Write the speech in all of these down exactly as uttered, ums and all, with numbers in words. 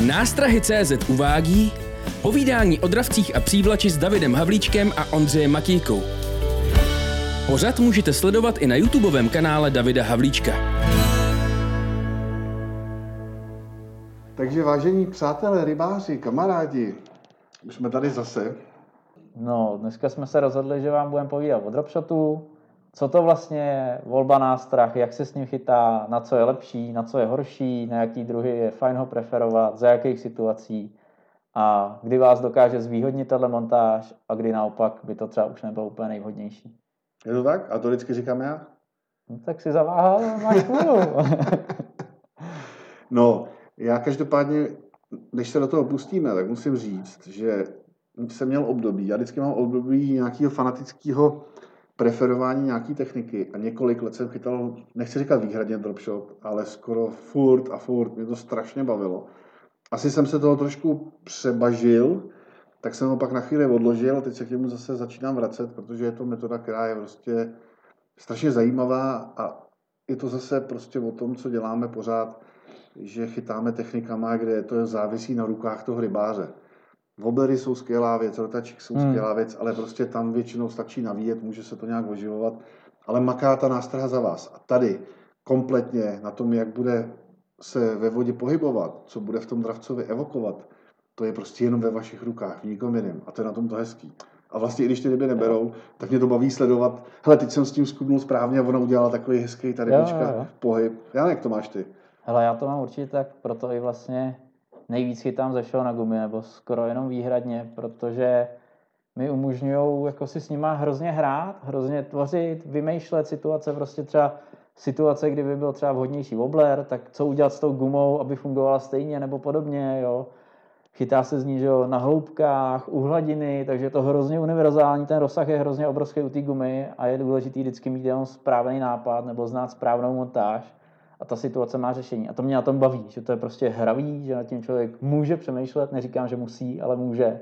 Nástrahy tečka cé zet uvádí povídání o dravcích a přívlači s Davidem Havlíčkem a Ondřejem Matějkou. Pořad můžete sledovat i na YouTubeovém kanále Davida Havlíčka. Takže vážení přátelé, rybáři, kamarádi, už jsme tady zase. No, dneska jsme se rozhodli, že vám budeme povídat o dropshotu, co to vlastně je, volba nástrah, jak se s ním chytá, na co je lepší, na co je horší, na jaký druhy je fajn ho preferovat, za jakých situací a kdy vás dokáže zvýhodnit tato montáž a kdy naopak by to třeba už nebylo úplně nejvhodnější. Je to tak? A to vždycky říkám já? No, tak si zaváhal, máš půl. No, já každopádně, když se do toho pustíme, tak musím říct, že jsem měl období, já vždycky mám období nějakého fanatického preferování nějaký techniky a několik let jsem chytal, nechci říkat výhradně dropshot, ale skoro furt a furt, mě to strašně bavilo. Asi jsem se toho trošku přebažil, tak jsem ho pak na chvíli odložil a teď se k němu zase začínám vracet, protože je to metoda, která je prostě strašně zajímavá a je to zase prostě o tom, co děláme pořád, že chytáme technikama, kde to závisí na rukách toho rybáře. Wobblery jsou skvělá věc, rotačky jsou hmm. skvělá věc, ale prostě tam většinou stačí navíjet, může se to nějak oživovat, ale maká ta nástraha za vás. A tady kompletně na tom, jak bude se ve vodě pohybovat, co bude v tom dravcovi evokovat, to je prostě jenom ve vašich rukách, v nikom jiném. A to je na tom to hezký. A vlastně i když ty ryby neberou, tak mě to baví sledovat. Hele, teď jsem s tím skubnul správně a ona udělala takový hezký ta rybička, jo, jo, jo. pohyb. Já jak to máš ty? Hele, já to mám určitě tak, proto i vlastně nejvíc chytám ze všeho na gumy, nebo skoro jenom výhradně, protože mi umožňují jako si s nima hrozně hrát, hrozně tvořit, vymýšlet situace, prostě třeba situace, kdyby byl třeba vhodnější wobbler, tak co udělat s tou gumou, aby fungovala stejně nebo podobně, jo. Chytá se z ní, že jo, na hloubkách, u hladiny, takže je to hrozně univerzální, ten rozsah je hrozně obrovský u té gumy a je důležitý vždycky mít jenom správný nápad nebo znát správnou montáž a ta situace má řešení. A to mě na tom baví, že to je prostě hravý, že nad tím člověk může přemýšlet, neříkám, že musí, ale může.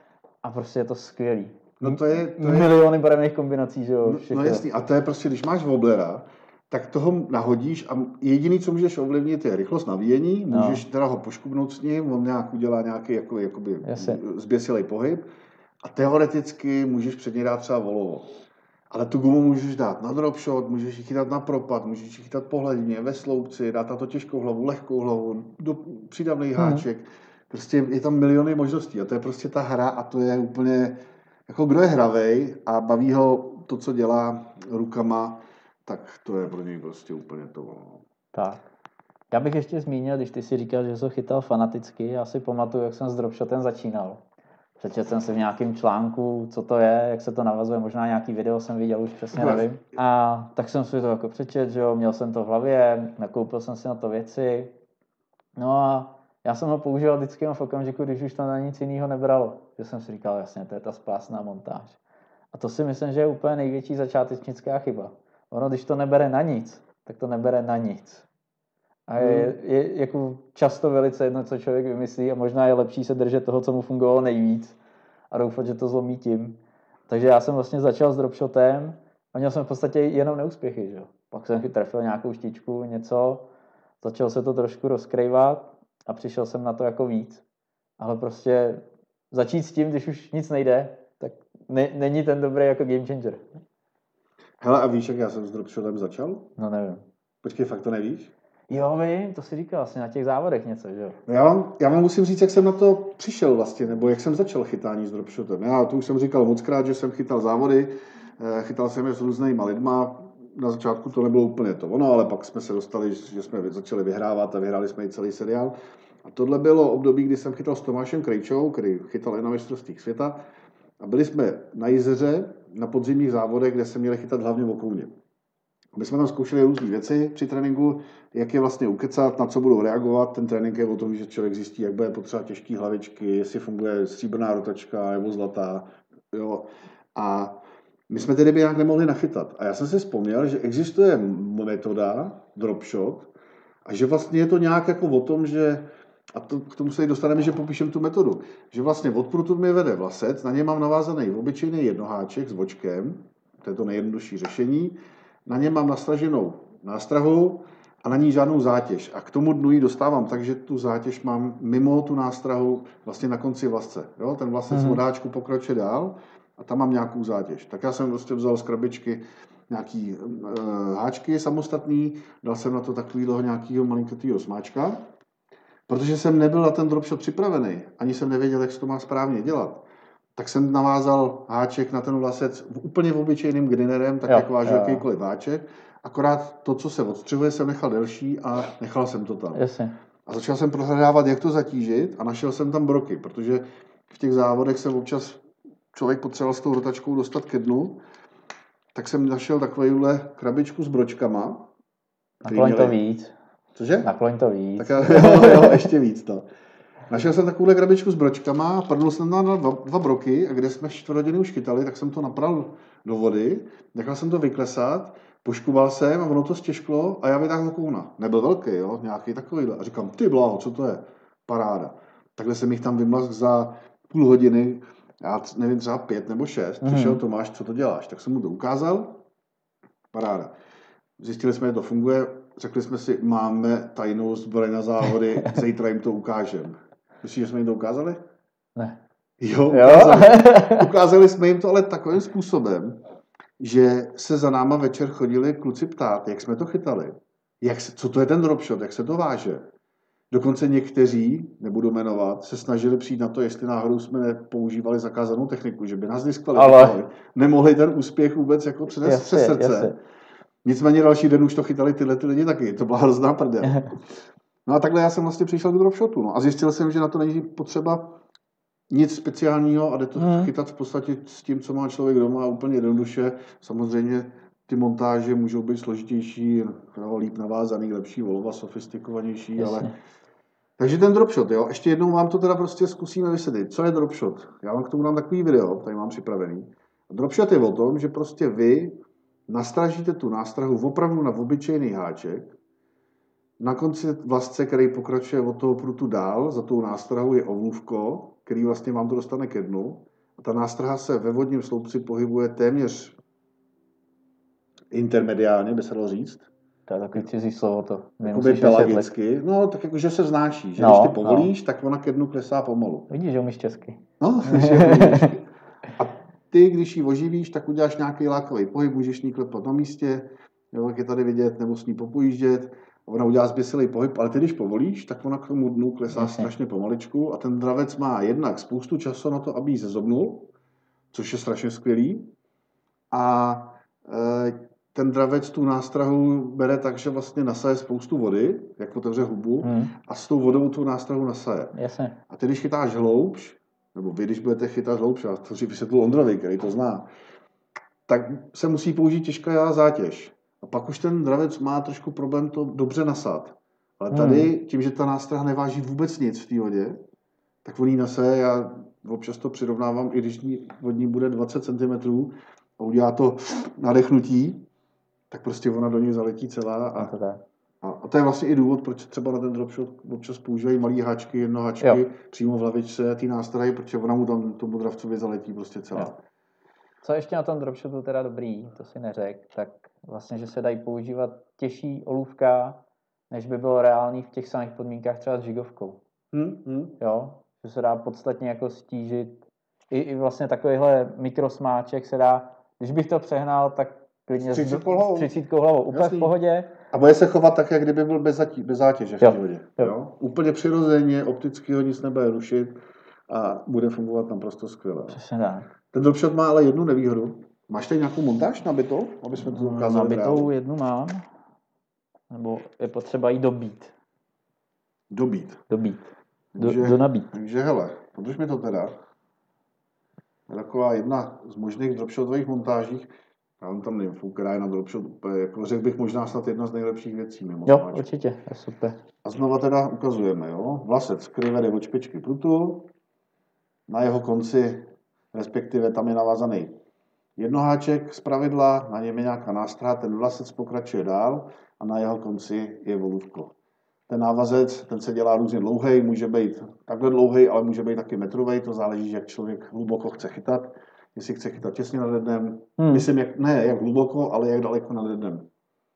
A prostě je to skvělý. No to je, to je... Miliony barevných kombinací, že jo. No, no jasný, a to je prostě, když máš wobblera, tak toho nahodíš a jediný, co můžeš ovlivnit, je rychlost navíjení, můžeš no. teda ho poškubnout s ním, on nějak udělá nějaký jako, jakoby zběsilej pohyb a teoreticky můžeš před něj dát třeba volovo. Ale tu gumu můžeš dát na dropshot, můžeš ji chytat na propad, můžeš ji chytat po hladině, ve sloupci, dát na to těžkou hlavu, lehkou hlavu, do přídavný háček. Hmm. Prostě je tam miliony možností a to je prostě ta hra a to je úplně, jako kdo je hravej a baví ho to, co dělá rukama, tak to je pro něj prostě úplně to. Tak. Já bych ještě zmínil, když ty si říkal, že jsi chytal fanaticky, já si pamatuju, jak jsem s dropshotem začínal. Přečetl jsem si v nějakém článku, co to je, jak se to navazuje, možná nějaký video jsem viděl, už přesně nevím. A tak jsem si to jako přečetl, že jo, měl jsem to v hlavě, nakoupil jsem si na to věci. No a já jsem ho používal vždycky v okamžiku, když už to na nic jiného nebralo. Že jsem si říkal, jasně, to je ta spásná montáž. A to si myslím, že je úplně největší začátečnická chyba. Ono, když to nebere na nic, tak to nebere na nic. A je, je jako často velice jedno, co člověk vymyslí a možná je lepší se držet toho, co mu fungovalo nejvíc a doufat, že to zlomí tím. Takže já jsem vlastně začal s dropshotem a měl jsem v podstatě jenom neúspěchy. Že? Pak jsem trefil nějakou štičku, něco, začal se to trošku rozkrývat a přišel jsem na to jako víc. Ale prostě začít s tím, když už nic nejde, tak ne, není ten dobrý jako game changer. Hele, a víš, jak já jsem s dropshotem začal? No nevím. Počkej, fakt to nevíš? Jo, vím, to si říkal asi na těch závodech něco, že jo? Já vám, já vám musím říct, jak jsem na to přišel vlastně, nebo jak jsem začal chytání s dropshotem. Já to už jsem říkal mockrát, že jsem chytal závody, chytal jsem je s různýma lidma. Na začátku to nebylo úplně to ono, ale pak jsme se dostali, že jsme začali vyhrávat a vyhráli jsme i celý seriál. A tohle bylo období, kdy jsem chytal s Tomášem Krejčou, který chytal i na mistrovství světa. A byli jsme na Jizeře, na podzimních závodech, kde se měli chytat hlavně okouně. My jsme tam zkoušeli různé věci při tréninku, jak je vlastně ukecat, na co budou reagovat. Ten trénink je o tom, že člověk zjistí, jak bude potřebovat těžké hlavičky, jestli funguje stříbrná rotačka nebo zlatá. Jo. A my jsme ty ryby nějak nemohli nachytat. A já jsem si vzpomněl, že existuje metoda dropshot a že vlastně je to nějak jako o tom, že a to, k tomu se i dostaneme, že popíšem tu metodu. Že vlastně od prutu mi vede vlasec, na něm mám navázaný obyčejný jednoháček s vočkem, to je to nejjednodušší řešení, na něm mám nastraženou nástrahu a na ní žádnou zátěž. A k tomu dnu ji dostávám, takže tu zátěž mám mimo tu nástrahu vlastně na konci vlasce. Jo? Ten vlasec mm-hmm. vodáčku pokračuje dál a tam mám nějakou zátěž. Tak já jsem prostě vzal z krabičky nějaký uh, háčky samostatný, dal jsem na to takovýhle nějakýho malinkatýho smáčka, protože jsem nebyl na ten dropshot připravený, ani jsem nevěděl, jak se to má správně dělat. Tak jsem navázal háček na ten vlasec úplně obyčejným grinerem, tak jo, jak vážil jakýkoliv háček. Akorát to, co se odstřihuje, jsem nechal delší a nechal jsem to tam. Jasně. A začal jsem prohledávat, jak to zatížit a našel jsem tam broky, protože v těch závodech se občas člověk potřeboval s tou rotačkou dostat ke dnu, tak jsem našel takovouhle krabičku s bročkama. Nakloň to víc. Cože? Nakloň to víc. Tak jo, jo, ještě víc to. Našel jsem takovouhle krabičku s bročkama, prdnul jsem tam na dva, dva broky a kde jsme čtvrt hodiny už chytali, tak jsem to napral do vody, nechal jsem to vyklesat, poškubal jsem a ono to stěžklo a já vytáhl kouna. Nebyl velký, jo, nějaký takovýhle. A říkám, ty bláho, co to je? Paráda. Takhle jsem jich tam vymlazl za půl hodiny, já nevím, třeba pět nebo šest. Mm. Přišel Tomáš, co to děláš? Tak jsem mu to ukázal. Paráda. Zjistili jsme, že to funguje. Řekli jsme si, máme tajnou zbroj na závody, zítra jim to ukážeme. Myslíš, že jsme jim to ukázali? Ne. Jo, ukázali. Ukázali jsme jim to ale takovým způsobem, že se za náma večer chodili kluci ptát, jak jsme to chytali, jak se, co to je ten dropshot, jak se to váže. Dokonce někteří, nebudu jmenovat, se snažili přijít na to, jestli náhodou jsme nepoužívali zakázanou techniku, že by nás diskvalifikovali. Ale... Nemohli ten úspěch vůbec jako přinést přes srdce. Jasně. Nicméně další den už to chytali tyhle ty lidi taky. To byla hrozná prdel. No a takhle já jsem vlastně přišel k dropshotu. No. A zjistil jsem, že na to není potřeba nic speciálního a jde to hmm. chytat v podstatě s tím, co má člověk doma, úplně jednoduše. Samozřejmě ty montáže můžou být složitější, no, líp navázaný, lepší volova, sofistikovanější, Jasně. ale... Takže ten dropshot, jo. Ještě jednou vám to teda prostě zkusíme vysvětlit. Co je dropshot? Já vám k tomu dám takový video, tady mám připravený. Dropshot je o tom, že prostě vy nastražíte tu nástrahu opravdu na obyčejný háček. Na konci vlasce, který pokračuje od toho prutu dál, za tou nástrahou je ovlůvko, který vlastně vám to dostane ke dnu. A ta nástraha se ve vodním sloupci pohybuje téměř intermediálně, by se dalo říct. To je takový cizí slovo to. Jakoby pelagicky. No, tak jakože se znáší. Že no, když ty povolíš, no. tak ona ke dnu klesá pomalu. Vidíš, že umíš česky. No, a ty, když ji oživíš, tak uděláš nějaký lákavý pohyb, můžeš ní klepat na místě, jo, jak je tady vidět, nebo s ní popojíždět. Ona udělá zběsilý pohyb, ale ty, když povolíš, tak ona k tomu dnu klesá Jasně. strašně pomaličku a ten dravec má jednak spoustu času na to, aby ji zezobnul, což je strašně skvělý. A e, ten dravec tu nástrahu bere tak, že vlastně nasaje spoustu vody, jak otevře hubu, hmm. a s tou vodou tu nástrahu nasaje. Jasně. A ty, když chytáš hloubš, nebo vy, když budete chytat hloubš, a to si vysvětlil Ondrovi, který to zná, tak se musí použít těžká zátěž. A pak už ten dravec má trošku problém to dobře nasát. Ale tady, hmm. tím, že ta nástraha neváží vůbec nic v té vodě, tak on jí nasaje, já občas to přirovnávám, i když od ní bude dvacet centimetrů a udělá to nadechnutí, tak prostě ona do něj zaletí celá. A, a, a to je vlastně i důvod, proč třeba na ten dropshot občas používají malý háčky, jednoháčky, jo. přímo v hlavičce té nástrahy, protože ona mu tam tomu dravcovi zaletí prostě celá. Jo. Co ještě na tom dropshotu teda dobrý, to si neřekl, tak vlastně, že se dají používat těžší olůvka, než by bylo reálný v těch samých podmínkách třeba s žigovkou. Hmm, hmm. Jo, že se dá podstatně jako stížit. I, i vlastně takovýhle mikrosmáček se dá, když bych to přehnal, tak klidně s třicítkou hlavou. Úplně Jasný. v pohodě. A bude se chovat tak, jak kdyby byl bez, zatí, bez zátěže v té vodě. Jo. Jo? Úplně přirozeně, opticky ho nic nebude rušit a bude fungovat naprosto skvěle. Přesně tak. Ten dropshot má ale jednu nevýhodu. Máš tady nějakou montáž nabitou, aby jsme to ukázali? Nabitou jednu mám. Nebo je potřeba jí dobít. Dobít? Dobít. Do, takže, do nabít. Takže hele, podrž mi to teda. Je taková jedna z možných dropshotových montážích. Já vám tam nevím, která je na dropshot úplně, jako řekl bych možná snad jedna z nejlepších věcí. Mimo jo, smáčku. Určitě, je super. A znova teda ukazujeme, jo. Vlasec, který vede od špičky prutu. Na jeho konci, respektive tam je navázaný jednoháček z pravidla, na něm je nějaká nástraha, ten vlasec pokračuje dál a na jeho konci je volůvko. Ten návazec, ten se dělá různě dlouhý, může být takhle dlouhý, ale může být taky metrový, to záleží, jak člověk hluboko chce chytat. Jestli chce chytat těsně nad dnem, hmm. myslím, jak, ne jak hluboko, ale jak daleko nad dnem.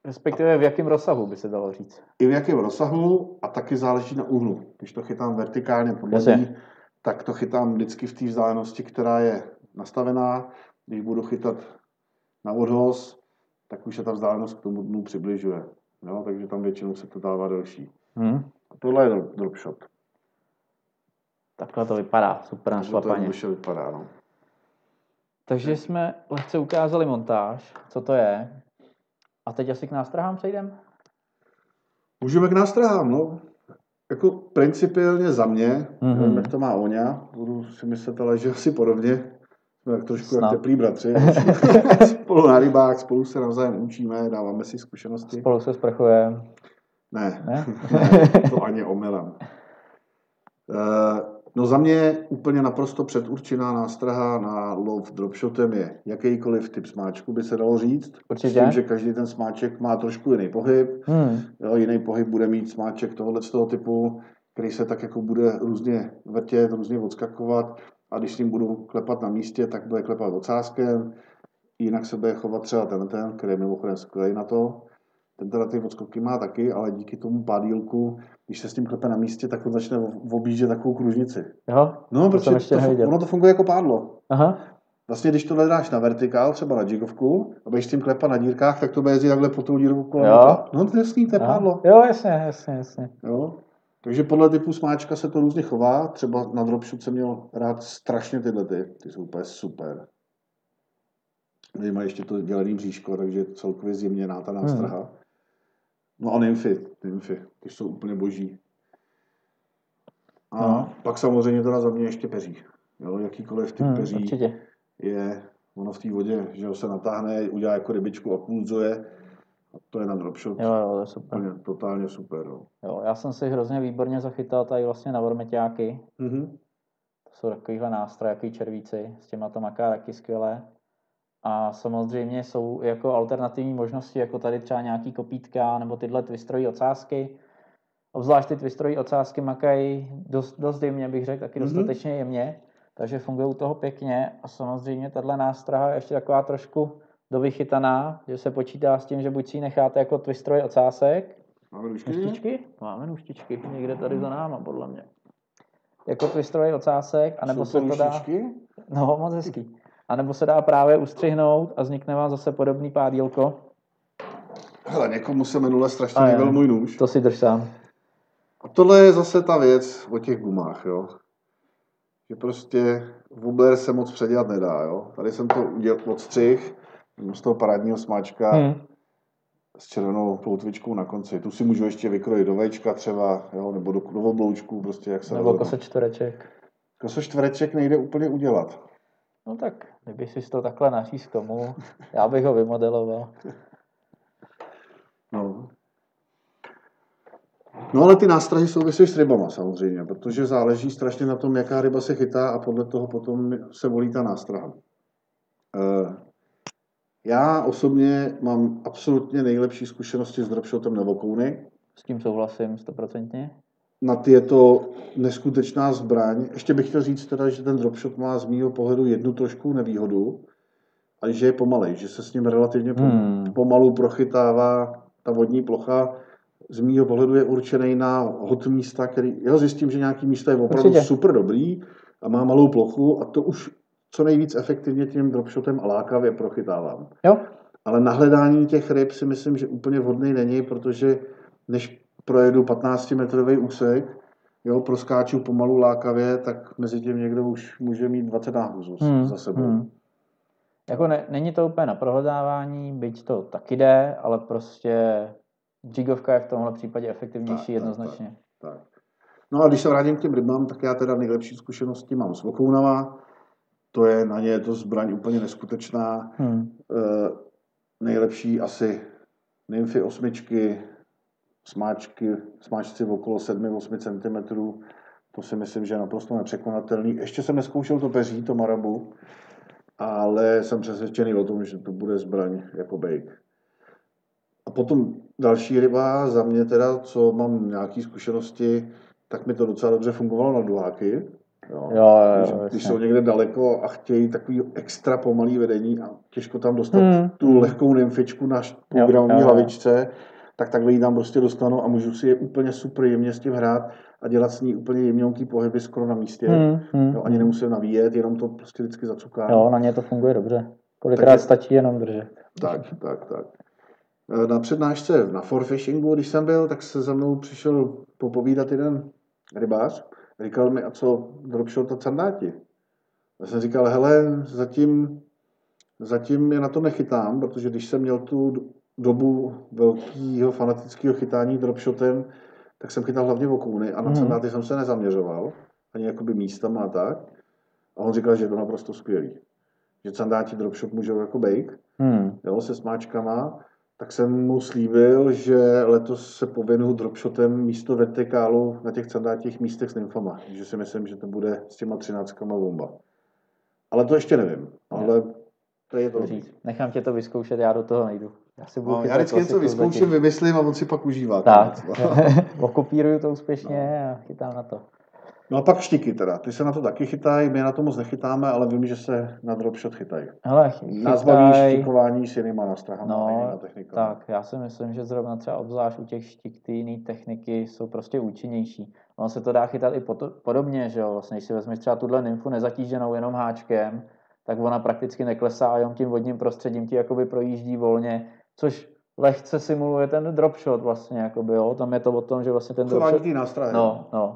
Respektive v jakém rozsahu by se dalo říct? I v jakém rozsahu a taky záleží na úhlu. Když to chytám vertikálně pod lodí, Jasně. tak to chytám vždycky v té vzdálenosti, která je nastavená. Když budu chytat na odhoz, tak už se ta vzdálenost k tomu dnu přibližuje. Jo? Takže tam většinou se to dává delší. Hmm. A tohle je drop shot. Takhle to vypadá, super na Takže to šlapaně. jednoduše vypadá, no. Takže jsme lehce ukázali montáž, co to je. A teď asi k nástrahám přejdeme? Můžeme k nástrahám, no. Jako principiálně za mě, Mhm. nevím, jak to má Oňa, budu si myslet, ale že asi podobně. Jsme tak trošku Snad. jak teplí bratři. Spolu na rybách, spolu se navzájem učíme, dáváme si zkušenosti. Spolu se sprchujeme. Ne, Ne? ne, to ani omylem. Uh, no za mě úplně naprosto předurčená nástraha na lov dropshotem je jakýkoliv typ smáčku, by se dalo říct. Určitě. S tím, že každý ten smáček má trošku jiný pohyb. Hmm. Jo, jiný pohyb bude mít smáček tohohle z toho typu, který se tak jako bude různě vrtět, různě odskakovat a když s ním budu klepat na místě, tak bude klepat ocáskem. Jinak se bude chovat třeba ten, ten který je mimochodem skvělý na to. Ten teda ty odskoky má taky, ale díky tomu pádílku, když se s tím klepe na místě, tak on začne objíždět takovou kružnici. Jo? No, To jsem protože ještě to, neviděl. ono to funguje jako pádlo. Aha. Vlastně, když to dáš na vertikál, třeba na jigovku, a budeš s tím klepat na dírkách, tak to bude jezdit takhle po tou dírku kolem. Jo. No, to je jasný, to je Aha. pádlo. Jo, jasně, jasně, jasně. Jo. Takže podle typu smáčka se to různě chová. Třeba na dropshot jsem měl rád strašně tyhle ty. Ty jsou úplně super. Tady má ještě to dělený bříško, takže je celkově zjemněná ta nástraha. Hmm. No a nymfy, nymfy, ty jsou úplně boží. A no. Pak samozřejmě teda za mě ještě peří. Jo, jakýkoliv typ Hmm, peří určitě. je, ono v té vodě, že ho se natáhne, udělá jako rybičku a pulzuje. A to je na dropshot. Jo, jo, to je super. Úplně, totálně super. Jo. Jo, já jsem si hrozně výborně zachytal tady vlastně na vormeťáky. Mm-hmm. To jsou takovýhle nástroje, jaký červíci, s těma to maká taky skvěle. A samozřejmě jsou jako alternativní možnosti, jako tady třeba nějaký kopítka nebo tyhle twistrové ocásky. Obzvlášť ty twistrové ocásky makají dost, dost jemně, bych řekl, taky Mhm. dostatečně jemně, takže fungují u toho pěkně. A samozřejmě tahle nástraha je ještě taková trošku dovychytaná, že se počítá s tím, že buď si ji necháte jako twistrový ocásek. Máme nůžky? Nůžtičky? Máme nůžtičky, někde tady za náma, podle mě. Jako twistrový ocásek, anebo Jsou se to to dá... nůžtičky? No, moc hezký. A nebo se dá právě ustřihnout a vznikne vám zase podobný pádílko. Hele, někomu se minule strašně A líbil jo. můj nůž. To si drž sám. A tohle je zase ta věc o těch gumách, jo. Že prostě wobbler se moc předělat nedá, jo. Tady jsem to udělal odstřih z toho parádního smáčka Hmm. s červenou ploutvičkou na konci. Tu si můžu ještě vykrojit do vejčka třeba, jo, nebo do, do obloučku, prostě jak se Nebo rozhodnu. kosočtvereček. Kosočtvereček nejde úplně udělat. No tak, kdyby si to takhle naříz k tomu, já bych ho vymodeloval. No. No ale ty nástrahy souvisí s rybama samozřejmě, protože záleží strašně na tom, jaká ryba se chytá a podle toho potom se volí ta nástraha. Já osobně mám absolutně nejlepší zkušenosti s dropshotem na vokouny. S tím souhlasím stoprocentně. Na ty je to neskutečná zbraň. Ještě bych chtěl říct teda, že ten dropshot má z mýho pohledu jednu trošku nevýhodu, ale že je pomalej, že se s ním relativně Hmm. pomalu prochytává ta vodní plocha. Z mýho pohledu je určený na hot místa, který, já zjistím, že nějaký místo je opravdu Určitě. super dobrý a má malou plochu a to už co nejvíc efektivně tím dropshotem a lákavě prochytávám. Jo? Ale na hledání těch ryb si myslím, že úplně vhodný není, protože než projedu patnáctimetrový úsek, jo, proskáču pomalu lákavě, tak mezi tím někdo už může mít dvacet náhuzů Hmm. za sebou. Hmm. Jako ne, není to úplně na prohledávání, byť to taky jde, ale prostě jigovka je v tomhle případě efektivnější Tak, jednoznačně. Tak, tak. No a když se vrátím k těm rybám, tak já teda nejlepší zkušenosti mám s vokounama. To je na ně je to zbraň úplně neskutečná. Hmm. E, nejlepší asi nymfy osmičky, smáčky, smáčci okolo sedm až osm centimetrů. To si myslím, že je naprosto nepřekonatelný. Ještě jsem neskoušel to peří, to marabu, ale jsem přesvědčený o tom, že to bude zbraň jako bejk. A potom další ryba, za mě teda, co mám nějaké zkušenosti, tak mi to docela dobře fungovalo na duháky. Jo. Jo, jo, když, jo, když jsou někde daleko a chtějí takový extra pomalý vedení a těžko tam dostat Hmm. tu lehkou nymfičku na půlgramové hlavičce, tak takhle ji tam prostě dostanu a můžu si je úplně super jemně s tím hrát a dělat s ní úplně jemňonký pohyby skoro na místě. Hmm, hmm, jo, ani nemusím navíjet, jenom to prostě vždycky zacukám. Jo, na ně to funguje dobře. Kolikrát Takže, stačí jenom držet. Tak, tak, tak. Na přednášce na forfishingu, když jsem byl, tak se za mnou přišel popovídat jeden rybář. Říkal mi, a co dropshot a candáti? Já jsem říkal, hele, zatím, zatím je na to nechytám, protože když jsem měl tu dobu velkého fanatického chytání dropshotem, tak jsem chytal hlavně okouny a na candáty jsem se nezaměřoval, ani jakoby místama a tak. A on říkal, že je to naprosto skvělý. Že candáti dropshot můžou jako bejk, hmm. jo, se smáčkama. Tak jsem mu slíbil, že letos se pověnuju dropshotem místo vertikálu na těch candátích místech s nymfama. Takže si myslím, že to bude s těma třináctkama bomba. Ale to ještě nevím. Ale to je to. Nechám tě to vyzkoušet, já do toho nejdu. Já, si budu no, já vždycky něco vyzkouším, vymyslím a on si pak užívá. Tak, okopíruju to úspěšně no. a chytám na to. No a pak štiky teda. Ty se na to taky chytají, my na to moc nechytáme, ale vím, že se na dropshot chytají. Hele, chytaj... Nás baví štikování s jinýma nástrahama no, a jinýma technikama. Tak, já si myslím, že zrovna třeba obzvlášť u těch štik ty jiné techniky jsou prostě účinnější. Ono se to dá chytat i podobně, že jo. Vlastně, když si vezmeš třeba tuhle nymfu nezatíženou jenom háčkem, tak ona prakticky neklesá a jenom tím vodním prostředím ti jakoby projíždí volně, což lehce simuluje ten dropshot vlastně, jakoby, jo. Tam je to o tom, že vlastně ten dropshot... dropshot... ty nástrahy. No, no.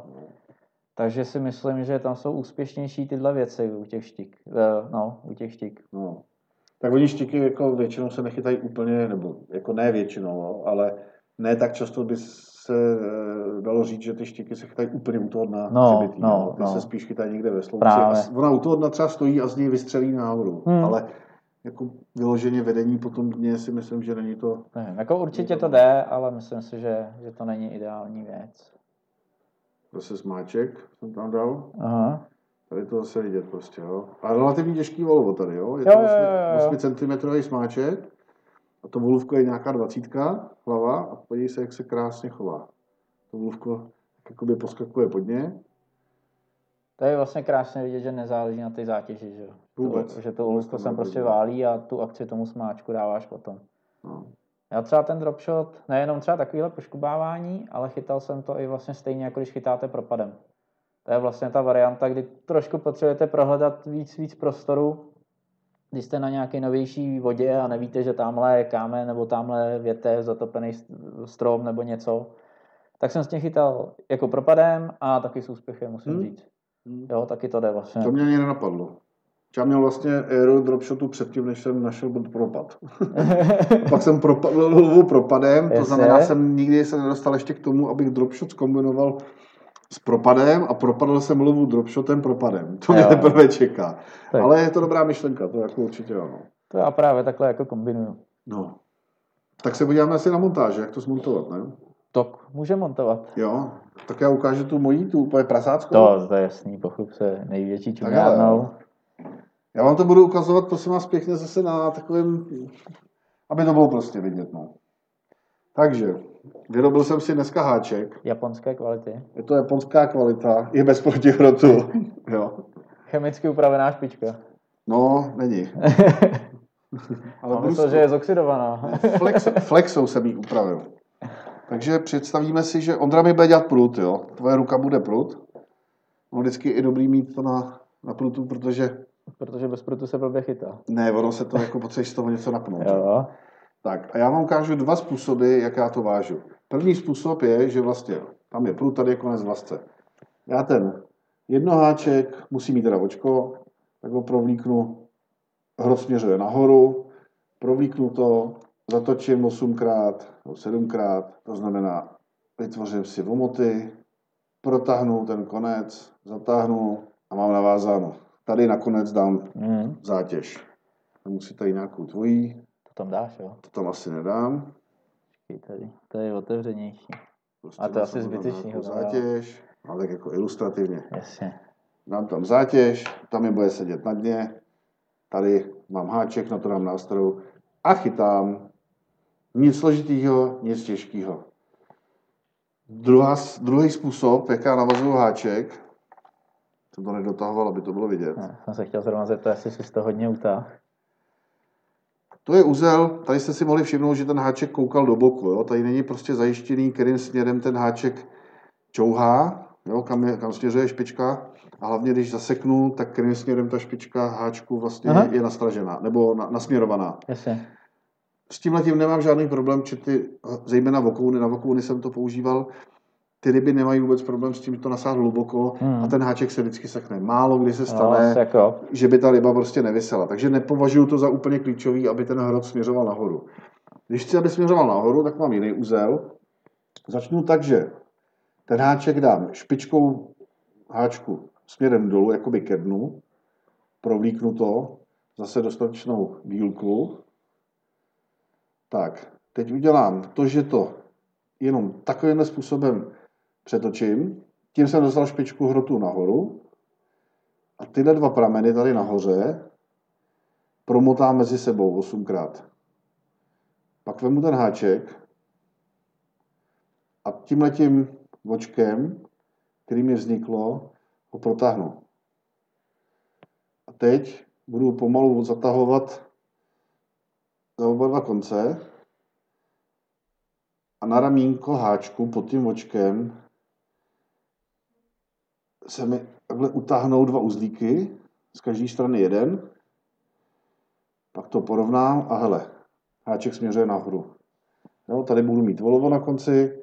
Takže si myslím, že tam jsou úspěšnější tyhle věci u těch štik. No, u těch štik. No. Tak oni štiky jako většinou se nechytají úplně, nebo jako ne většinou, ale ne tak často by se dalo říct, že ty štiky se chytají úplně u toho dna no, přebitý. No, ty no. se spíš chytají někde ve slouci. A ona u toho dna třeba stojí a z něj vystřelí nahoru. Hmm. Ale jako vyloženě vedení po tom dně si myslím, že není to... Ne, jako určitě to jde, ale myslím si, že, že to není ideální věc. Zase smáček jsem tam dal. Aha. Tady to zase vidět prostě, jo. A relativně těžký volovo tady, jo. Je jo, to osm centimetrový smáček. A to volůvko je nějaká dvacítka, hlava. A podívej se, jak se krásně chová. To volůvko jakoby poskakuje pod ně. To je vlastně krásně vidět, že nezáleží na té zátěži, že jo. Vůbec. To, že to volůvko sem prostě válí a tu akci tomu smáčku dáváš potom. No. Já třeba ten dropshot, nejenom třeba takovýhle poškubávání, ale chytal jsem to i vlastně stejně, jako když chytáte propadem. To je vlastně ta varianta, kdy trošku potřebujete prohledat víc, víc prostoru, když jste na nějaké novější vodě a nevíte, že tamhle je kámen nebo tamhle je větev, zatopený strom nebo něco, tak jsem s tím chytal jako propadem a taky s úspěchem, musím hmm. říct. Jo, taky to jde vlastně. To mě ani nenapadlo. Já měl vlastně aero dropshotu předtím, než jsem našel propad. Pak jsem propadl propadem, to znamená, jsem nikdy se nedostal ještě k tomu, abych dropshot zkombinoval s propadem a propadl jsem lovu dropshotem propadem. To mě teprve čeká. Tak. Ale je to dobrá myšlenka, to jako určitě ano. To já právě takhle jako kombinuju. No. Tak se podíváme asi na montáž, jak to zmontovat, ne? Tak, může montovat. Jo, tak já ukážu tu mojí, tu úplně prasáckou. To, to je jasný, pochlup se největší čumárnou. Já vám to budu ukazovat, prosím vás, pěkně zase na takovém, aby to bylo prostě vidět. No. Takže, vyrobil jsem si dneska háček. Japonské kvality. Je to japonská kvalita, je bez protihrotu. Jo. Chemicky upravená špička. No, není. Ale myslím, to, že je zoxidovaná. Flex, flexou jsem ji upravil. Takže představíme si, že Ondra mi bude dělat prut, jo. Tvoje ruka bude prut. No, vždycky je dobrý mít to na, na prutu, protože... Protože bez prutu se blbě chytá. Ne, ono se to jako potřebuje z toho něco napnout. Jo. Tak a já vám ukážu dva způsoby, jak já to vážu. První způsob je, že vlastně tam je prut, tady je konec vlasce. Já ten jednoháček, musí mít teda očko, tak ho provlíknu, hrot směřuje nahoru, provlíknu to, zatočím osmkrát nebo sedmkrát, to znamená, vytvořím si omoty, protáhnu ten konec, zatáhnu a mám navázáno. Tady nakonec dám mm. zátěž. Musí tady nějakou tvojí. To tam dáš, jo? To tam asi nedám. Tady. To je otevřenější. Prostě a to je asi zbytečný. Zátěž, ale tak jako ilustrativně. Jasně. Dám tam zátěž, tam je bude sedět na dně. Tady mám háček, na to dám nástroj a chytám. Nic složitýho, nic těžkého. Druhá, druhý způsob, jak já navazuju háček, Jsem to nedotahoval, aby to bylo vidět. No, jsem se chtěl zrovna zeptat, jestli jsi to hodně utáhl. To je uzel, tady jste si mohli všimnout, že ten háček koukal do boku. Jo? Tady není prostě zajištěný, kterým směrem ten háček čouhá, jo? Kam, je, kam směřuje špička. A hlavně, když zaseknu, tak kterým směrem ta špička háčku vlastně Aha. je nastražená, nebo na, nasměrovaná. Jasně. S tímhletím nemám žádný problém, či ty, zejména vokouny, na vokouny jsem to používal, ty ryby nemají vůbec problém s tím to nasát hluboko hmm. a ten háček se vždycky sekne. Málo kdy se stane, no, jako. že by ta ryba prostě nevysela. Takže nepovažuji to za úplně klíčový, aby ten hrot směřoval nahoru. Když chci, aby směřoval nahoru, tak mám jiný úzel. Začnu tak, že ten háček dám špičkou háčku směrem dolů, jakoby ke dnu, provlíknu to, zase dostatečnou dílku. Tak, teď udělám to, že to jenom takovýmhle způsobem přetočím, tím jsem dostal špičku hrotu nahoru a tyhle dva prameny tady nahoře promotám mezi sebou osmkrát. Pak vezmu ten háček a tímhletím vočkem, který mi vzniklo, ho protáhnu. A teď budu pomalu zatahovat za oba dva konce a na ramínko háčku pod tím vočkem se mi takhle utáhnou dva uzlíky, z každé strany jeden, pak to porovnám a hele, háček směřuje nahoru. Jo, tady budu mít volovo na konci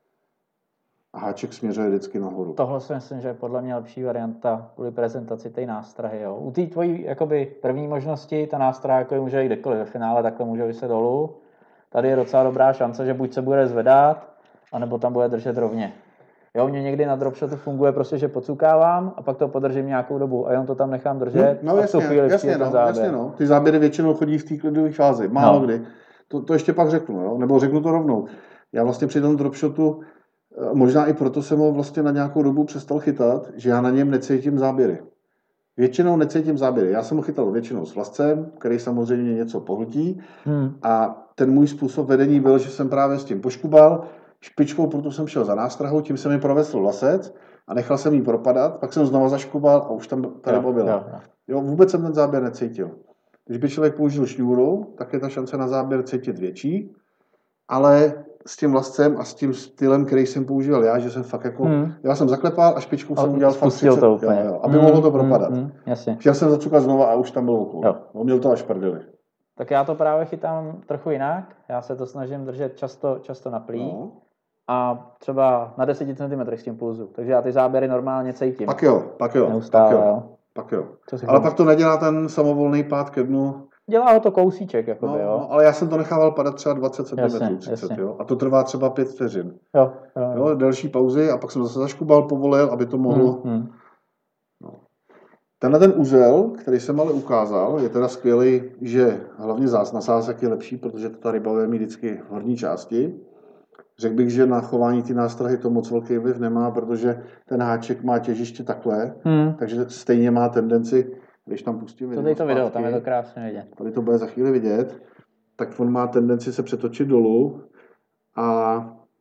a háček směřuje vždycky nahoru. Tohle si myslím, že je podle mě lepší varianta kvůli prezentaci té nástrahy. Jo. U té tvojí jakoby, první možnosti ta nástraha jako může jít kdekoliv ve finále, takhle může vyset dolů. Tady je docela dobrá šance, že buď se bude zvedat, anebo tam bude držet rovně. Jo, mě někdy na dropshotu funguje prostě, že pocukávám a pak to podržím nějakou dobu a jenom to tam nechám držet no, no, a v tu chvíli jasně, no, jasně, no. Ty záběry většinou chodí v té klidové fázi, málo no. kdy. To, to ještě pak řeknu, jo? Nebo řeknu to rovnou. Já vlastně při tom dropshotu, možná i proto jsem ho vlastně na nějakou dobu přestal chytat, že já na něm necítím záběry. Většinou necítím záběry. Já jsem ho chytal většinou s vlascem, který samozřejmě něco pohltí hmm. a ten můj způsob vedení byl, že jsem právě s tím poškubal, špičkou, proto jsem šel za nástrahou, tím se mi provesl vlasec a nechal jsem jí propadat, pak jsem znova zaškubal a už tam ta ryba byla. Jo, jo. jo, vůbec jsem ten záběr necítil. Když by člověk použil šňůru, tak je ta šance na záběr cítit větší, ale s tím vlascem a s tím stylem, který jsem používal já, že jsem fakt jako, hmm. já jsem zaklepal a špičkou jsem udělal fakt třicet, to úplně. Jo, jo, aby hmm. mohlo to propadat. Hmm. Jasně. Chtěl jsem zacukat znova a už tam byl okolo. No, měl to až prdeli. Tak já to právě chytám trochu jinak. Já se to snažím držet často, často na plí. No. A třeba na deset centimetrů s tím pulzu. Takže já ty záběry normálně cítím. Pak jo, pak jo. Neustále, pak jo. jo. Pak jo. Ale pak to nedělá ten samovolný pád ke dnu. Dělá ho to kousíček, jakoby, no, jo. No, ale já jsem to nechával padat třeba dvacet centimetrů, jasně, třicet, jasně. jo. A to trvá třeba pět vteřin. Jo, jo, jo. jo. Delší pauzy a pak jsem zase zaškubal, povolil, aby to mohlo... Hmm, hmm. No. Tenhle ten úzel, který jsem ale ukázal, je teda skvělý, že hlavně nasázek je lepší, protože to ta ryba bude mít vždycky v horní části. Řekl bych, že na chování ty nástrahy to moc velký vliv nemá, protože ten háček má těžiště takhle, hmm. takže stejně má tendenci, když tam pustím video, to, to video, tam je to krásně vidět. Tady to bude za chvíli vidět, tak on má tendenci se přetočit dolů a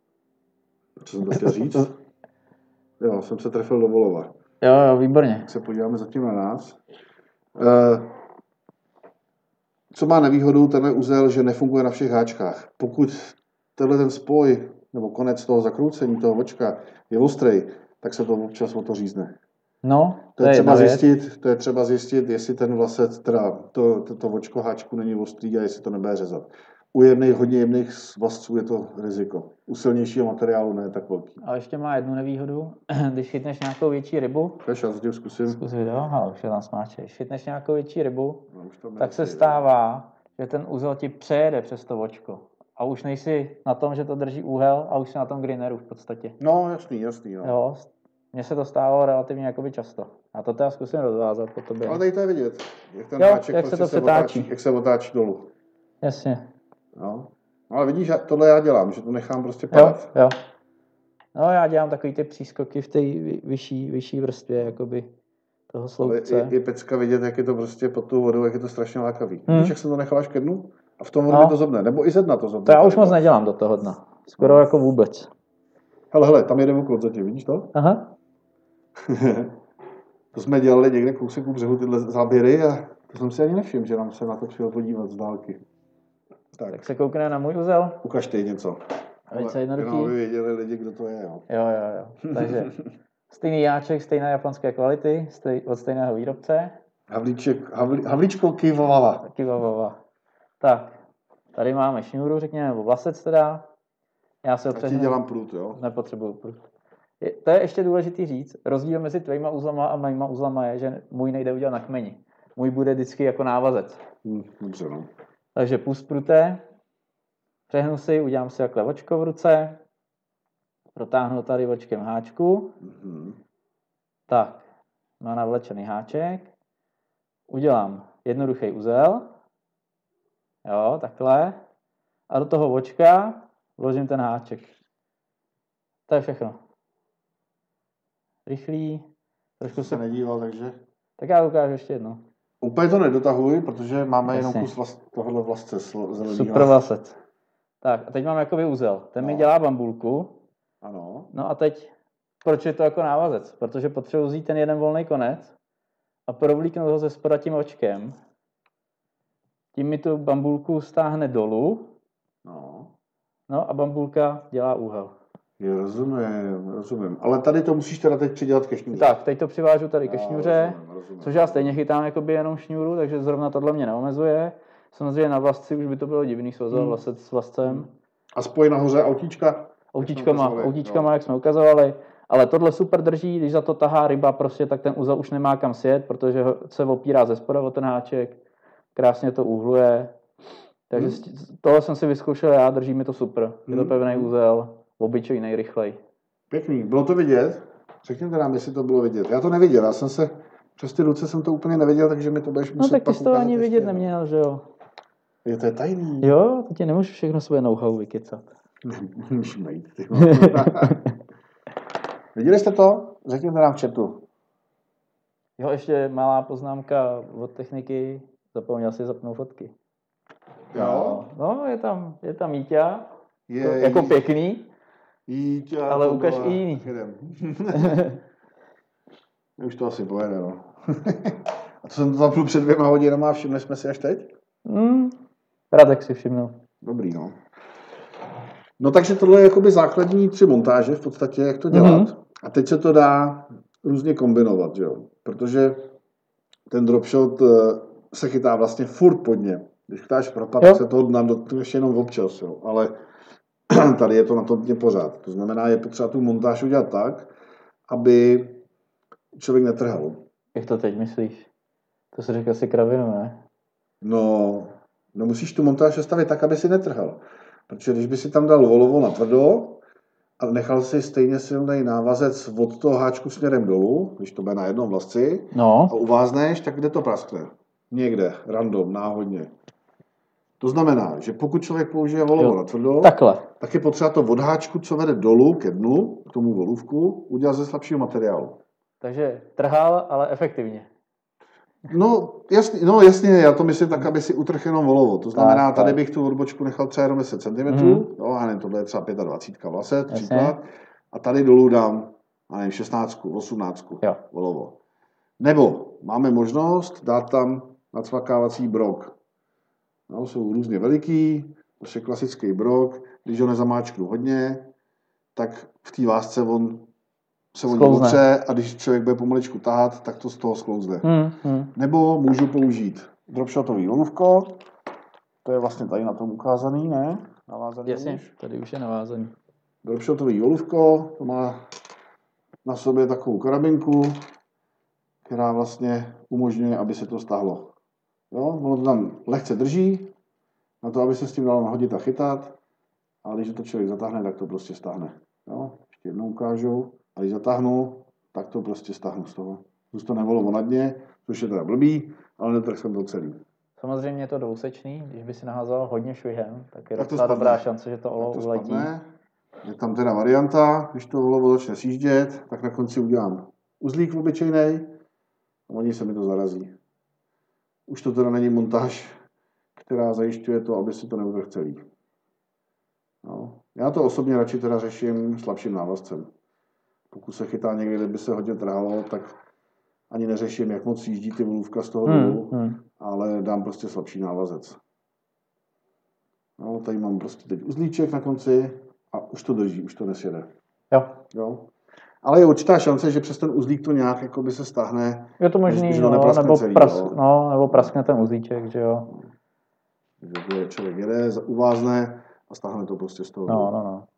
co jsem to chtěl říct? Jo, jsem se trefil do volova. Jo, jo, výborně. Tak se podíváme zatím na nás. E, co má nevýhodu tenhle úzel, že nefunguje na všech háčkách. Pokud tenhle ten spoj, nebo konec toho zakroucení, toho vočka je ostrej, tak se to občas o to řízne. No, to, to je třeba zjistit, to je třeba zjistit, jestli ten vlasec, teda to, to, to vočko háčku není ostrý a jestli to nebude řezat. U jemných, hodně jemných vlasců je to riziko. U silnějšího materiálu ne tak velký. Ale ještě má jednu nevýhodu, když chytneš nějakou větší rybu. Kaž, já zatím zkusím. Zkus video, ale už je tam smáčej. Když chytneš nějakou větší rybu, no, tak se stává, že ten úzel ti přejede přes to vočko. A už nejsi na tom, že to drží úhel a už jsi na tom greeneru v podstatě. No, jasný, jasný. No. Jo, mně se to stávalo relativně jakoby často. A to teda zkusím rozvázat po tobě. Ale tady to je vidět, jak ten jo, háček jak prostě se to se otáčí, jak se otáčí dolů. Jasně. No. No, ale vidíš, tohle já dělám, že to nechám prostě padat. Jo, jo. No, já dělám takový ty přískoky v té vyšší, vyšší vrstvě, jakoby toho sloupce. Ale je, je pecka vidět, jak je to prostě pod tou vodou, jak je to strašně lákavý. Hmm. Víš, jak jsem to nechal až ke dnu? A v tom vodu no. to zobne, nebo i ze dna to zobne. To já už moc nedělám do toho dna. Skoro no. jako vůbec. Hele, hele, tam jede okolo zatím, vidíš to? Aha. To jsme dělali někde kousek u břehu tyhle záběry a to jsem si ani nevšiml, že nám se na to přijel podívat z dálky. Tak. tak se koukne na můj uzel. Ukažte něco. Velice jednoduchý. Jenom aby věděli lidi, kdo to je. Jo, jo, jo. jo. Takže stejný jáček, stejné japonské kvality, stej, od stejného výrobce. Havlíček, havlí, havlíčko Kivovava. Kivovava. Tak, tady máme šňůru, řekněme, nebo vlasec teda. Já se opřehnu. Já ti dělám prut, jo? Nepotřebuju prut. Je, to je ještě důležitý říct. Rozdíl mezi tvýma uzlama a mýma uzlama je, že můj nejde udělat na kmeni. Můj bude vždycky jako návazec. Hmm, dobře, no. Takže pust pruté. Přehnu si, udělám si takhle očko v ruce. Protáhnu tady očkem háčku. Mm-hmm. Tak, má navlečený háček. Udělám jednoduchý uzel. Jo, takhle. A do toho očka vložím ten háček. To je všechno. Rychlý. Trošku se nedíval, takže... Tak já ukážu ještě jednou. Úplně to nedotahuji, protože máme Jasně. jenom kus vlast, tohohle vlastce zelenýho. Super vlasec. Tak a teď mám jakoby uzel. Ten no. mi dělá bambulku. Ano. No a teď, proč je to jako návazec? Protože potřebuji vzít ten jeden volný konec a provlíknout ho ze spoda tím očkem. Tím mi tu bambulku stáhne dolů. No. No a bambulka dělá úhel. Je, rozumím, rozumím. Ale tady to musíš teda teď přidělat ke šňůře. Tak, teď to přivážu tady ke šňůře, rozumím, rozumím. Což já stejně chytám jakoby jenom šňůru, takže zrovna tohle mě neomezuje. Samozřejmě na vlasci už by to bylo divný svazovat hmm. vlasec s vlascem. A spoj nahoře autíčka? Autíčka má, autíčka má, jak jsme ukazovali. Ale tohle super drží, když za to tahá ryba prostě, tak ten uzel už nemá kam sjet, protože se opírá ze spoda o ten háček. Krásně to úhluje. Takže hmm. tohle jsem si vyzkoušel já, drží mi to super. Je to pevný uzel, obyčejný, rychlej. Pěkný. Bylo to vidět? Řekněte nám, jestli to bylo vidět. Já to neviděl, já jsem se, přes ty ruce jsem to úplně neviděl, takže mi to budeš muset. No tak ty jsi to ani vidět ještě neměl, že jo? Je to je tajný. Jo, to ti nemůžu všechno své know-how vykecat. Nemůžu najít, ty. Viděli jste to? Řekněte nám v chatu. Jo, ještě malá poznámka od techniky. Zapomněl si zapnout fotky. Jo? No, je tam, je tam Jíťa. Je, to, jako pěkný. Jíťa. Ale ukaž i jiný. Už to asi pojede, no. A to jsem to zapnul před dvěma hodinama a všimli jsme si až teď? Hmm, Radek si všimnul. Dobrý, no. No takže tohle je jakoby základní tři montáže v podstatě, jak to dělat. Mm-hmm. A teď se to dá různě kombinovat, že jo. Protože ten dropshot se chytá vlastně furt pod ně. Když chytáš propad, tak se toho dna dotkneš jenom občas, jo. Ale tady je to na tom dně pořád. To znamená, je potřeba tu montáž udělat tak, aby člověk netrhal. Jak to teď myslíš? To si řekl asi kravinu, ne? No, no musíš tu montáž sestavit tak, aby si netrhal. Protože když by si tam dal volovo na tvrdo a nechal si stejně silný návazec od toho háčku směrem dolů, když to bude na jednom vlasci, no. a uvázneš, tak kde to praskne? Někde, random, náhodně. To znamená, že pokud člověk použije volovo jo, na tvrdo, takhle. tak je potřeba to od háčku, co vede dolů ke dnu, k tomu volůvku, udělat ze slabšího materiálu. Takže trhal, ale efektivně. No jasně, no jasně, já to myslím tak, aby si utrhl jenom volovo. To znamená, tak, tady tak. bych tu odbočku nechal třeba jenom deset centimetrů, mm. jo, a nevím, tohle je třeba dvacet pět vlasec, příklad, a tady dolů dám, a nevím, šestnáct, osmnáct jo. volovo. Nebo máme možnost dát tam nacvakávací brok. No, jsou různě veliký, to je klasický brok, když ho nezamáčknu hodně, tak v té vásce on se o něj opře a když člověk bude pomaličku tahat, tak to z toho sklouzne. Hmm, hmm. Nebo můžu použít dropshotový olůvko, to je vlastně tady na tom ukázaný, ne? Navázaný Jasně, už. tady už je navázaný. Dropshotový olůvko, to má na sobě takovou karabinku, která vlastně umožňuje, aby se to stáhlo. Jo, ono to tam lehce drží, na to, aby se s tím dalo nahodit a chytat, a když to člověk zatáhne, tak to prostě stáhne. Jo, ještě jednou ukážu. A když zatáhnu, tak to prostě stáhnu z toho. Zůstane volovo na dně, což je teda blbý, ale netrhl jsem to celý. Samozřejmě je to dvousečný, když by si naházel hodně švihem, tak je tak docela dobrá šance, že to olovo uletí. Je tam teda varianta, když to olovo začne sjíždět, tak na konci udělám uzlík obyčejnej a oni se mi to zarazí. Už to teda není montáž, která zajišťuje to, aby si to neutrhl celý. No. Já to osobně radši teda řeším slabším návazcem. Pokud se chytá někdy, kde by se hodně trhalo, tak ani neřeším, jak moc jíždí ty volůvka z toho Hmm, dolů, hmm. ale dám prostě slabší návazec. No, tady mám prostě teď uzlíček na konci a už to drží, už to nesjede. Jo. Jo. Ale je určitá šance, že přes ten uzlík to nějak jakoby se stáhne. Je to možný, že to no, nepraskne nebo, celý, pras, jo. no, nebo praskne ten uzlíček, že jo. Takže člověk jede, uvázne a stáhne to prostě z toho. No, no, no.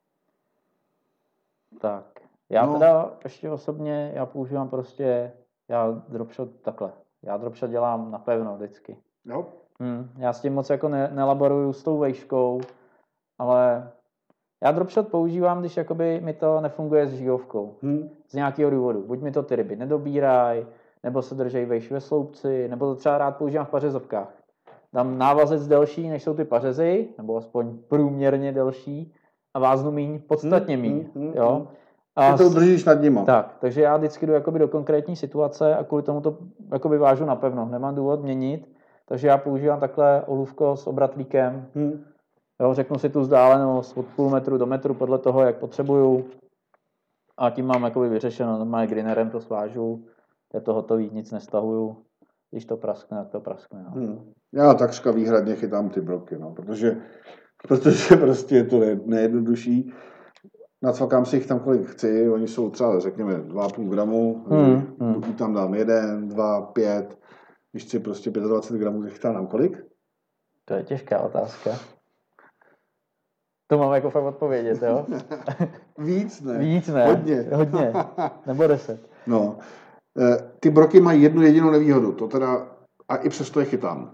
Tak. Já No. teda ještě osobně, já používám prostě, já dropshot takhle. Já dropshot dělám napevno vždycky. Jo? Hmm, já s tím moc jako ne, nelaboruju s tou vejškou, ale já dropshot používám, když jakoby mi to nefunguje s žigovkou. Hmm. Z nějakého důvodu. Buď mi to ty ryby nedobírají, nebo se držejí vejš ve sloupci, nebo to třeba rád používám v pařezovkách. Dám návazec delší, než jsou ty pařezy, nebo aspoň průměrně delší, a váznu míň, podstatně míň. Hmm, hmm, Jo? hmm. A Ty to udržíš nad nima. tak, takže já vždycky jdu jakoby do konkrétní situace a kvůli tomu to jakoby vážu napevno. Nemám důvod měnit, takže já používám takhle olůvko s obratlíkem. Hmm. Jo, řeknu si tu vzdálenost od půl metru do metru podle toho, jak potřebuju. A tím mám jakoby vyřešeno. Normálně grinerem to svážu, je to hotový, nic nestahuju. Když to praskne, tak to praskne. No. Hmm. Já takřka výhradně chytám ty broky, no, protože, protože prostě je to ne, nejjednodušší. Nacvakám si jich tam, kolik chci. Oni jsou třeba, řekněme, dva a půl gramu. Hmm, hmm. Buď tam dám jeden, dva, pět. Když chci prostě dvacet pět gramů, tak chytám nám kolik? To je těžká otázka. To mám jako fakt odpovědět, jo? Víc ne. Víc ne. Hodně. Hodně. Nebo deset. No. Ty broky mají jednu jedinou nevýhodu, to teda, a i přesto je chytám,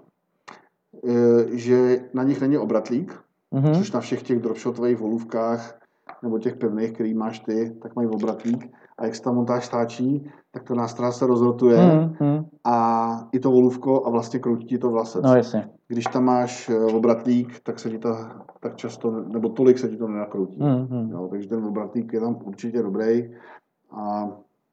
že na nich není obratlík, Mm-hmm. což na všech těch dropshotových volůvkách nebo těch pevných, který máš ty, tak mají obratlík. A jak se ta montáž stáčí, tak ta nástroj se rozrotuje Mm-hmm. a i to volůvko a vlastně kroutí ti to vlasec. No jasně. Když tam máš obratlík, tak se ti ta, tak často, nebo tolik se ti to nenakroutí. Mm-hmm. Jo, takže ten obratlík je tam určitě dobrý. A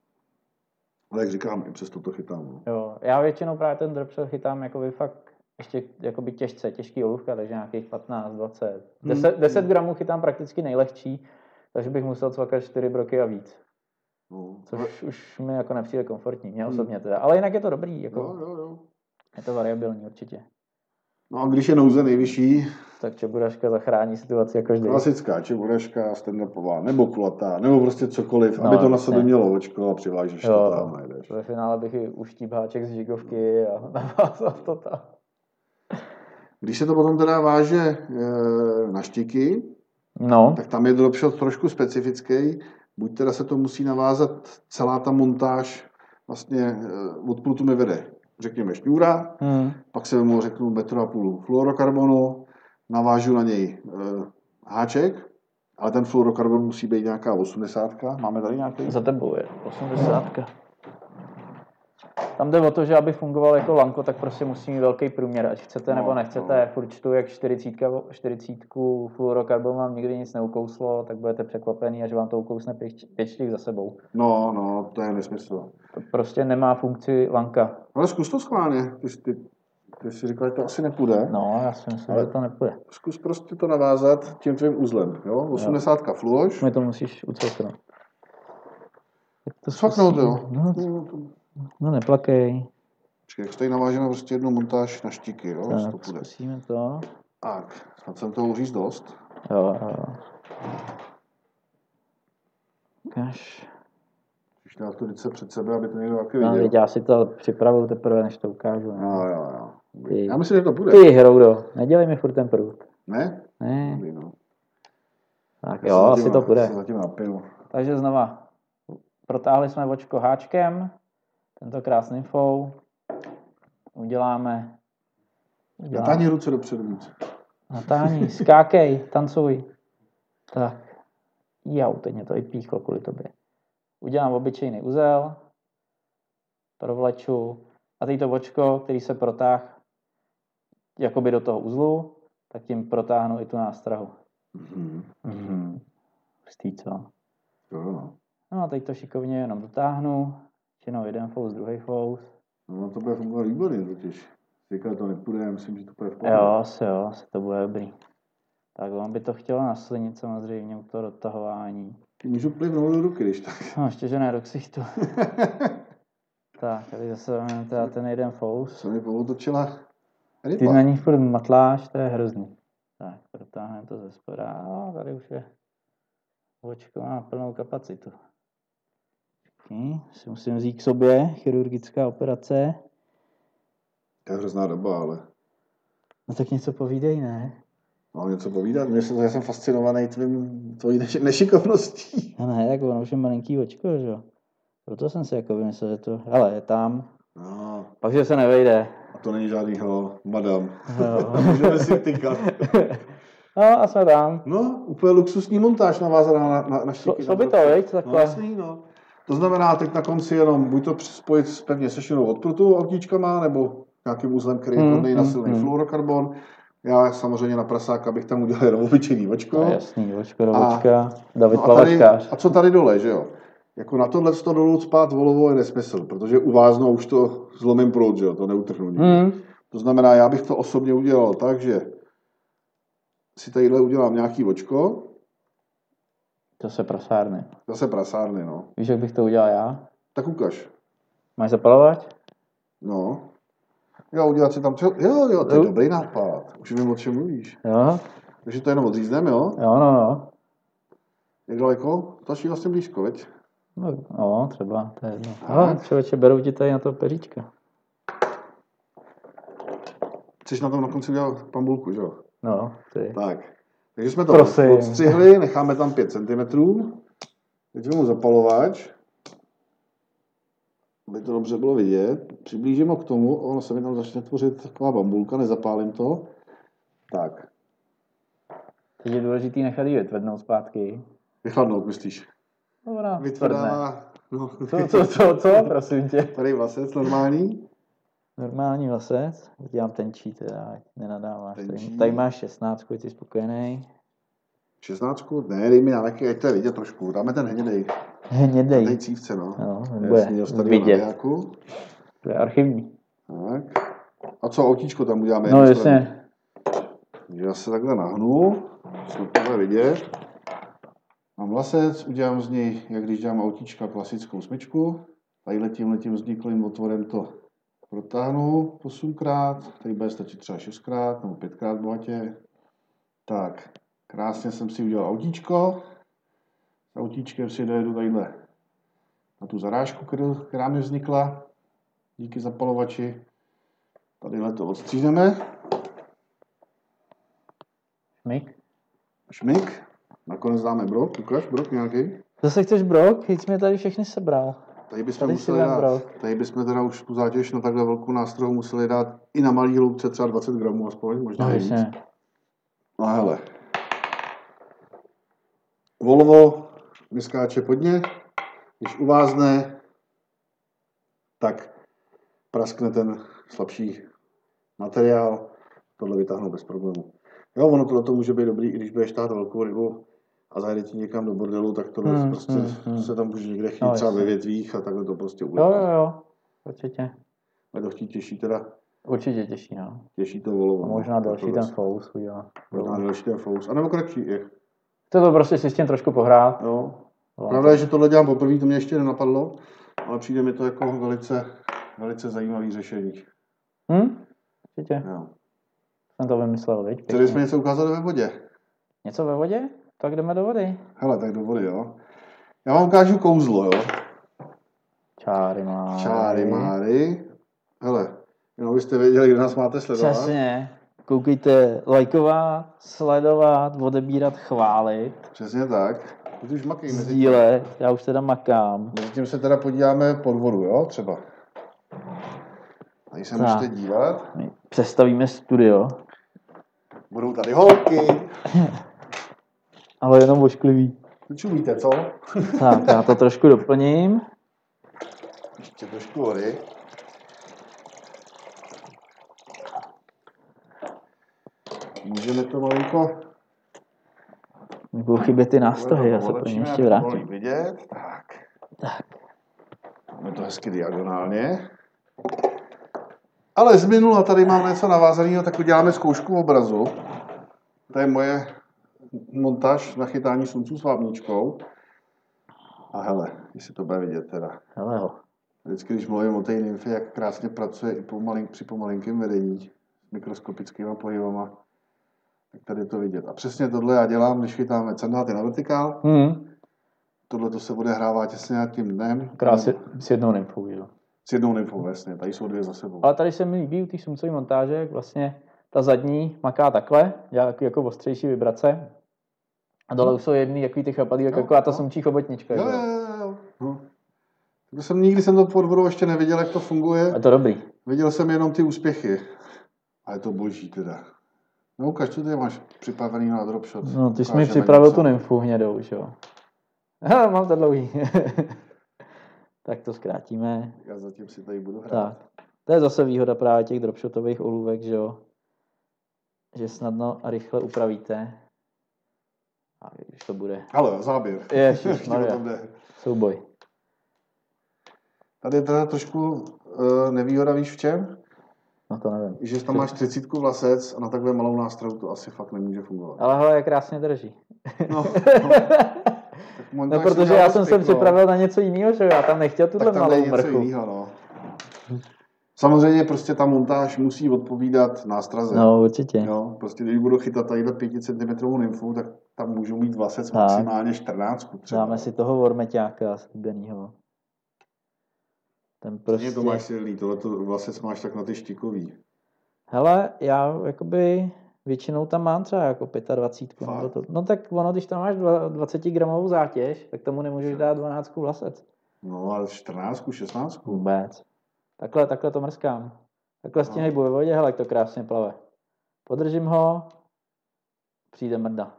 ale jak říkám, i přesto to chytám. No. Jo, já většinou právě ten dropshot chytám jakoby fakt ještě jakoby těžce, těžký olůvka, takže nějakých patnáct, dvacet. deset, deset gramů chytám prakticky nejlehčí, takže bych musel cvakat čtyři broky a víc. No. Což už mi jako nepřijde komfortní, mě osobně teda. Ale jinak je to dobrý, jako, Jo, jo, jo. je to variabilní určitě. No a když je nouze nejvyšší, Tak čeburaška zachrání situaci jako vždy. klasická čeburaška, stand-upová, nebo kulatá, nebo prostě cokoliv, No, aby to na jasně. sebe mělo očko a přivážeš Jo, to tam a jedeš. ve finále bych i uštíp háček z žigovky a navázal to tam. Když se to potom teda váže e, na štiky, No, tak tam je dropshot trošku specifický. Buď teda se to musí navázat celá ta montáž, vlastně e, od pultu mi vede, řekněme, šňůra, hmm. pak se mu řeknu metr a půl fluorokarbonu, navážu na něj e, háček, ale ten fluorokarbon musí být nějaká osmdesátka. Máme tady nějaký? Za tebou je osmdesátka. Tam jde o to, že aby fungoval jako lanko, tak prostě musí mít velký průměr, ať chcete No, nebo nechcete. no. Furt čtu, jak čtyřicet fluorokarbon vám nikdy nic neukouslo, tak budete překvapený, až vám to ukousne pět štěch za sebou. No, no, to je nesmysl. To prostě nemá funkci lanka. Ale zkus to schválně. Ty, ty, ty jsi říkal, že to asi nepůjde. No, já si myslím, Ale- že to nepůjde. Zkus prostě to navázat tím tvým uzlem. Jo? osmdesátka fluoš. Mi to musíš ucvaknout. Jak to Sfaknout, zkusím? jo. No, No, no neplakej. Počkej, jak tady navážeme prostě jednu montáž na štiky, jo? To Tak, půjde. zkusíme to. Tak, snad jsem toho uříz dost. Jo, jo. Ukáž. Když dát tu ruce před sebe, aby to někdo taky No, viděl. teď já si to připravuju teprve, než to ukážu. Ne? Jo, jo, jo. Ty. Já myslím, že to bude. Ty hroudo, nedělej mi furt ten prut. Ne? Ne, Dobrý, no. tak Já jo, se asi zatím- to bude. se zatím napiju. Takže znova, protáhli jsme očko háčkem, tento krásný fou. Uděláme, uděláme Natáhni ruce dopředu víc. natáhni, skákej, tancuj. Tak, jau, teď mě to i píchlo kvůli tobě. Udělám obyčejný uzel, provleču a teď to očko, který se protáh jakoby do toho uzlu, tak tím protáhnu i tu nástrahu. Mhm. Mhm. Hustý, co? Jo, no. No a teď to šikovně jenom dotáhnu, čenou jeden fous, druhý fous. No, to bude fungovat výborně totiž. Říkal, to nepůjde, já myslím, že to bude v pohodě. Jo, asi jo, asi to bude dobrý. Tak on by to chtělo naslinit samozřejmě u toho dotahování. Ty můžu plivnout do ruky, když tak. No ještě, že ne do ksichtu. Tak, tady zase máme teda ten jeden fous. Co mi polotočila ryba. Ty na ní furt matláš, to je hrozný. Tak, protáhneme to ze spoda. A tady už je očko má plnou kapacitu. Okay. Si musím vzít k sobě, chirurgická operace. To je hrozná doba, ale... No tak něco povídej, ne? Mám něco povídat? Mě se, já jsem fascinovaný tvým, tvojí nešikovností. No ne, tak ono už je malinký očko, že jo. Proto jsem si jako vymyslel, že to, hele, je tam. No. Pak, že se nevejde. A to není žádný hlo, madam. No. Můžeme si tykat. No a jsme tam. No, úplně luxusní montáž navázaná na, na, na štíky. Šlo by to, viď? Takhle. No, jasný, no. To znamená teď na konci jenom buď to spojit s pevně sešenou odprutu autíčkama, nebo nějakým uzlem, který je hodnej na silný hmm. fluorokarbon. Já samozřejmě na prasáka bych tam udělal jenom obyčejný očko. No, jasný, očko do očka. David no a, tady, Plavačkář. a co tady dole, že jo? Jako na tohle to dolů spát volovo je nesmysl, protože uváznou už to zlomím proud, že jo? To neutrhnu nikdy. Hmm. To znamená, já bych to osobně udělal tak, že si tadyhle udělám nějaký očko. To se prasárny. Zase prasárny, no. Víš, jak bych to udělal já? Tak ukaž. Máš zapalovač? No. Jo, udělat si tam... Jo, jo, to je dobrý nápad. Už vím, o čem mluvíš. Jo. Takže to jenom odřízneme, jo? Jo, no, no. Jak daleko? Stačí vlastně blízko, veď? No, no třeba, to je jedno. Ale člověče, berou ti tady na to peříčka. Chceš na tom na konci udělat pambulku, že jo? No, ty. Tak. Takže jsme to Prosím. odstřihli, necháme tam pět centimetrů. Teď vezmu zapalovač, aby to dobře bylo vidět. Přiblížím ho k tomu, ono se mi tam začne tvořit taková bambulka, nezapálím to. Tak. Teď je důležitý nechat ji vytvrdnout zpátky. Vychladnout, myslíš? Dobrá, Vytvrdá. No. Co, co, co, co, prosím tě. Tady vlasec normální. Normální vlasec, dělám tenčí teda, ať nenadáváš. Tenčí. Tady, tady máš šestnáctku, jsi spokojený. šestnáctku? Ne, dej mi nějaký, ať to je vidět trošku. Dáme ten hnědej. Hnědej. Tady cívce, no. No, Jasný, bude vidět. To je archivní. Tak. A co, autíčko tam uděláme? No jasně. Takže já se takhle nahnu, snad to bude vidět. Mám vlasec, udělám z něj, jak když dělám autíčka, klasickou smyčku. Tady tímhle tím vzniklým otvorem to protáhnu osmkrát, tady bude stačit třeba šestkrát nebo pětkrát bohatě. Tak, krásně jsem si udělal autíčko. S autíčkem si dojedu tadyhle na tu zarážku, která mi vznikla díky zapalovači. Tadyhle to odstříhneme. Šmik. Šmik. Nakonec dáme brok. Ukaž brok nějaký. Zase chceš brok? Teď jsi mi tady všechny sebral. Tady bychom Tady museli dát, tady bychom teda už tu zátěž na takhle velkou nástroj museli dát i na malý hloubce třeba dvacet gramů aspoň, možná No, víc. jasně. No hele. Volvo vyskáče pod ně. Když uvázne, tak praskne ten slabší materiál. Tohle vytáhnou bez problému. Jo, ono tohle může být dobrý, i když budeš tát velkou rybu a zajde ti někam do bordelu, tak tohle Hmm, prostě hmm, hmm. se tam může někde chytit No, třeba jasně. ve větvích a takhle to prostě Jo, udělat. jo, jo. Určitě. A to chtít těžší teda, Určitě těžší, no. těžší to volovo. A no. možná další Tohle- ten fous udělá. Možná další ten fous. A nebo kratší je. Chce to prostě si s tím trošku pohrát. Jo. No, Pravda je, že tohle dělám poprvé, to mě ještě nenapadlo, ale přijde mi to jako velice, velice zajímavý řešení. Hm? Určitě. Jo. Jsem to vymyslel, viď? Chtěli jsme něco ukázat ve vodě. Něco ve vodě? Tak jdeme do vody. Hele, tak do vody, jo. Já vám ukážu kouzlo, jo. Čáry máry. Čáry máry. Hele, jenom byste věděli, kde nás máte sledovat. Přesně. Koukejte, lajkovat, sledovat, odebírat, chválit, Přesně tak. Ty už makej mezi tím. sdílet. Já už teda makám. Mezi tím se teda podíváme pod vodu, jo, třeba. Tady se Tak. můžete dívat. My přestavíme studio, Budou tady holky. ale jenom ošklivý. Čumíte, co? Tak, já to trošku doplním. Ještě trošku vody. Můžeme to malinko... Mi budou chybět ty nástrahy, já se pro ně Polepšíme, ještě aby to bylo vrátím. vidět. Tak. Tak. Máme to hezky diagonálně. Ale z minula tady mám něco navázaného, tak uděláme zkoušku obrazu. To je moje montáž na chytání slunců s vápničkou. A hele, jestli to bude vidět teda. Hele ho. Vždycky, když mluvím o té nymfě, jak krásně pracuje i pomalin, při pomalinkém vedení s mikroskopickými pohybama, tak tady je to vidět. A přesně tohle já dělám, když chytáme cendáty na vertikál. Mm. Tohle to se bude hrávat těsně nad tím dnem. Krásně s jednou nymfou, jo. S jednou nymfou, jasně. Tady jsou dvě za sebou. Ale tady se mi líbí u té sumcové montáže, jak vlastně ta zadní maká takhle, dělá takový jako ostřejší vibrace. A dole už jsou jedný takový ty chapalí, jako taková ta sumčí chobotnička. Jo, jo, jo. No. To jsem, nikdy jsem to pod vodou ještě neviděl, jak to funguje. A to dobrý. Viděl jsem jenom ty úspěchy. A je to boží teda. No ukaž, co ty máš připravený na dropshot. No, ty jsi mi připravil tu nymfu hnědou už, jo. Aha, mám to dlouhý. Tak to zkrátíme. Já zatím si tady budu hrát. Tak. To je zase výhoda právě těch dropshotových olůvek, že jo. Že snadno a rychle upravíte. A když to bude. Ale záběr. Ježišmarja. Souboj. Tady je teda trošku uh, nevýhoda, víš v čem? No to nevím. Že tam máš třicítku vlasec a na takové malou nástrahu to asi fakt nemůže fungovat. Ale hele, jak krásně drží. No, no. No protože já jsem se připravil na něco jiného, že já tam nechtěl tuhle malou mrchu. Tak tam něco jiného, no. Samozřejmě prostě ta montáž musí odpovídat nástraze. No určitě. Jo, prostě když budu chytat tadyhle pět centimetrů nymfu, tak tam můžu mít vlasec maximálně čtrnáct třeba. Dáme si toho vormeťáka slíbenýho. Ten prostě... To máš silný, tohleto vlasec máš tak na ty štikový. Hele, já jakoby většinou tam mám třeba jako dvacet pět. Nebo to, no tak ono, když tam máš dvacet gramovou zátěž, tak tomu nemůžeš dát dvanáct vlasec. No ale čtrnáct, šestnáct. Vůbec. Takhle, takhle to mrskám. Takhle s tím hejbu ve vodě, hele, jak to krásně plave. Podržím ho, přijde mrda.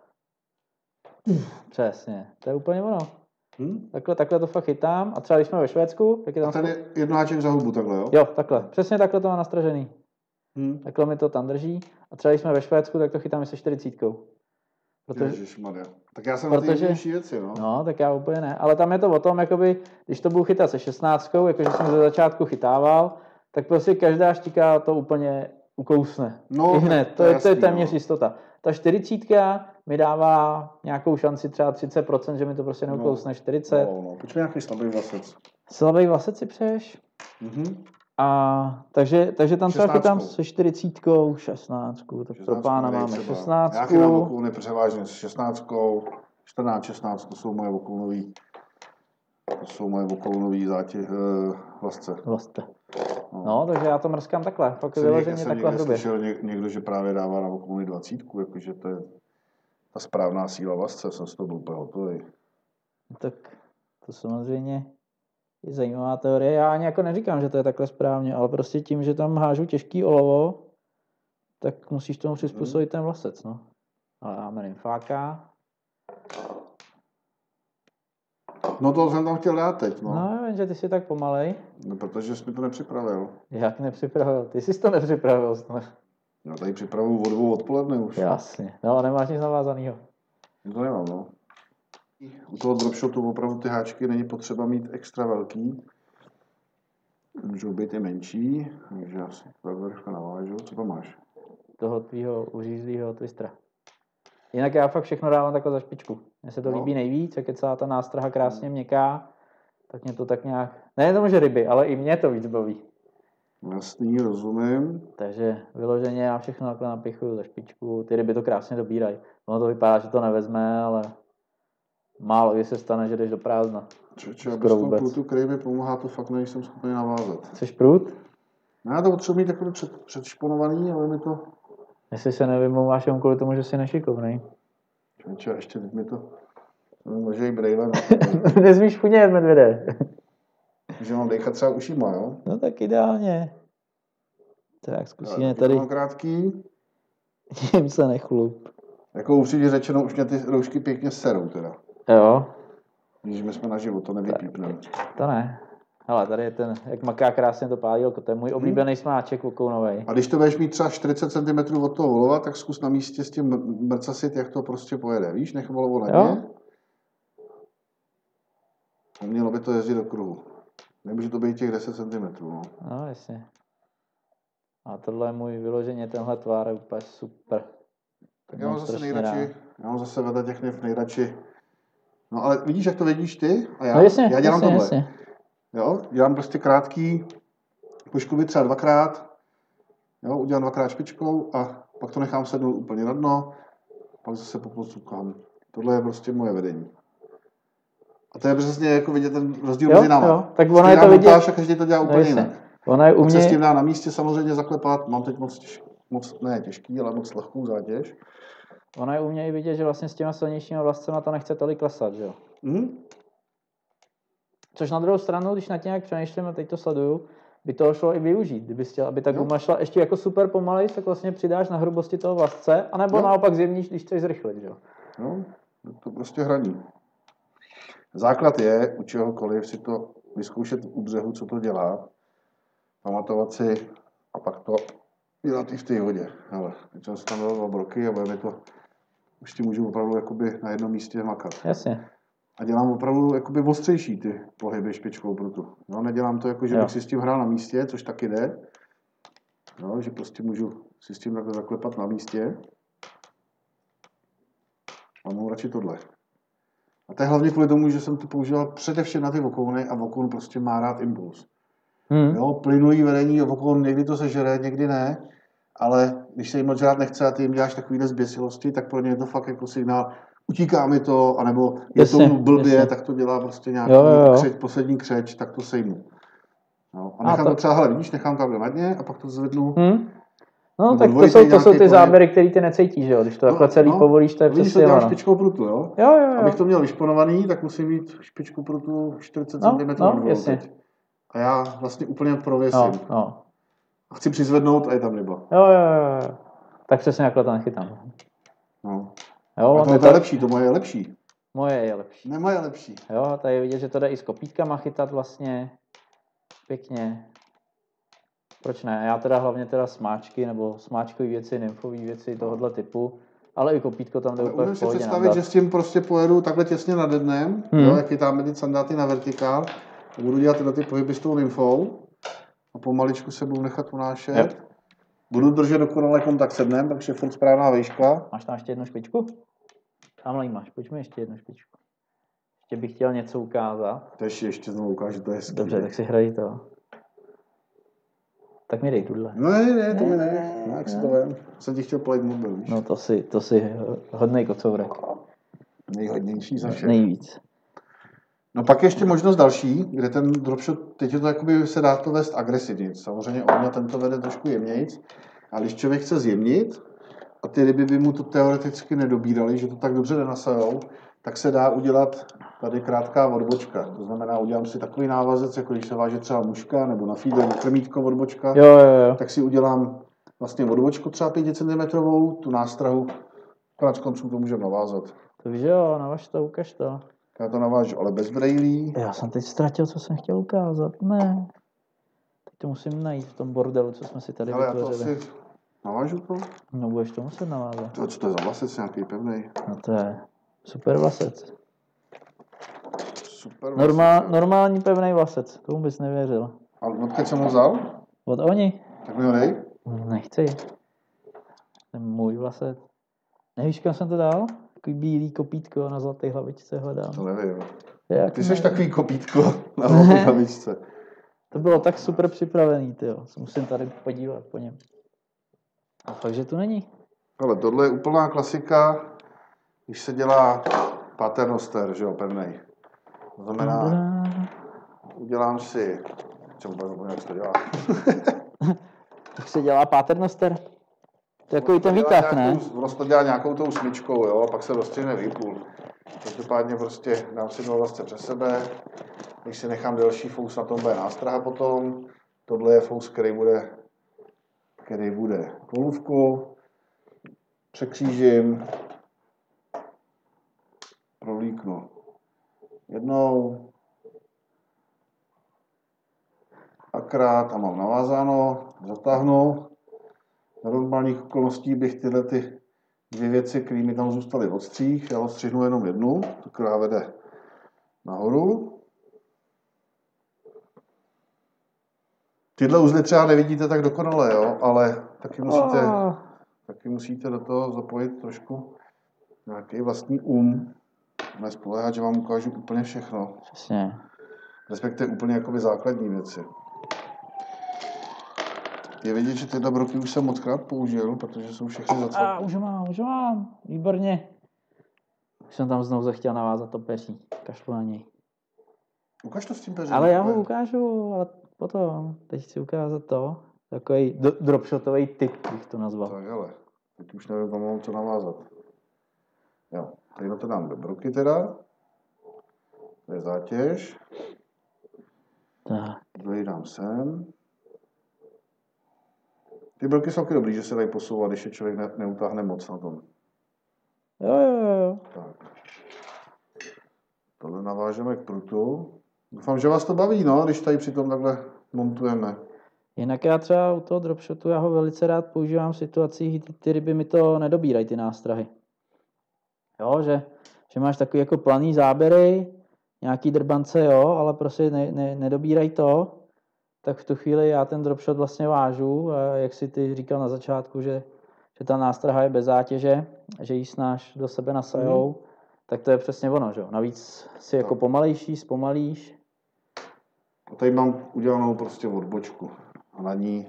Přesně, to je úplně ono. Hmm? Takhle, takhle to fakt chytám a třeba když jsme ve Švédsku, tak je tam... A ten je jednoháček za hubu takhle, jo? Jo, takhle. Přesně takhle to má nastražený. Hmm. Takhle mi to tam drží. A třeba když jsme ve Švédsku, tak to chytám i se čtyřicítkou. Protože... Ježišmarja. Tak já jsem protože... na ty jednodušší věci, no. No, tak já úplně ne. Ale tam je to o tom, jakoby, když to budu chytat se šestnáctkou, jakože jsem ze začátku chytával, tak prostě každá štika to úplně ukousne. No, I hned. To, to, je, to je téměř no. jistota. Ta čtyřicítka mi dává nějakou šanci třeba třicet procent, že mi to prostě neukousne čtyřicet. No, no. Počkej, nějaký slabý vlasec. Slabý vlasec si přeješ? Mhm. A takže, takže tam třeba chytám se čtyřicítkou, šestnáctkou, tak pro pána máme šestnáctku. Já chytám okulny převážně s šestnáctkou, čtrnáct, šestnáct, to jsou moje okulnový, to jsou moje okulnový zátě, uh, vlasce. Vlasce. No. no, takže já to mrskám takhle, pak je vyloženě takhle hrubě. Jsem někde slyšel někdo, že právě dává na okulny dvacítku, jakože to je ta správná síla vlasce, jsem z toho byl úplně hotový. Tak to samozřejmě je zajímavá teorie. Já ani jako neříkám, že to je takhle správně, ale prostě tím, že tam hážu těžký olovo, tak musíš tomu přizpůsobit hmm. ten vlasec, no. Ale máme nymfáka. No to jsem tam chtěl dát teď, no. No, vím, že ty jsi tak pomalej. No, protože jsi mi to nepřipravil. Jak nepřipravil? Ty jsi to nepřipravil. No tady připravuju o dvou odpoledne už. Jasně, no ale nemáš nic navázanýho. To nemám, no. U toho dropshotu opravdu ty háčky není potřeba mít extra velký. Můžou být i menší, takže já si takhle rychle navážu. Co to máš? Toho tvýho uřízlýho twistera. Jinak já fakt všechno dávám takhle za špičku. Mně se to no. líbí nejvíc, jak je celá ta nástraha krásně měkká, tak mě to tak nějak... Ne tomu, že ryby, ale i mě to víc baví. Jasný, rozumím. Takže vyloženě já všechno takhle napichuju za špičku, ty ryby to krásně dobírají. Ono to vypadá, že to nevezme, ale málo kdy se stane, že jdeš do prázdna. Čeče, já bez toho prutu, který mi pomáhá, to fakt nejsem schopný navázat. Chceš prut? No já to potřebuji mít takový před, předšponovaný, ale mi to... Jestli se nevymlouváš jenom kvůli tomu, že jsi nešikovnej. Čeče, ještě teď mi to... Může i brejle. Nesmíš chunět, medvěde. Že mám dechat třeba ušima, jo? No tak ideálně. Tak zkusíme já, tady. Mám krátký. Tím se nechlup. Jako upřímně řečeno, už mě ty roušky pěkně serou teda. Jo. Když my jsme na život, to nevypípneme. To ne. Hele, tady je ten, jak maká krásně to pálílko, to je můj oblíbený smáček okounovej. A když to budeš mít třeba čtyřicet centimetrů od toho volova, tak zkus na místě s tím mrcasit, jak to prostě pojede. Víš, nech volovo na dně. Mělo by to jezdit do kruhu. Nemůže to být těch deset centimetrů. No, no jasně. A tohle je můj vyloženě, tenhle tvár je úplně super. Tak já mám zase nejradši, já mám zase vedle těch nejradši. No ale vidíš, jak to vidíš ty? A já, no jasně, já dělám jasně, tohle. Jasně. Jo, dělám prostě krátký, poškubit třeba dvakrát, jo, udělám dvakrát špičkou a pak to nechám sednout úplně na dno, pak zase poposukám. Tohle je prostě moje vedení. A to je přesně jako vidět ten rozdíl Jo, mezi náma. jo, tak ono je to montáž vidět- a každý to dělá No, úplně jasně. jinak. Ona je u Pak se s tím mě, dá na místě samozřejmě zaklepat, mám teď moc, těž, moc ne těžký, ale moc lehkou zátěž. ona je u mě i vidět, že vlastně s těma silnějšíma vlastcema to nechce tolik klesat, že jo. Mhm. Což na druhou stranu, když na tím jak přemýšlím a teď to sleduju, by to šlo i využít, kdyby chtěl, aby ta Jo. guma šla ještě jako super pomalej, tak vlastně přidáš na hrubosti toho vlastce, anebo Jo. naopak zjemníš, když chceš zrychlit, že jo. No, je to prostě hraní. Základ je u čehokoliv si to vyzkoušet u břehu, co to dělá, pamatovat si a pak to dělat i v té vodě. Hele, teď jsem si tam dal dva broky a budeme to, už ti můžu opravdu jakoby na jednom místě makat. Jasně. A dělám opravdu jakoby ostřejší ty pohyby špičkou prutu. No, nedělám to jako, že Jo. bych si s tím hrál na místě, což taky jde. No, že prostě můžu si s tím takhle zaklepat na místě. A mám radši tohle. A to je hlavně kvůli tomu, že jsem to používal především na ty vokouny a vokoun prostě má rád impuls. Hmm. Jo, plynulý vedení vokoun někdy to sežere, někdy ne, ale když se jim moc žrát nechce a ty jim děláš takovýhle zběsilosti, tak pro ně je to fakt jako signál, utíká mi to, anebo je Jasně, to blbě, jasně. tak to dělá prostě nějaký Jo, jo, jo. křeč, poslední křeč, tak to sejmu. No, a A nechám to- to třeba, hele, vidíš, nechám takhle na dně a pak to zvednu. Hmm. No, Nebo tak to dvojitý jsou, to jsou nějaký ty pohyb. záběry, které ty necítíš, že jo. Když to takhle celý no, povolíš, to je vidíš, to přesně dělám ono. špičkou prutu, jo? Jo, jo, jo. Abych to měl vyšponovaný, tak musím mít špičku prutu čtyřicet No, centimetrů no, nad jasně. teď. A já vlastně úplně prověsím. No, no. A chci přizvednout a je tam ryba. Jo, jo, jo, jo. Tak přesně takhle to nechytám. No. Jo, A on to, je to je to, lepší, to moje je lepší. moje je lepší. Ne, moje je lepší. Jo, tady je vidět, že to jde i s kopítkama chytat vlastně. Pěkně. Proč ne? Já teda hlavně teda smáčky nebo smáčkové věci, nymfové věci tohohle typu, ale i kopítko tam jde Ale úplně umím v si pohodě představit, nandat. že s tím prostě pojedu takhle těsně nad dnem, Hmm. jo, jak chytáme ty sandáty na vertikál, a budu dělat tyhle ty pohyby s tou nymfou a pomaličku se budu nechat unášet. Jo. Budu držet dokonale kontakt se dnem, takže je furt správná výška. Máš tam ještě jednu špičku? Tamhle jí máš, pojď mi ještě jednu špičku. Ještě bych chtěl něco ukázat. To ještě, ještě znovu ukážu, to je hezký. Dobře, tak si hrají to. Tak mi dej tuhle. Ne, ne, to mi ne. No, jak si to vem? Jsem ti chtěl plejt mobil, víš? No to si, to si hodnej kocourek. Nejhodnější za všechno. Nejvíc. No pak ještě možnost další, kde ten dropshot, teď je to jakoby se dá to vést agresivně. Samozřejmě on na tento vede trošku jemnějc, ale když člověk chce zjemnit a ty ryby by mu to teoreticky nedobíraly, že to tak dobře nenasajou, tak se dá udělat tady krátká odbočka. To znamená, udělám si takový návazec, jako když se váže třeba muška nebo na feeder krmítko odbočka, Jo, jo, jo. tak si udělám vlastně odbočku třeba pět centimetrů, tu nástrahu, konec konců to můžeme navázat. To víš, jo, navaž to, ukaž to. Já to navážu, ale bez brejlí. Já jsem teď ztratil, co jsem chtěl ukázat. Ne. Teď to musím najít v tom bordelu, co jsme si tady Ale já to vytvořili. asi navážu to. No budeš to muset navázat. To, co to je za vlasec nějaký pevný? No to je super vlasec. Super Normál, vlasec. normální pevný vlasec, tomu bys nevěřil. A odkud jsem ho vzal? Od oni? Tak mi ho dej. Nechci. To je můj vlasec. Nevíš, kam jsem to dal? Takový bílý kopítko na zlaté hlavičce hledám. To nevím. Jak Ty ne? jsi takový kopítko na zlaté hlavičce. To bylo tak super připravený, tyjo. Musím tady podívat po něm. A fakt, že tu není. Ale tohle je úplná klasika, když se dělá paternoster, že jo, pevnej. To znamená, Dobrá. udělám si, co vůbec nevím, jak se to dělá. Tak se dělá paternoster. To je takový ten výtah, ne? Prostě to dělá nějakou tou smyčkou, jo, a pak se rozstřihne výpůl. Každopádně prostě dám si dva vlastce přes sebe, když si nechám delší fous, na tom bude nástraha potom. Tohle je fous, který bude, který bude polůvku. Překřížím, prolíknu jednou, dvakrát a mám navázáno, zatáhnu. Za normálních okolností bych tyhle ty dvě věci, které mi tam zůstaly od střih, já odstřihnu jenom jednu, která vede nahoru. Tyhle uzly třeba nevidíte tak dokonale, jo, ale taky musíte, Oh. taky musíte do toho zapojit trošku nějaký vlastní um. Nespoléhat, že vám ukážu úplně všechno. Přesně. Respektive úplně jakoby základní věci. Je vidět, že tyhle broky už jsem mockrát použil, protože jsou všechny zacvaklé. A už ho mám, už ho mám, výborně. Už jsem tam znovu zachtěl navázat to peří, kašlu na něj. Ukaž to s tím peřím. Ale já ho ukážu, ale potom, teď chci ukázat to, takový dropshotový typ, bych to nazval. Tak hele, teď už nevím, kam mám co navázat. Jo, tady to dám do broky teda. To je zátěž. Tak. Druhý dám sem. Ty broky jsou taky dobrý, že se dají posouvat, když je člověk ne, neutáhne moc na tom. Jo, jo, jo. Tak. Tohle navážeme k prutu. Doufám, že vás to baví, no, když tady přitom takhle montujeme. Jinak já třeba u toho dropshotu, já ho velice rád používám v situacích, kdy ty ryby mi to nedobírají, ty nástrahy. Jo, že, že máš takový jako planý záběry, nějaký drbance, jo, ale prostě ne, ne, nedobírají to, tak v tu chvíli já ten dropshot vlastně vážu, a jak si ty říkal na začátku, že, že ta nástraha je bez zátěže, že ji snáš do sebe nasajou, mm. tak to je přesně ono, že jo. Navíc si jako pomalejší, zpomalíš. A tady mám udělanou prostě odbočku a na ní.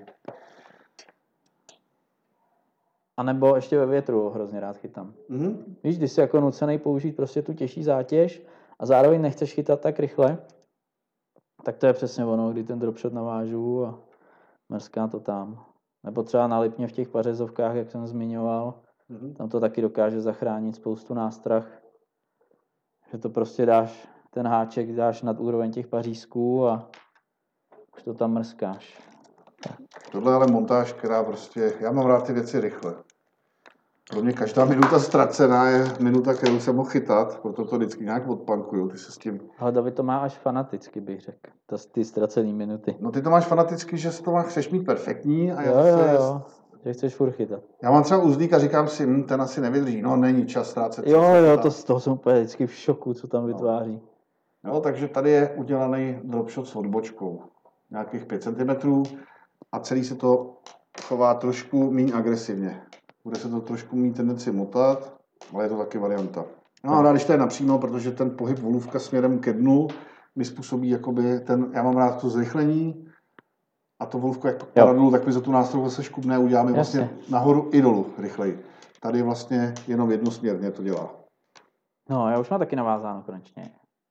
A nebo ještě ve větru hrozně rád chytám. Mm-hmm. Víš, když jsi jako nucený použít prostě tu těžší zátěž a zároveň nechceš chytat tak rychle, tak to je přesně ono, kdy ten dropshot navážu a mrská to tam. Nebo třeba na Lipně v těch pařezovkách, jak jsem zmiňoval, mm-hmm. tam to taky dokáže zachránit spoustu nástrah. Že to prostě dáš, ten háček dáš nad úroveň těch pařízků a už to tam mrskáš. Tohle je ale montáž, která prostě, já mám rád ty věci rychle. Pro mě každá minuta ztracená je minuta, kterou jsem mohl chytat, proto to vždycky nějak odpankuju, ty se s tím... Ale David to má až fanaticky, bych řekl, to, ty ztracený minuty. No ty to máš fanaticky, že si to máš, chceš mít perfektní a já jo, se... jo, jo, že chceš furt chytat. Já mám třeba uzlík a říkám si, hm, ten asi nevydrží, no není čas ztrácet. Jo, jo, to z toho jsem úplně vždycky v šoku, co tam no. vytváří. Jo, takže tady je udělaný dropshot s odbočkou, nějakých pět centimetrů a celý se to chová trošku méně agresivně. Bude se to trošku mít tendenci motat, ale je to taky varianta. No a rád, když to je napřímo, protože ten pohyb volůvka směrem ke dnu mi způsobí jakoby ten, já mám rád to zrychlení a to volůvko jak padá dolů, tak mi za tu nástrahu zase škubne, uděláme vlastně nahoru i dolů rychleji. Tady vlastně jenom jednosměrně to dělá. No, já už mám taky navázáno konečně.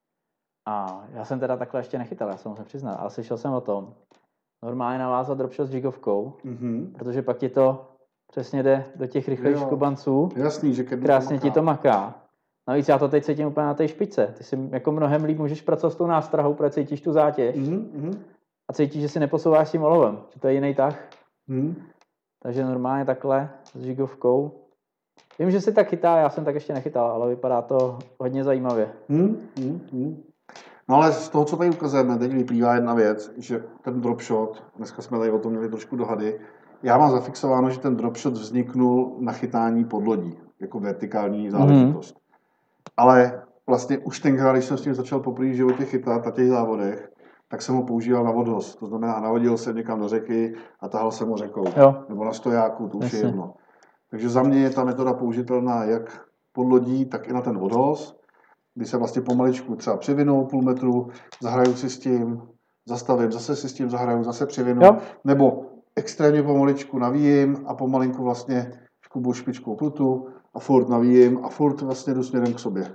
A já jsem teda takhle ještě nechytal, já jsem se přiznal, ale slyšel jsem o tom. Normálně navázat dropshot s jigovkou, mm-hmm. protože pak ti to přesně jde do těch rychlých škubanců. Jasný, že krásně to ti to maká. Navíc já to teď cítím úplně na té špičce. Ty si jako mnohem líp můžeš pracovat s tou nástrahou, protože cítíš tu zátěž mm-hmm. a cítíš, že si neposouváš s tím olovem, že to je jiný tah. Mm. Takže normálně takhle s žigovkou. Vím, že si tak chytá, já jsem tak ještě nechytal, ale vypadá to hodně zajímavě. Mm, mm, mm. No ale z toho, co tady ukazujeme, teď vyplývá jedna věc, že ten dropshot, dneska jsme tady o tom měli trošku dohady, já mám zafixováno, že ten dropshot vzniknul na chytání podlodí, jako vertikální záležitost. Mm. Ale vlastně už tenkrát, když jsem s tím začal poprvé v životě chytat na těch závodech, tak jsem ho používal na odhoz. To znamená, navodil jsem někam do řeky a tahal jsem ho řekou. Jo. Nebo na stojáku, to už Jasně. je jedno. Takže za mě je ta metoda použitelná jak pod lodí, tak i na ten odhoz, kdy se vlastně pomaličku třeba přivinu půl metru, zahraju si s tím, zastavím, zase si s tím zahraju, zase přivinu, jo. nebo extrémně pomaličku navíjím a pomalinku vlastně škubu špičkou prutu a furt navíjím a furt vlastně jdu směrem k sobě.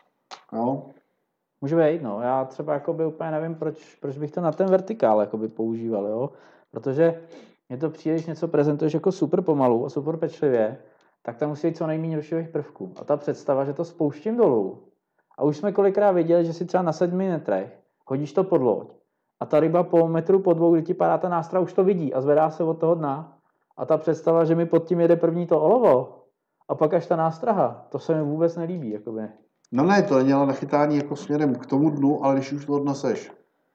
Jo? Může být, no. Já třeba jakoby úplně nevím, proč, proč bych to na ten vertikál jakoby používal, jo? Protože mě to přijde, když něco prezentuješ jako super pomalu a super pečlivě, tak tam musí být co nejméně rušivých prvků. A ta představa, že to spouštím dolů a už jsme kolikrát viděli, že si třeba na sedmi metrech hodíš to pod loď a ta ryba po metru, po dvou, kdy ti padá ta nástrah, už to vidí a zvedá se od toho dna. A ta představa, že mi pod tím jede první to olovo a pak až ta nástraha, to se mi vůbec nelíbí. Jakoby. No ne, to není ale nachytání jako směrem k tomu dnu, ale když už to odneseš.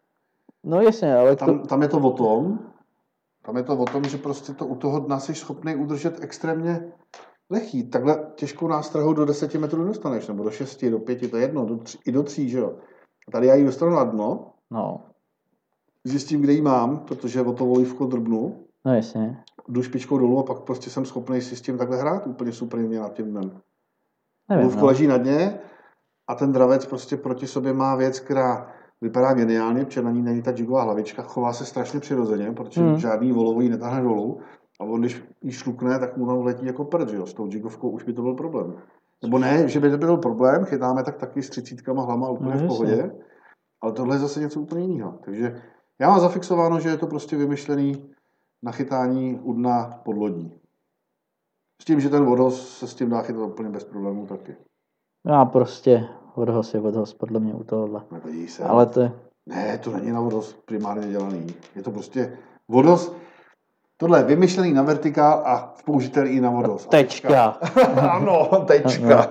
No jasně, ale... Tam, to... tam je to o tom, tam je to o tom, že prostě to u toho dna jsi schopný udržet extrémně lehký. Takhle těžkou nástrahou do deseti metrů dostaneš, nebo do šesti, do pěti, to je jedno, do tři, i do tří, že jo. A tady já ji dostanu na dno, no. Zjistím, kde ji mám, protože o to volívko drbnu. No jasně. Jdu špičkou dolů a pak prostě jsem schopný si s tím takhle hrát úplně superně nad tím dnem. Volívko no. leží na dně a ten dravec prostě proti sobě má věc, která vypadá geniálně, protože na ní není ta jigová hlavička, chová se strašně přirozeně, protože Hmm. žádný volový netáhne dolů. A on, když ji šlukne, tak mu tam letí jako prd, jo. S tou jigovkou už by to byl problém. Nebo ne, že by to byl problém, chytáme tak taky s třicítkama hlama úplně No, v pohodě, ale tohle je zase něco úplně jiného. Takže já mám zafixováno, že je to prostě vymyšlený na chytání u dna pod lodí. S tím, že ten vodos se s tím dá chytat úplně bez problémů taky. Já prostě odhoz je odhoz, podle mě u tohohle. Nepodívej se. Ale to je... Ne, to není na vodos primárně dělaný. Je to prostě vodos, tohle je vymyšlený na vertikál a použitelný i na vodos. Tečka. Ano, tečka.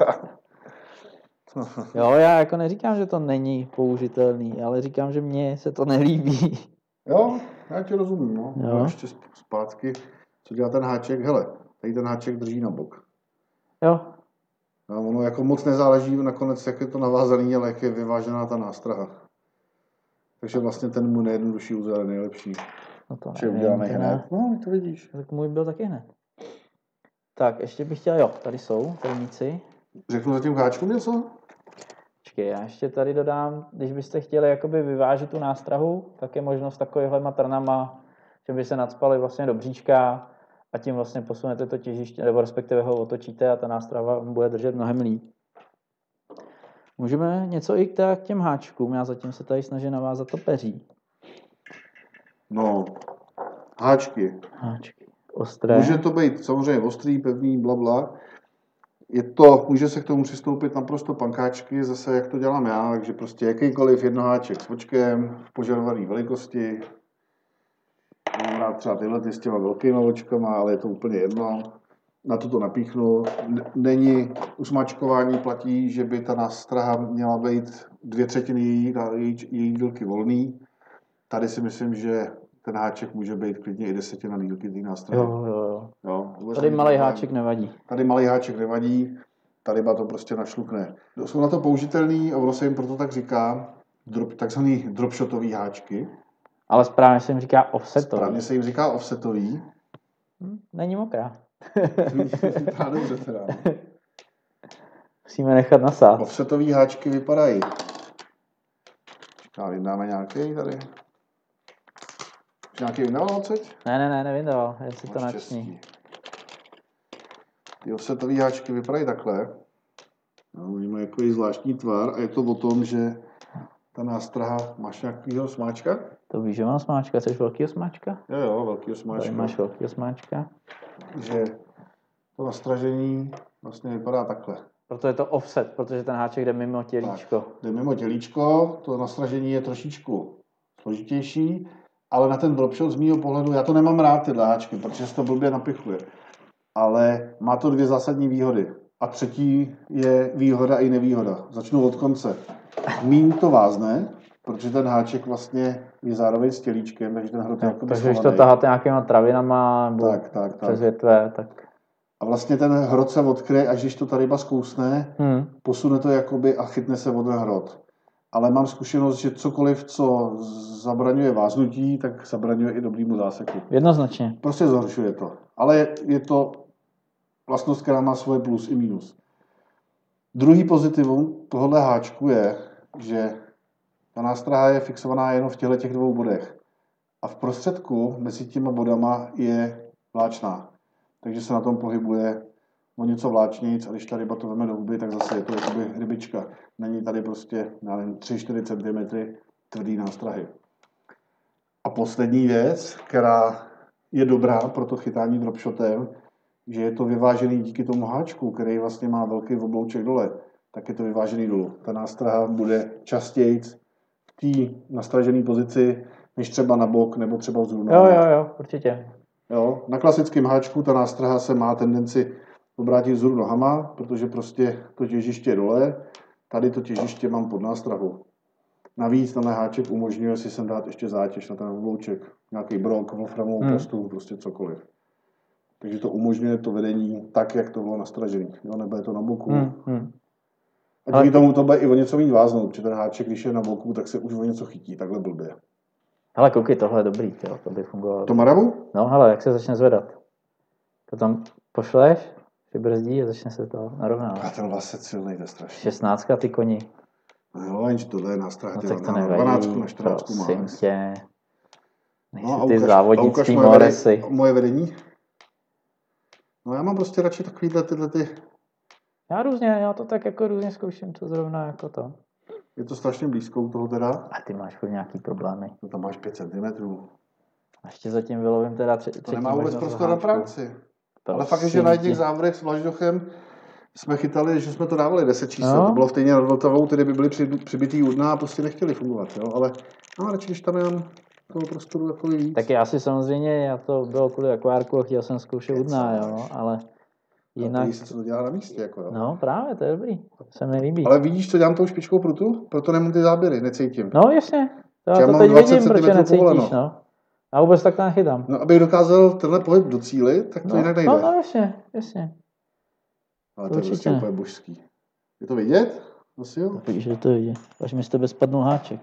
Jo, já jako neříkám, že to není použitelný, ale říkám, že mně se to nelíbí. Jo, já ti rozumím, no. Jo. A ještě zpátky, co dělá ten háček, hele, tady ten háček drží na bok. Jo. No, ono jako moc nezáleží nakonec, jak je to navázaný, ale jak je vyvážená ta nástraha. Takže vlastně ten můj nejjednodušší úzel je nejlepší. No to Že nevím, uděláme to hned. ne. No, to vidíš. Tak můj byl taky hned. Tak, ještě bych chtěl, jo, tady jsou tajemníci. Řeknu za tím háčkům něco? Počkej, já ještě tady dodám, když byste chtěli jakoby vyvážit tu nástrahu, tak je možnost takovýhle trnama, že by se nacpali vlastně do bříčka a tím vlastně posunete to těžiště, nebo respektive ho otočíte a ta nástrava bude držet mnohem líp. Můžeme něco i k těm háčkům, já zatím se tady snažím navázat to peří. No, háčky. Háčky. Ostré. Může to být samozřejmě ostrý, pevný, blabla. Je to, může se k tomu přistoupit naprosto pankáčky, zase jak to dělám já, takže prostě jakýkoliv jednoháček s očkem v požadované velikosti. Mám rád třeba tyhle ty s těma velkýma očkama, ale je to úplně jedno. Na to to napíchnu. Není usmačkování, platí, že by ta nástraha měla být dvě třetiny její, její, její dílky volný. Tady si myslím, že ten háček může být klidně i desetina dílky té nástrahy. Jo, jo, jo. Jo, Tady malý háček nevadí. Tady malý háček nevadí, tady to prostě našlukne. Jsou na to použitelný, a ono se jim proto tak říká, drop, takzvaný dropshotový háčky. Ale správně se jim říká offsetový. Správně se jim říká offsetový. Hm, není mokrá. Vypadá dobře teda. Musíme nechat nasát. Offsetový háčky vypadají. Čeká, vydáme nějaký tady. Nějaký vydával odseď? Ne, ne, ne, nevydal, jen si to Máš načni. štěstí. Ty offsetový háčky vypadají takhle. No, oni mají takový zvláštní tvar a je to o tom, že ta nástraha, máš nějakýho smáčka? To víš, že mám smáčka, chceš velkýho smáčka? Jo, jo, velkýho smáčka. Tady máš velkýho smáčka. Že to nastražení vlastně vypadá takhle. Proto je to offset, protože ten háček jde mimo tělíčko. Tak, jde mimo tělíčko, to nastražení je trošičku složitější, ale na ten dropshot z mýho pohledu, já to nemám rád tyhle háčky, protože se to blbě napichuje. Ale má to dvě zásadní výhody. A třetí je výhoda i nevýhoda. Začnu od konce. Míň to vázne, protože ten háček vlastně je zároveň s tělíčkem, takže ten hrot je jako Takže když to taháte nějakýma travinama nebo tak, tak, tak. přes větve, tak... A vlastně ten hrot se odkryje, až když to ta ryba zkousne, Hmm. posune to jakoby a chytne se o ten hrot. Ale mám zkušenost, že cokoliv, co zabraňuje váznutí, tak zabraňuje i dobrýmu záseku. Jednoznačně. Prostě zhoršuje to. Ale je to vlastnost, která má svoje plus i minus. Druhý pozitivum tohohle háčku je, že ta nástraha je fixovaná jenom v těchto těch dvou bodech. A v prostředku mezi těma bodama je vláčná. Takže se na tom pohybuje o něco vláčnějc a když ta ryba to veme do huby, tak zase je to jakoby rybička. Není tady prostě, já nevím, tři čtyři centimetry tvrdý nástrahy. A poslední věc, která je dobrá pro to chytání dropshotem, že je to vyvážený díky tomu háčku, který vlastně má velký oblouček dole, tak je to vyvážený dolů. Ta nástraha bude častěji v té nastražené pozici, než třeba na bok nebo třeba vzhůru. Jo, jo, jo, určitě. Jo, na klasickém háčku ta nástraha se má tendenci obrátit vzhůru nohama, protože prostě to těžiště je dole, tady to těžiště mám pod nástrahu. Navíc tenhle háček umožňuje si sem dát ještě zátěž na ten oblouček, nějaký brok, wolframovou Hmm. prostu, prostě cokoliv. Takže to umožňuje to vedení tak, jak to bylo nastražené. Jo, nebude to na boku. Hmm, hmm. A díky tomu to bude i o něco méně váznout, protože ten háček, když je na boku, tak se už o něco chytí, takhle blbě. Hele, koukej, tohle je dobrý, jo, to by fungovalo. To maravu? No, hele, jak se začne zvedat. To tam pošleš, že brzdí a začne se to narovnávat. A ten vás je silný, to je strašně. šestnáctka ty koni. No, jenže tohle je nástroj, No ty tak to na nevadí, dvanáctku, na čtrnáctku prosím máš. tě. No a Nejsi ty ukaž, a závodnický ukaž moje, moresy. vedení, moje vedení. No já mám prostě radši takovýhle tyhle ty... Já různě, já to tak jako různě zkouším, to zrovna jako to. Je to strašně blízko u toho teda. A ty máš furt nějaký problémy. No tam máš pět centimetrů. A ještě zatím vylovím teda tři, třetí To nemá vůbec možnost prostor na háčku. práci. Ale fakt je, že Prosím na tě. těch závodech s Vlaždochem jsme chytali, že jsme to dávali deset čísel. No. To bylo stejně nad Vltavou, tedy by byli při, přibitý u dna a prostě nechtěli fungovat. Jo? Ale no, radši, když tam mám toho prostoru jako víc. Tak já si samozřejmě, já to bylo kvůli akvárku a chtěl jsem zkoušet u dna, jo, ale jinak... Ale se to dělá na místě. Jako, jo? No právě, to je dobrý, to se mi líbí. Ale vidíš, co dělám tou špičkou prutu? Proto nemám ty záběry, necítím. No jasně, to já Já to mám teď dvacet vidím, proč je centimetrů necítíš, povoleno. no. Já vůbec tak to nechytám. No, abych dokázal tenhle pohyb docílit, tak to No, jinak nejde. no, no jasně, jasně. Ale to je určitě prostě ne. úplně božský. Je to vidět? Asi jo. Vidíš, že to vidí. Až mi z tebe spadnul háček.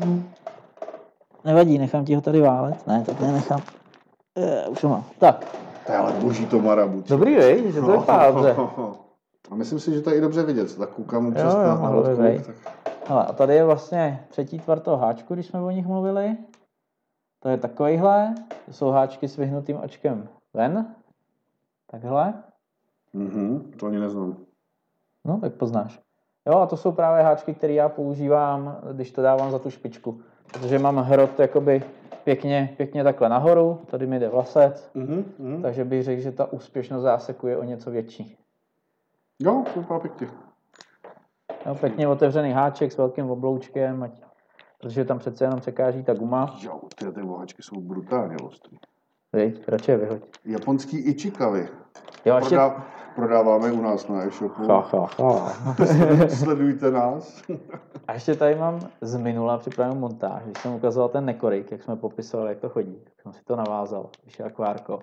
Nevadí, nechám ti ho tady válet. Ne, tak nenechám. Je, už ho mám. Tak, To je ale boží to marabuč. dobrý, vej, že to vypadá dobře. A myslím si, že to je i dobře vidět, co tak koukám občas Jo, jo, na mohlo by hladkou, být. tak Hele, a tady je vlastně třetí tvar toho háčku, když jsme o nich mluvili. To je takovýhle. To jsou háčky s vyhnutým očkem ven. Takhle. Mhm, to ani neznám. No, tak poznáš. Jo, a to jsou právě háčky, které já používám, když to dávám za tu špičku. Protože mám hrot jakoby pěkně, pěkně takhle nahoru, tady mi jde vlasec, Mhm, mhm. takže bych řekl, že ta úspěšnost záseku je o něco větší. Jo, to vypadá pěkně. Jo, pěkně otevřený háček s velkým obloučkem, ať, protože tam přece jenom překáží ta guma. Jo, ty, ty vohačky jsou brutálně ostrý. Viď, radši je vyhoď. Japonský ichikavy. Jo, ještě... Prodá, prodáváme u nás na e-shopu. Ha, ha, ha. Sledujte nás. A ještě tady mám z minula připravenou montáž, když jsem ukazoval ten nekorik, jak jsme popisovali, jak to chodí, tak jsem si to navázal, když je akvárko.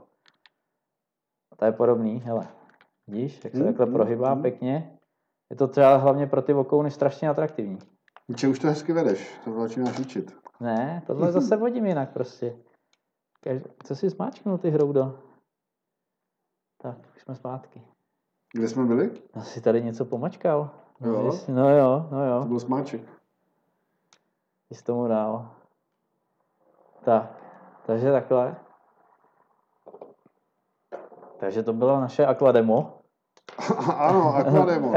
A to je podobný, hele, vidíš, jak se Hmm, takhle hmm, prohybá hmm. pěkně. Je to třeba hlavně pro ty vokouny strašně atraktivní. Če už to hezky vedeš, to začínáš učit. Ne, tohle zase vodím jinak prostě. Kaž... Co si zmáčknul, ty hroudo? Tak, už jsme zpátky. Kde jsme byli? Asi tady něco pomačkal. No, Jo. jestli- no jo, no To jo, byl smáček. jsi tomu dál. Tak, takže takhle. Takže to bylo naše akvademo. Ano, akvademo.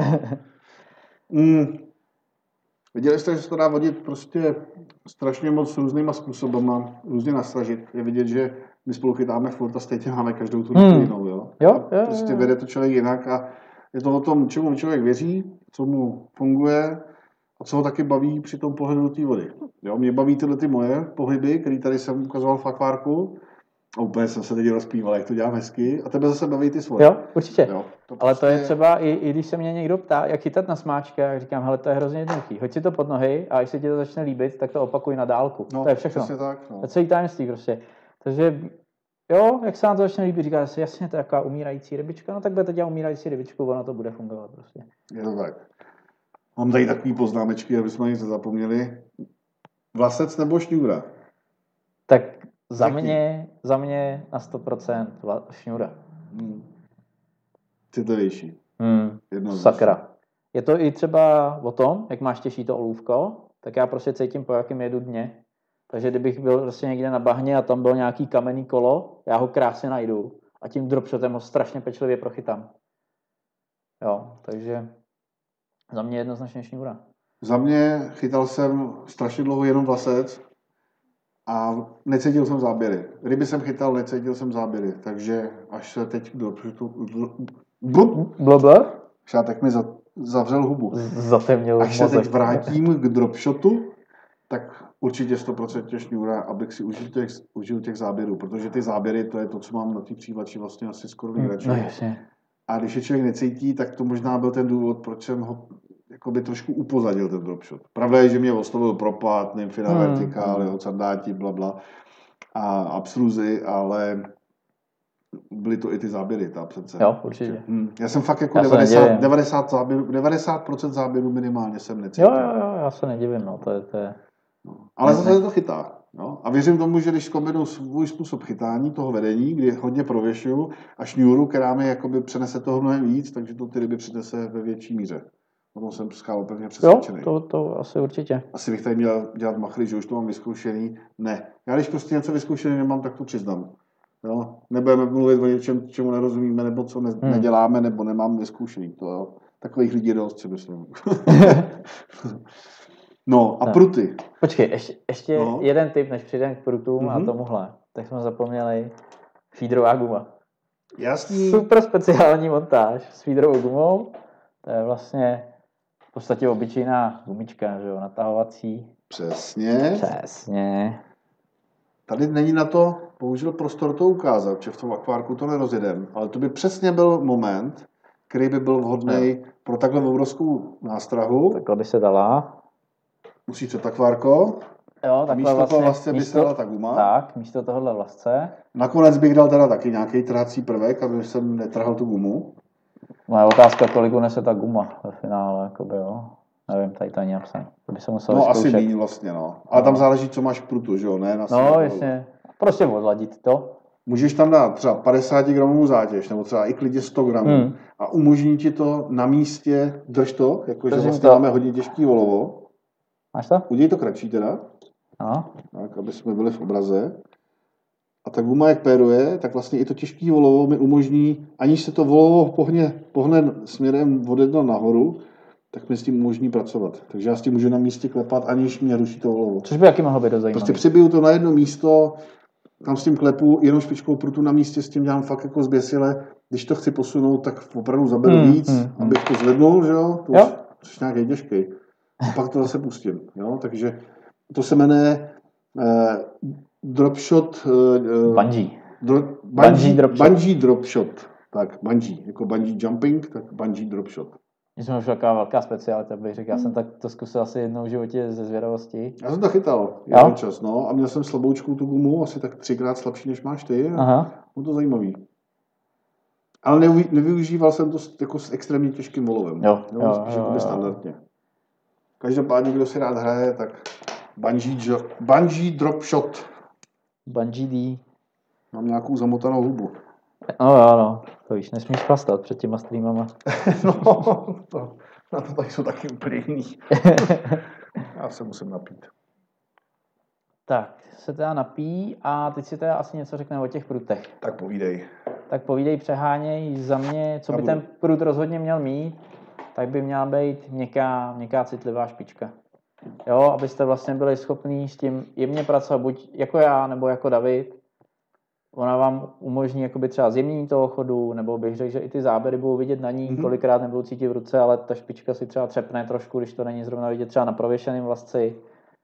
mm. Viděli jste, že se to dá vodit prostě strašně moc různýma způsobama, různě nastražit. Je vidět, že my spolu chytáme furt a stejně máme každou tu Hmm. jinou, jo? Jo, A jo, prostě jo, jo. vede to člověk jinak a je to o tom, čemu člověk věří, co mu funguje a co ho taky baví při tom pohledu do té vody. Jo, mě baví tyhle ty moje pohyby, které tady jsem ukazoval v akvárku. A úplně jsem se teď rozpíval, jak to dělám hezky. A tebe zase baví ty svoje. Jo, určitě. Jo, to Ale to je prostě- třeba, i, i když se mě někdo ptá, jak chytat na smáčka, jak říkám, hele, to je hrozně jednoduchý. Hoď si to pod nohy a když se ti to začne líbit, tak to opakuj na dálku. No, to je všechno. přesně tak, no. To je celý tajemství prostě. Takže jo, jak se nám to začne líbit, říká si, jasně, to je taková umírající rybička, no tak budete dělat umírající rybičku, ono to bude fungovat prostě. Je to tak. Mám tady takové poznámečky, aby jsme nic nezapomněli. Vlasec nebo šňůra? Tak za Jaký? mě, za mě na sto procent vla- šňůra. Hmm. Citlivější. Hmm. Jednoznačně. Sakra. Je to i třeba o tom, jak máš těžší to olůvko, tak já prostě cítím, po jakém jedu dně. Takže kdybych byl prostě někde na bahně a tam bylo nějaký kamenný kolo, já ho krásně najdu a tím dropshotem ho strašně pečlivě prochytám. Jo, takže za mě jednoznačně šňůra. Za mě chytal jsem strašně dlouho jenom vlasec a necítil jsem záběry. Ryby jsem chytal, necítil jsem záběry, takže až se teď do Blabla? Šátek mi za, zavřel hubu. Zatemnil Až se mozek. teď vrátím k dropshotu, tak určitě sto procent šňůra, abych si užil těch, užil těch záběrů, protože ty záběry, to je to, co mám na té přívlači vlastně asi skoro nejradši. No jasně. A když je člověk necítí, tak to možná byl ten důvod, proč jsem ho jakoby trošku upozadil, ten dropshot. Pravda je, že mě oslovil propad, nymfina Hmm. vertikál, jo, candáti, blabla a abstruzy, ale byly to i ty záběry, ta absence. Jo, určitě. Hmm. Já jsem fakt jako Já se devadesát, nedivím. devadesát, záběrů, devadesát procent záběrů minimálně jsem necítil. Jo, jo, jo, já se nedivím, no, to je, to je... No. Ale Ne, zase ne. to chytá. No. A věřím tomu, že když kombinuju svůj způsob chytání, toho vedení, kdy hodně prověšuju, a šňůru, která mi jakoby přenese toho mnohem víc, takže to ty ryby přinese ve větší míře. O tom jsem skálo pevně Jo, přesvědčený. to, to asi určitě. Asi bych tady měl dělat machry, že už to mám vyzkoušený. Ne. Já když prostě něco vyzkoušený nemám, tak to přiznám. Jo? Nebudeme mluvit o něčem, čemu nerozumíme, nebo co ne, hmm. neděláme, nebo nemám vyzkoušený. To, jo. Takových lidí je dost, si myslím. No a no. Pruty. Počkej, ještě, ještě no. jeden tip, než přijdeme k prutům mm-hmm. a tomuhle. Tak jsme zapomněli feederová guma. Jasný. Super speciální montáž s feederovou gumou. To je vlastně v podstatě obyčejná gumička, že jo, natahovací. Přesně. Přesně. Tady není na to, bohužel prostor to ukázat, že v tom akvárku to nerozjedem, ale to by přesně byl moment, který by byl vhodný no. pro takhle obrovskou nástrahu. Takhle by se dala. Musí před akvárko. Jo, takhle místo vlastně, toho vlastně místo, by se dala ta guma. Tak, místo tohohle vlastce. Nakonec bych dal teda taky nějaký trhací prvek, aby jsem netrhal tu gumu. Moje otázka, kolik unese ta guma ve finále, jakoby, jo. Nevím, tady to není napsané. To by se musel No vyzkoušet. asi méně vlastně, no. Ale no. tam záleží, co máš prutu, že jo, ne? Na no, jasně. Prostě odladit to. Můžeš tam dát třeba padesát gramovou zátěž, nebo třeba i klidně sto gramů. Hmm. A umožní ti to na místě, drž to, jakože vlastně to. Máme hodně těžký volovo. Máš to? Udělej to kratší teda. Ano. Tak, aby jsme byli v obraze. A ta guma, jak péruje, tak vlastně i to těžký volovo mi umožní, aniž se to volovo pohne, pohne směrem od jednoho nahoru, tak mi s tím umožní pracovat. Takže já s tím můžu na místě klepat, aniž mě ruší to volovo. Což by jaký mohlo být zajímavé. Prostě přibiju to na jedno místo, tam s tím klepu, jenom špičkou prutu na místě, s tím dělám fakt jako zběsile. Když to chci posunout, tak opravdu zaberu hmm, víc, hmm, abych to zvednul, že jo? To jo. Už nějaký těžký. A pak to zase pustím, jo? Takže to se jmenuje eh, dropshot. Eh, bungee. Dro, bungee. Bungee dropshot. Bungee dropshot. Tak, bungee. Jako bungee jumping, tak bungee dropshot. Když jsem už taková velká specialita, bych řekl. Já jsem tak to zkusil asi jednou v životě ze zvědavosti. Já jsem to chytal jeden čas, no. A měl jsem slaboučkou tu gumu, asi tak třikrát slabší, než máš ty. Aha. Bylo to zajímavý. Ale nevy, nevyužíval jsem to jako s extrémně těžkým volovem. Jo, jo, jo, spíš jo, jako jo. standardně. Každopádně, kdo si rád hraje, tak bungee, jo, bungee drop shot. Bungee D. Mám nějakou zamotanou hubu. No jo, no. To víš, nesmíš chlastat před těma streamama. No, to, na to tady jsou taky úplně jiný. Já se musím napít. Tak, se teda napí a teď si teda asi něco řekneme o těch prutech. Tak povídej. Tak povídej, přeháněj za mě, co by ten prut rozhodně měl mít, tak by měla být měkká, měkká citlivá špička. Jo, abyste vlastně byli schopní s tím jemně pracovat, buď jako já, nebo jako David. Ona vám umožní jakoby třeba zjemnění toho chodu, nebo bych řekl, že i ty záběry budou vidět na ní, mm-hmm. kolikrát nebudou cítit v ruce, ale ta špička si třeba třepne trošku, když to není zrovna vidět třeba na prověšeném vlastci.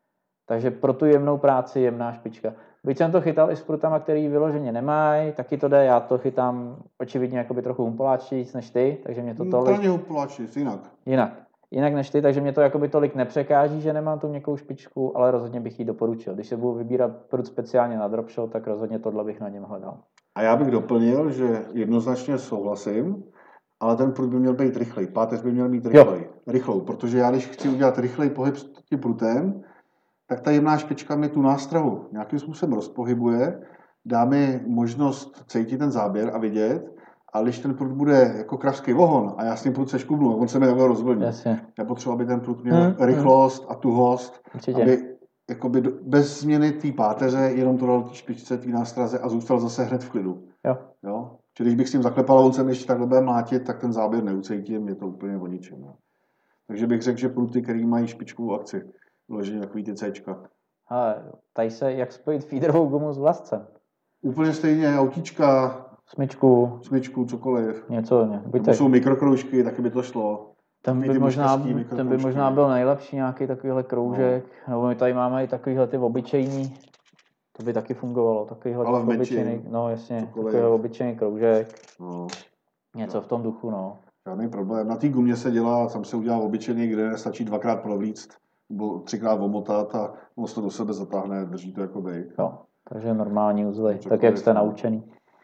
Takže pro tu jemnou práci jemná špička. Byť jsem to chytal i s prutama, který vyloženě nemají, taky to jde, já to chytám očividně jakoby trochu humpoláčíc než ty, takže mě to tolik... To není humpoláčíc, jinak. Jinak. Jinak než ty, takže mě to jakoby tolik nepřekáží, že nemám tu měkkou špičku, ale rozhodně bych ji doporučil. Když se budu vybírat prut speciálně na dropshot, tak rozhodně tohle bych na něm hledal. A já bych doplnil, že jednoznačně souhlasím, ale ten prut by měl být rychlej. Páteř by měl mít rychlej. Jo. Rychlou, protože já když chci udělat rychlej pohyb s tím prutem, tak ta jemná špička mi tu nástrahu nějakým způsobem rozpohybuje, dá mi možnost cítit ten záběr a vidět, ale když ten prut bude jako kravský vohon a já s tím prudce škubnu, on se mi takhle rozvlní. Já potřebuji, aby ten prut měl hmm. rychlost a tuhost, Určitě. aby jakoby bez změny té páteře jenom to dal té špičce, té nástraze a zůstal zase hned v klidu. Jo. Jo? Čili když bych s tím zaklepal a on se mi ještě takhle bude mlátit, tak ten záběr neucítím, je to úplně o ničem. No. Takže bych řekl, že pruty, který mají špičkovou akci, vloženě takový ty Cčka. Ale tady se, jak spojit feederovou gumu s vlastcem? Úplně stejně, autíčka, smyčku, smyčku, cokoliv. Něco, ne. To jsou mikrokroužky, taky by to šlo. Ten by, možná, ten by možná byl nejlepší, nějaký takovýhle kroužek. No. Nebo my tady máme i takovýhle ty obyčejný. To by taky fungovalo. Takovýhle ale v obyčejný, no jasně, takovýhle obyčejný kroužek. No. Něco no. v tom duchu, no. Žádný problém. Na té gumě se dělá, tam se udělá obyčejný, kde stačí dvakrát provlíct, nebo třikrát omotat a on se to do sebe zatáhne, drží to jako bejk. Jo, takže normální uzly, tak jak jste naučený.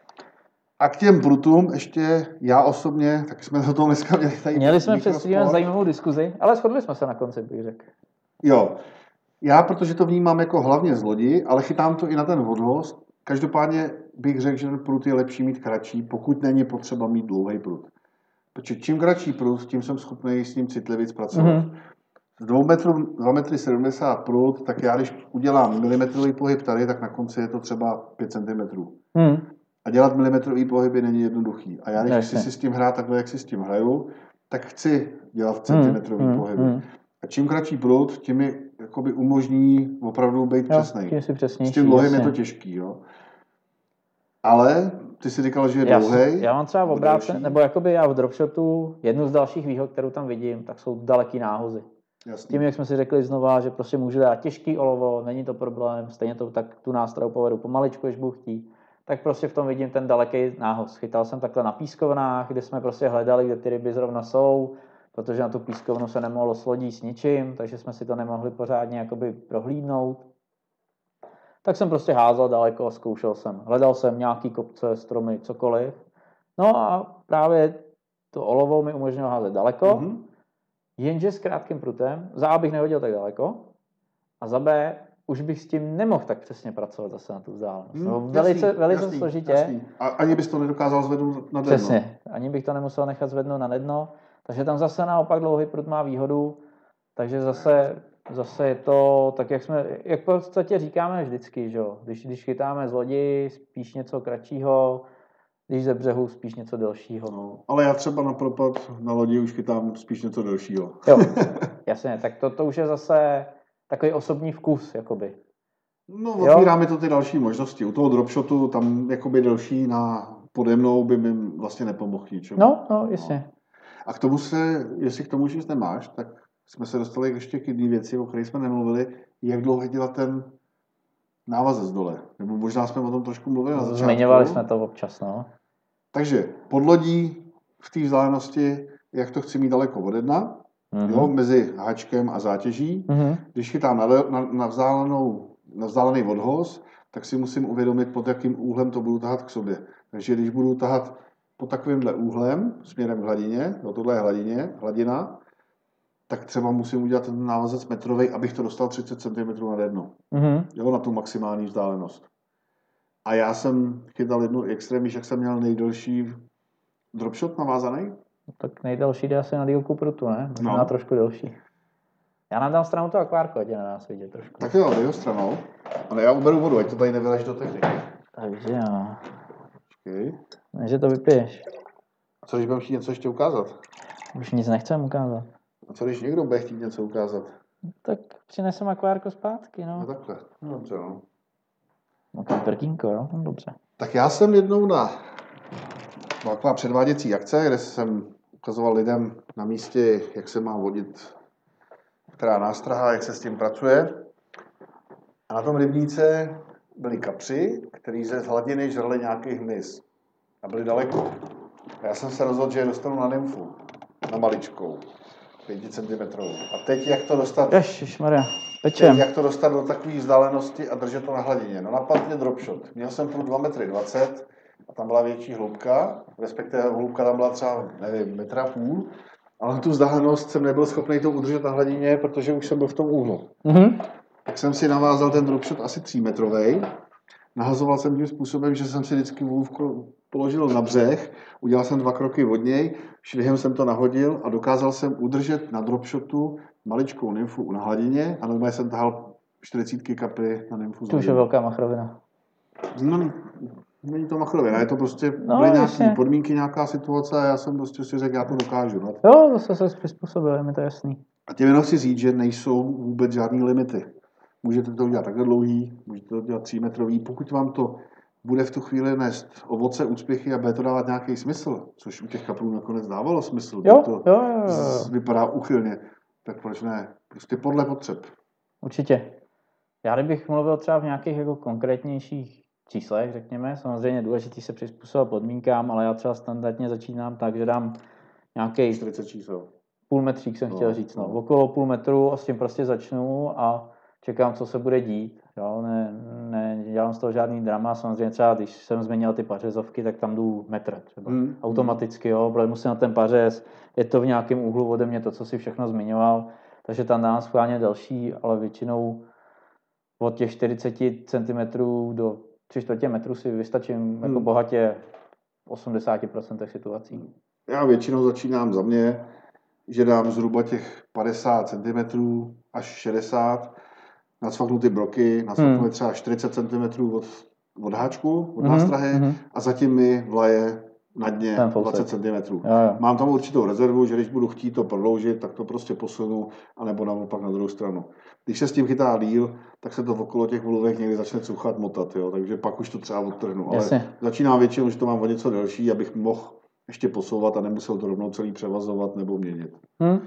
A k těm prutům ještě já osobně, tak jsme do toho dneska měli tady Měli jsme před streamem zajímavou diskuzi, ale shodli jsme se na konci, bych řekl. Jo, já protože to vnímám jako hlavně z lodi, ale chytám to i na ten odvoz. Každopádně bych řekl, že ten prut je lepší mít kratší, pokud není potřeba mít dlouhý prut. Protože čím kratší prut, tím jsem schopný s ním citlivě pracovat. Mm-hmm. Z dvou metrů, dva metry sedmdesát prut, tak já když udělám milimetrový pohyb tady, tak na konci je to třeba pět centimetrů. Mm. A dělat milimetrový pohyby není jednoduchý. A já když Jasně. chci si s tím hrát takhle, jak si s tím hraju, tak chci dělat centimetrový mm, pohyby. Mm. A čím kratší prut, tím mi jakoby umožní opravdu být jo, přesnej. Tím si přesnější. S tím dlouhým jasně. je to těžký, jo. Ale ty si říkal, že je já, dlouhej. Já mám třeba obrácen, nebo jakoby já v dropshotu jednu z dalších výhod, kterou tam vidím, tak jsou daleký náhozy. Jasný. Tím, jak jsme si řekli znova, že prostě můžu dát těžký olovo, není to problém, stejně to tak tu nástroj povedu pomaličku, když budu chtít, tak prostě v tom vidím ten daleký nához. Chytal jsem takhle na pískovnách, kde jsme prostě hledali, kde ty ryby zrovna jsou, protože na tu pískovnu se nemohlo s lodí s ničím, takže jsme si to nemohli pořádně jakoby prohlídnout. Tak jsem prostě házel daleko a zkoušel jsem. Hledal jsem nějaký kopce, stromy, cokoliv. No a právě to olovo mi umožnilo házet daleko, mm-hmm. jenže s krátkým prutem, za A bych nehodil tak daleko a za B už bych s tím nemohl tak přesně pracovat zase na tu vzdálenost. Mm, no, velice jasný, velice jasný, složitě. Jasný. A ani bys to nedokázal zvednout na dno. Přesně, ani bych to nemusel nechat zvednout na dno. Takže tam zase naopak dlouhý prut má výhodu, takže zase, zase je to tak, jak jsme, jak v podstatě říkáme vždycky, že jo? Když, když chytáme z lodi, spíš něco kratšího, když ze břehu spíš něco delšího. No, ale já třeba na propad na lodi už chytám spíš něco delšího. Jo, jasně, tak to, to už je zase takový osobní vkus, jakoby. No, otvírá mi to ty další možnosti. U toho dropshotu tam jakoby delší na pode mnou by mi vlastně nepomohl ničemu. No, no, jasně. No. A k tomu se, jestli k tomu už nic nemáš, tak jsme se dostali ještě k jedné věci, o které jsme nemluvili, jak dlouho dělat ten návazec dole. Nebo možná jsme o tom trošku mluvili na začátku. Zmiňovali jsme to občas, no. Takže pod lodí v té vzdálenosti, jak to chci mít daleko od jedna, mm-hmm. jo, mezi háčkem a zátěží. Mm-hmm. Když chytám na, na, na, vzdálenou, na vzdálený odhoz, tak si musím uvědomit, pod jakým úhlem to budu tahat k sobě. Takže když budu tahat pod takovýmhle úhlem, směrem k hladině, jo, tohle je hladině, hladina, tak třeba musím udělat ten návazec metrovej, abych to dostal třicet centimetrů na dno. Mm-hmm. Jo, na tu maximální vzdálenost. A já jsem chytal jednu extrém, jak jsem měl nejdelší dropshot navázaný. Tak nejdelší jde asi na dílku prutu, ne? Možná no. trošku delší. Já nám dám stranu to akvárko, ať je na nás vidět trošku. Tak jo, jeho stranou. Ale já uberu vodu, ať to tady nevyleš do techniky. Takže jo. Počkej. Ne, že to vypiješ. A co, když budeme chtít něco ještě ukázat? Už nic nechcem ukázat. A co, když někdo bude chtít něco ukázat? Tak přinesem akvárko zpátky, no. No takhle, no dobře, no. No to prkínko, jo, no, dobře. Tak já jsem jednou na taková předváděcí akce, kde jsem ukazoval lidem na místě, jak se má vodit, která nástraha, jak se s tím pracuje. A na tom rybníce byli kapři, kteří ze hladiny žrali nějaký hmyz. A byli daleko. A já jsem se rozhodl, že je dostanu na nymfu, na maličkou, pěti centimetrovou. A teď jak to dostat... Ježišmarja, pečem. Jak to dostat do takové vzdálenosti a držet to na hladině. No napadl mě dropshot. Měl jsem prut dva metry dvacet a tam byla větší hloubka, respektive hloubka tam byla třeba, nevím, metra půl, ale tu vzdálenost jsem nebyl schopný to udržet na hladině, protože už jsem byl v tom úhlu. Mm-hmm. Tak jsem si navázal ten dropshot asi třímetrovej. Nahazoval jsem tím způsobem, že jsem si vždycky vůvku položil na břeh, udělal jsem dva kroky od něj, švihem jsem to nahodil a dokázal jsem udržet na dropshotu maličkou nymfu na hladině a normálně jsem tahal čtyřicítky kapry na nymfu. To už je velká machrovina. No, není to machrovina, je to prostě, no, byly nějaké podmínky, nějaká situace a já jsem prostě si řekl, já to dokážu. No. Jo, zase se přizpůsobil, mi to jasný. A tím jenom chci říct, že nejsou vůbec žádný limity. Můžete to udělat takhle dlouhý, můžete to dělat třímetrový, pokud vám to bude v tu chvíli nést ovoce, úspěchy a bude to dávat nějaký smysl, což u těch kaprů nakonec dávalo smysl, jo, to jo, jo, jo. vypadá úchylně, tak proč ne? Prostě podle potřeb. Určitě. Já kdybych mluvil třeba v nějakých jako konkrétnějších číslech, řekněme, samozřejmě důležitý se přizpůsobit podmínkám, ale já třeba standardně začínám tak, že dám nějaký čtyřicet čísel. Půlmetřík jsem no, chtěl říct, no. no. Okolo půl metru a s tím prostě začnu a čekám, co se bude dít. Jo? Ne, ne, dělám z toho žádný drama. Samozřejmě třeba, když jsem změnil ty pařezovky, tak tam jdu metr třeba. Mm. Automaticky, jo, protože musím na ten pařez, je to v nějakém úhlu ode mě to, co si všechno zmiňoval. Takže tam dám schválně další, ale většinou od těch čtyřicet centimetrů do tři čtvrtě metru si vystačím mm. jako bohatě v osmdesáti procentech situací. já většinou začínám za mě, že dám zhruba těch padesát centimetrů až šedesát, nacvaknu ty broky, nacvaknu hmm. třeba čtyřicet centimetrů od, od háčku, od hmm. nástrahy hmm. a zatím mi vlaje na dně dvacet centimetrů. Mám tam určitou rezervu, že když budu chtít to prodloužit, tak to prostě posunu, anebo naopak na druhou stranu. Když se s tím chytá díl, tak se to okolo těch voluvek někdy začne cuchat, motat, jo? Takže pak už to třeba odtrhnu. Ale Jasně. začínám většinou, že to mám o něco delší, abych mohl ještě posouvat a nemusel to rovnou celý převazovat nebo měnit. Hmm.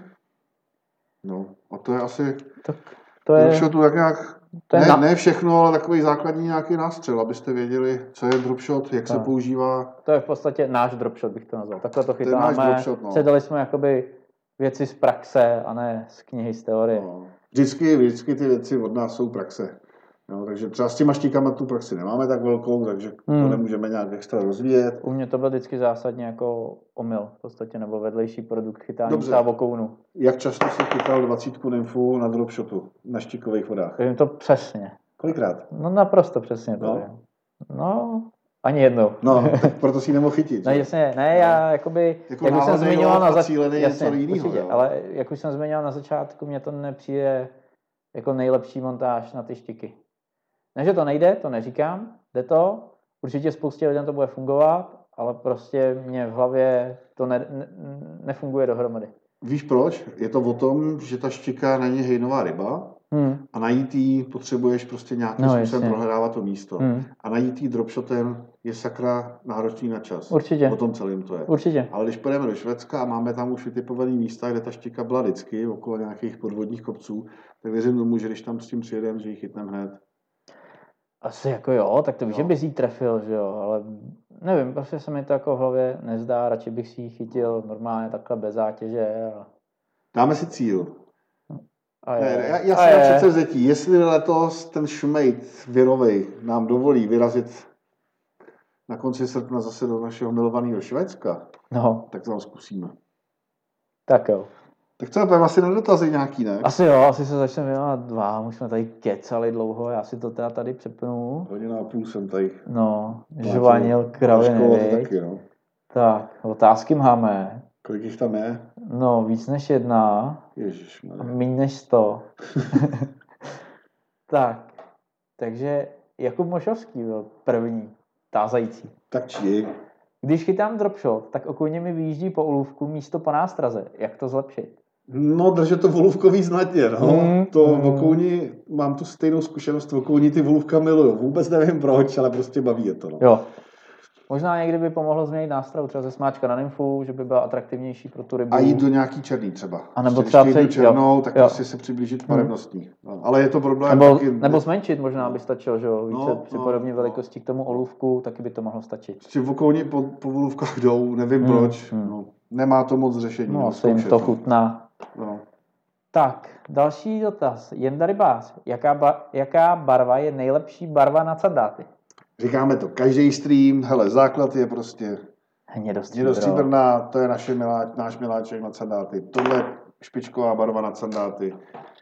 No a to je asi... Tak to je... tu tak nějak... Ne, na... ne všechno, ale takový základní nějaký nástřel, abyste věděli, co je dropshot, jak to. se používá. To je v podstatě náš dropshot, bych to nazval. Takhle to chytáme. No. Předali jsme jakoby věci z praxe a ne z knihy, z teorie. No. Vždycky, vždycky ty věci od nás jsou praxe. No, takže třeba s těma štíkama tu praxi nemáme tak velkou, takže hmm. to nemůžeme nějak extra rozvíjet. U mě to byl vždycky zásadně jako omyl v podstatě, nebo vedlejší produkt chytání třeba vokounu. Jak často jsi chytal dvacítku nymfu na dropshotu, na štíkových vodách? Vím to přesně. Kolikrát? No naprosto přesně to no. No, ani jednou. No, tak proto si ji nemohl chytit. No jasně, ne, no. já jakoby, jako jak už jsem zmiňoval na začátku, ale jak už jsem zmiňoval na začátku, mně to nepřijde jako nejlepší montáž na ty štiky. Ne, že to nejde, to neříkám, jde to, určitě spoustě lidem to bude fungovat, ale prostě mě v hlavě to ne, ne, nefunguje dohromady. Víš proč? Je to o tom, že ta štika není hejnová ryba hmm. a najít jí potřebuješ prostě nějakým no, způsobem prohledávat to místo. Hmm. A najít jí dropshotem je sakra náročný na čas. Určitě. O tom celým to je. Určitě. Ale když půjdeme do Švédska a máme tam už vytipované místa, kde ta štika byla vždycky okolo nějakých podvodních kopců, tak věřím tomu, že když tam s tím přijedeme, že ji chytneme hned. Asi jako jo, tak to víš, že bys jí trefil, že jo, ale nevím, prostě se mi to jako v hlavě nezdá, radši bych si ji chytil normálně takhle bez zátěže. A... Dáme si cíl. A je. Ne, já, já si mám přece vzetí, jestli letos ten šmejt virovej nám dovolí vyrazit na konci srpna zase do našeho milovaného Švédska, no. tak to tam zkusíme. Tak jo. Tak co, pojďme asi na dotazy nějaký, ne? Asi jo, asi se začneme věnovat dva, už jsme tady kecali dlouho, já si to teda tady přepnu. Hodina a půl jsem tady. No, žvanil kraviny, taky, no. Tak, otázky máme. Kolik jich tam je? No, víc než jedna. Ježišmarja. Míň než sto. Tak, takže Jakub Mošovský byl první tázající. Tak či? Když chytám dropshot, tak okujně mi vyjíždí po olůvku místo po nástraze. Jak to zlepšit? No, držet to volůvkový znatně, no. Mm, to mm. vokouni, mám tu stejnou zkušenost, vokouni ty volůvka miluju. Vůbec nevím proč, ale prostě baví je to, no. Jo. Možná někdy by pomohlo změnit nástrahu, třeba ze smáčka na nymfu, že by byla atraktivnější pro tu rybu. A jít do nějaký černý třeba. A nebo třeba když jít černou, jo. tak jo. prostě se přiblížit barevností. No, ale je to problém. Nebo, taky... nebo zmenšit možná by stačilo, že jo, více no, při podobné no, velikosti no. k tomu olůvku, taky by to mohlo stačit. Prostě vokouni po, po volůvkách jdou, nevím hmm, proč. Hmm. No, nemá to moc řešení. No, se jim to chutná. No. Tak, další dotaz. Jenda Rybář, jaká, ba- jaká barva je nejlepší barva na sandáty? Říkáme to každý stream, hele, základ je prostě hnědostříbrná, to je naše miláč, náš miláček na sandáty. Tohle je špičková barva na sandáty.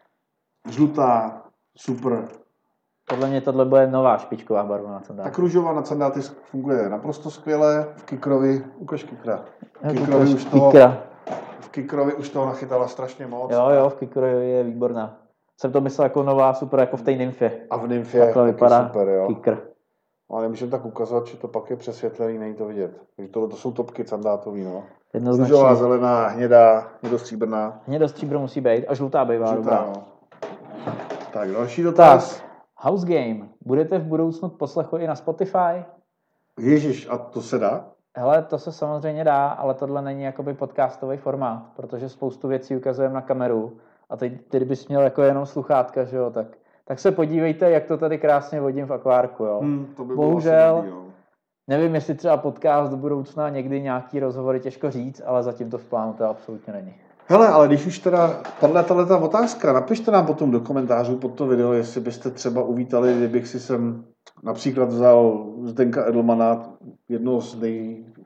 Žlutá, super. Podle mě tohle bude nová špičková barva na sandáty. Tak růžová na sandáty funguje naprosto skvěle. V Kikrovi, ukaž Kikra. V Kikrovi už toho, v Kikrovi už toho nachytala strašně moc. Jo, jo, v Kikrovi je výborná. Jsem to myslel jako nová, super, jako v té nymfě. A v nymfě takhle vypadá super, jo. Kikr. Ale nemůžeme tak ukazovat, že to pak je přesvětlený, není to vidět. Takže tohle to jsou topky sandátový, no. Jednoznačně. Růžová, zelená, hnědá, hnědostříbrná. Hnědostříbro musí být a žlutá bývá. Žlutá, no. Tak, další dotaz. Tak, House Game. Budete v budoucnu poslechu i na Spotify? Ježiš, a to se dá? Hele, to se samozřejmě dá, ale tohle není jakoby podcastový formát, protože spoustu věcí ukazujeme na kameru a teď, ty bys měl jako jenom sluchátka, že jo, tak... Tak se podívejte, jak to tady krásně vodím v akvárku, jo. Hmm, to by Bohužel, dobrý, jo. Nevím, jestli třeba podcast do budoucna někdy nějaký rozhovory těžko říct, ale zatím to v plánu to absolutně není. Hele, ale když už teda padla tato otázka, napište nám potom do komentářů pod to video, jestli byste třeba uvítali, kdybych si sem například vzal Zdenka Edelmana, jednoho z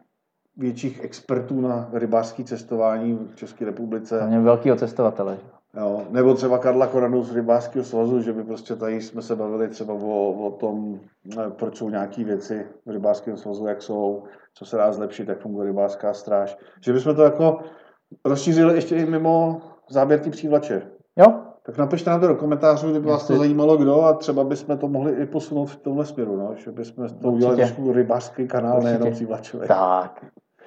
největších expertů na rybářské cestování v České republice. A mě velkýho cestovatele. Jo, nebo třeba Karla Koranu z rybářského svazu, že by prostě tady jsme se bavili třeba o, o tom, proč jsou nějaké věci v rybářském svazu, jak jsou, co se dá zlepšit, jak funguje rybářská stráž. Že bychom to jako rozšířili ještě i mimo záběr ty přívlače. Jo. Tak napište nám to do komentářů, kdyby vás to zajímalo kdo a třeba bychom to mohli i posunout v tomhle směru, no? Že bychom to udělali trošku rybářský kanál, určitě. Nejenom přívlačový. Tak.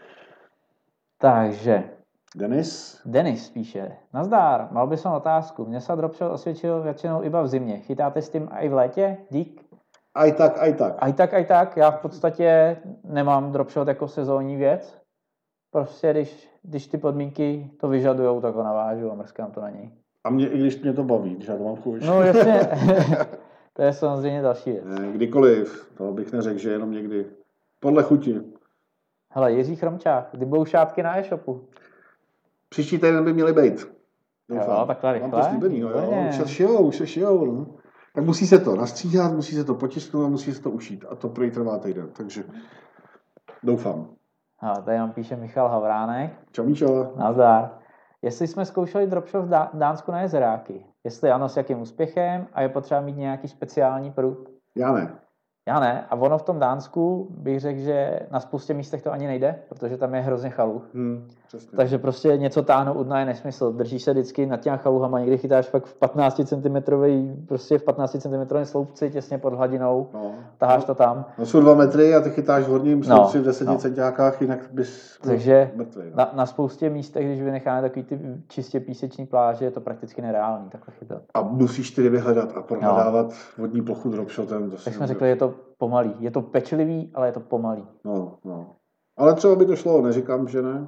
Takže. Denis? Denis píše. Nazdár, mal by som otázku. Mne sa dropshot osvědčil většinou iba v zimě. Chytáte s tím i v létě? Dík. Aj tak, aj tak. Aj tak, aj tak. Já v podstatě nemám dropshot jako sezónní věc. Prostě když, když ty podmínky to vyžadujou, tak ho navážu a mrskám to na něj. A mě, i když mě to baví, když já to mám chuť. No jasně. To je samozřejmě další věc. Ne, kdykoliv. To bych neřekl, že jenom někdy. Podle chuti. Hele, Jiří Chromčák. Kdy budou šátky na e-shopu? Příští týden by měly být. Doufám. Jo, takhle rychle. Mám to slíbený, no jo. Už se šijou, už se šijou, no. Tak musí se to nastříhat, musí se to potisknout a musí se to ušít. A to prý trvá týden, takže doufám. A tady nám píše Michal Havránek. Čau, Míšo. Nazdar. Jestli jsme zkoušeli dropshot v Dá- Dánsku na jezeráky, jestli ano, s jakým úspěchem a je potřeba mít nějaký speciální prut? Já ne. Já ne. A ono v tom Dánsku bych řekl, že na spoustě místech to ani nejde, protože tam je hrozně chaluh. Hmm, Takže prostě něco táhnout u dna je nesmysl. Držíš se vždycky nad těma chaluhama, někdy chytáš fakt v patnáct centimetrů, prostě v patnáct centimetrů sloupci těsně pod hladinou, no, taháš no, to tam. No jsou dva metry a ty chytáš v horním sloupci no, v deseti no. centiákách, jinak bys Takže mrtvý. No. Na, na spoustě místech, když vynecháme takový ty čistě píseční pláže, je to prakticky nereálný takhle chytat. A musíš tedy vyhledat a prohledávat no. vodní plochu dropshotem. To tak jsme řekli, je to pomalý. Je to pečlivý, ale je to pomalý. No, no. Ale třeba by to šlo, neříkám, že ne.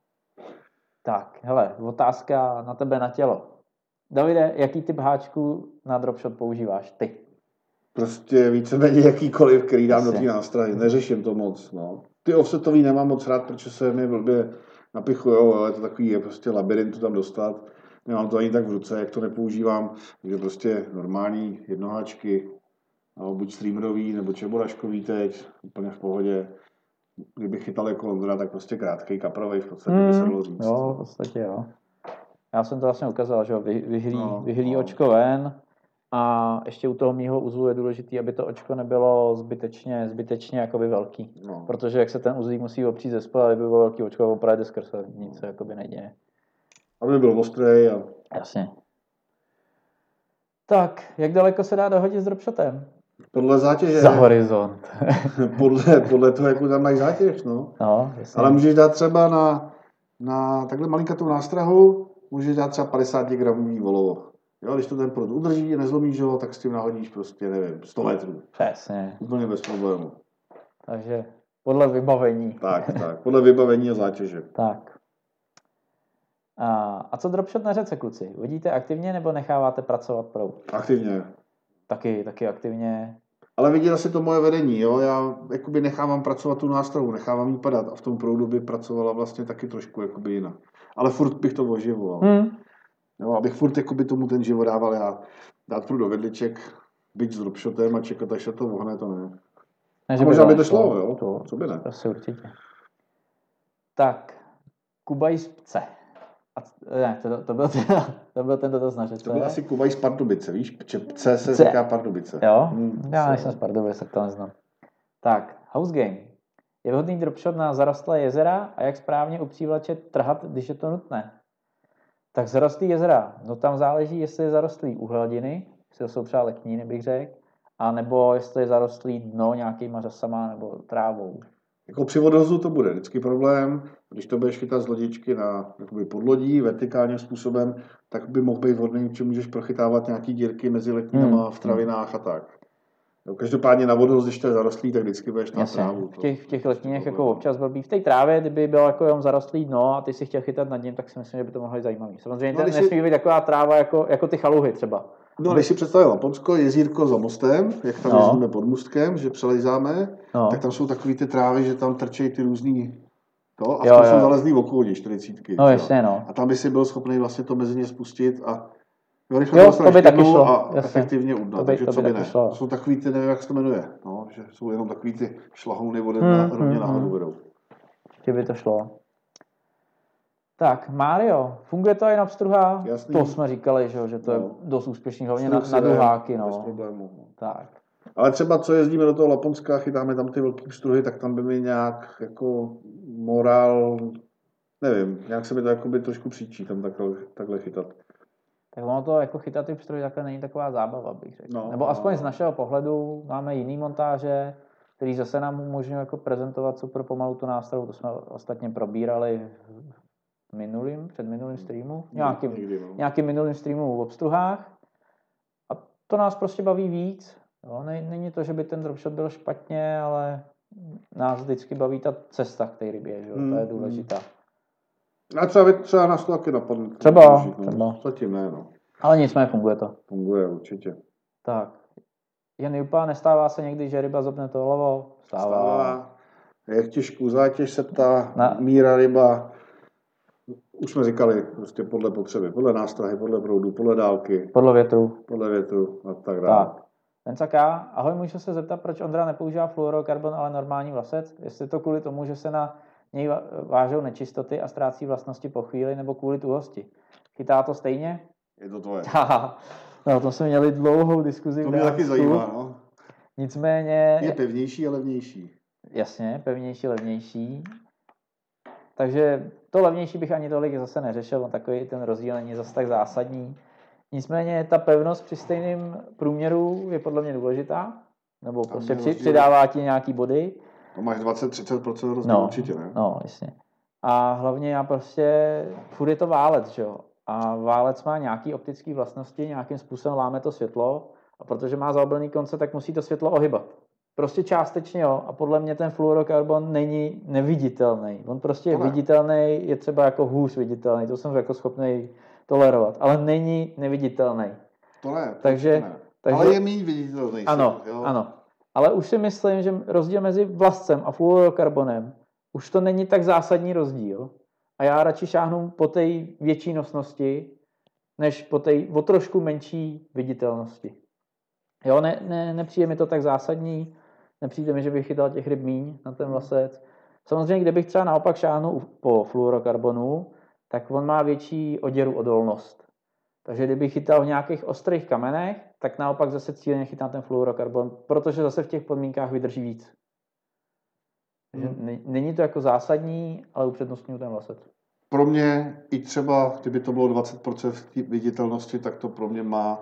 Tak, hele, otázka na tebe na tělo. Davide, jaký typ háčku na dropshot používáš ty? Prostě víceméně jakýkoliv, který dám Asi. do té nástrahy. Neřeším to moc, no. Ty offsetový nemám moc rád, protože se mi blbě napichujou, ale to takový je prostě labirint to tam dostat. Nemám to ani tak v ruce, jak to nepoužívám. Takže prostě normální jednoháčky, no, buď streamerový nebo čeboraškový teď, úplně v pohodě. Kdybych chytal jako Ondra, tak prostě krátkej, kaprovej v podstatě, mm, by se dalo říct. Jo, v podstatě jo. Já jsem to vlastně ukázal, že vy, vyhlí, no, vyhlí no. očko ven a ještě u toho mýho uzlu je důležité, aby to očko nebylo zbytečně, zbytečně jakoby velký. No. Protože jak se ten uzlík musí opřít ze spoda, aby bylo velký očko, opravdu jde skrz, nic se jakoby neděje. Aby byl ostrej a... Jasně. Tak, jak daleko se dá dohodit s dropshotem? Podle zátěže. Za horizont. podle, podle toho, jakou tam máš zátěž, no. no Ale můžeš dát třeba na, na takhle malinkatou nástrahu, můžeš dát třeba padesát gramů volovo. Jo, když to ten produkt udrží, nezlomíš ho, tak s tím nahodíš prostě, nevím, sto metrů. Přesně. Úplně bez problému. Takže podle vybavení. Tak, tak, podle vybavení a zátěže. Tak. A, a co dropshot na řece, kluci? Vodíte aktivně nebo necháváte pracovat proud? Aktivně. Taky, taky aktivně. Ale viděl si to moje vedení, jo? Já jakoby nechávám pracovat tu nástrahu, nechávám jí padat a v tom proudu by pracovala vlastně taky trošku jakoby jinak. Ale furt bych to oživoval. Hmm. Jo, abych furt jakoby tomu ten život dával, já dát průd do vedliček, byť s dropshotem a čekat, až se to vohne, to ne. ne a možná by to šlo, jo? To, co by ne? Asi určitě. Tak, Kubaj z Pce. A, ne, to, to, byl ten, to byl ten dotaz na řece. To byl asi Kubaj z Pardubice, víš? Pce se Pce. říká Pardubice. Jo? Hmm, Já nejsem z Pardubice, tak to neznám. Tak, house game. Je vhodný dropshot na zarostlé jezera a jak správně u přívlače trhat, když je to nutné? Tak zarostlý jezera, no tam záleží, jestli je zarostlý u hladiny, jestli to jsou třeba letní, bych řekl, a nebo jestli je zarostlý dno nějakýma řasama nebo trávou. Jako při vodohozu to bude vždycky problém, když to budeš chytat z lodičky na jakoby podlodí, vertikálním způsobem, tak by mohl být vhodný, že můžeš prochytávat nějaký dírky mezi letninama hmm. v travinách a tak. Jo, každopádně na vodohoz, když to je zarostlý, tak vždycky budeš na trávu. V těch, v těch letních jako občas blbý. V té trávě, kdyby bylo jako jenom zarostlý dno a ty si chtěl chytat nad ním, tak si myslím, že by to mohlo být zajímavý. Samozřejmě no, nesmí si... být taková tráva jako, jako ty chaluhy třeba. No, když si představil Laponsko, jezírko za mostem, jak tam no. jezdíme pod mostkem, že přelejzáme, no. tak tam jsou takový ty trávy, že tam trčejí ty různý to, a jo, v tom jo. jsou zalezlý okolí čtyřicítky. No, jasně, no. A tam by si byl schopný vlastně to mezi ně spustit a jo, rychle jo, to by taky šlo. A jasně. efektivně udnat, takže to by co by ne. Šlo. Jsou takový ty, nevím, jak se to jmenuje, no, že jsou jenom takový ty šlahouny vody hmm, na, rovně hmm, nahoru vedou. Ještě by to šlo. Tak, Mario, funguje to i na pstruhách? Jasný. To jsme říkali, že, že to je no. dost úspěšný, hlavně na, na duháky. No. Bez problémů. Tak. Ale třeba co jezdíme do toho Laponska, chytáme tam ty velký pstruhy, tak tam by mi nějak jako morál, nevím, nějak se mi to jakoby trošku příčí tam takhle, takhle chytat. Tak ono to jako chytat ty pstruhy takhle není taková zábava, bych řekl. No, Nebo aspoň no. z našeho pohledu máme jiný montáže, který zase nám umožňují jako prezentovat super pomalu tu nástrahu. To jsme ostatně probírali v minulým, před minulým streamu, nějakým, Někdy, no. nějakým minulým streamu v obstruhách. A to nás prostě baví víc. Jo, není to, že by ten dropshot byl špatně, ale nás vždycky baví ta cesta k té rybě, že? Hmm. To je důležitá. A třeba, třeba nás to taky napadne. Třeba, použít, no. třeba. Zatím ne, no. Ale nicméně funguje to. Funguje určitě. Tak. Jen Jupa, nestává se někdy, že ryba zopne to olovo? Stává. Stává. Jak těžkou zátěž se ptá, Na... míra ryba. Už jsme říkali, prostě podle potřeby, podle nástrahy, podle proudu, podle dálky. Podle větru. Podle větru a tak dále. Tak. Vencaka, ahoj, můžu se zeptat, proč Ondra nepoužívá fluorokarbon, ale normální vlasec? Jestli to kvůli tomu, že se na něj vážou nečistoty a ztrácí vlastnosti po chvíli, nebo kvůli tuhosti. Chytá to stejně? Je to tvoje. No, o tom jsme měli dlouhou diskuzi. To mě taky zajímá, no. Nicméně... Je pevnější a levnější. Jasně, pevnější, levnější. Takže to levnější bych ani tolik zase neřešil, on takový ten rozdíl není zase tak zásadní. Nicméně ta pevnost při stejném průměru je podle mě důležitá, nebo Tam prostě při, rozdíl... přidává ti nějaký body. To máš dvacet až třicet procent rozdíl No, určitě, ne? no, jasně. A hlavně já prostě, furt je to válec, že jo. A válec má nějaký optický vlastnosti, nějakým způsobem láme to světlo a protože má zaoblený konce, tak musí to světlo ohybat. Prostě částečně jo a podle mě ten fluorokarbon není neviditelný. On prostě je viditelný, je třeba jako hůř viditelný, to jsem jako schopný tolerovat, ale není neviditelný. To ne. Takže, to ne. takže ale je méně viditelný. Ano, jo? ano. Ale už si myslím, že rozdíl mezi vlascem a fluorokarbonem už to není tak zásadní rozdíl. A já radši šáhnu po té větší nosnosti, než po té o trošku menší viditelnosti. Jo, ne, ne, nepřijde mi to tak zásadní, nepřijde mi, že bych chytal těch ryb míň na ten vlasec. Samozřejmě, kdybych třeba naopak šáhnul po fluorokarbonu, tak on má větší oděru odolnost. Takže kdybych chytal v nějakých ostrých kamenech, tak naopak zase cíleně chytám ten fluorokarbon, protože zase v těch podmínkách vydrží víc. Takže není to jako zásadní, ale upřednostňuji ten vlasec. Pro mě i třeba, kdyby to bylo dvacet procent viditelnosti, tak to pro mě má,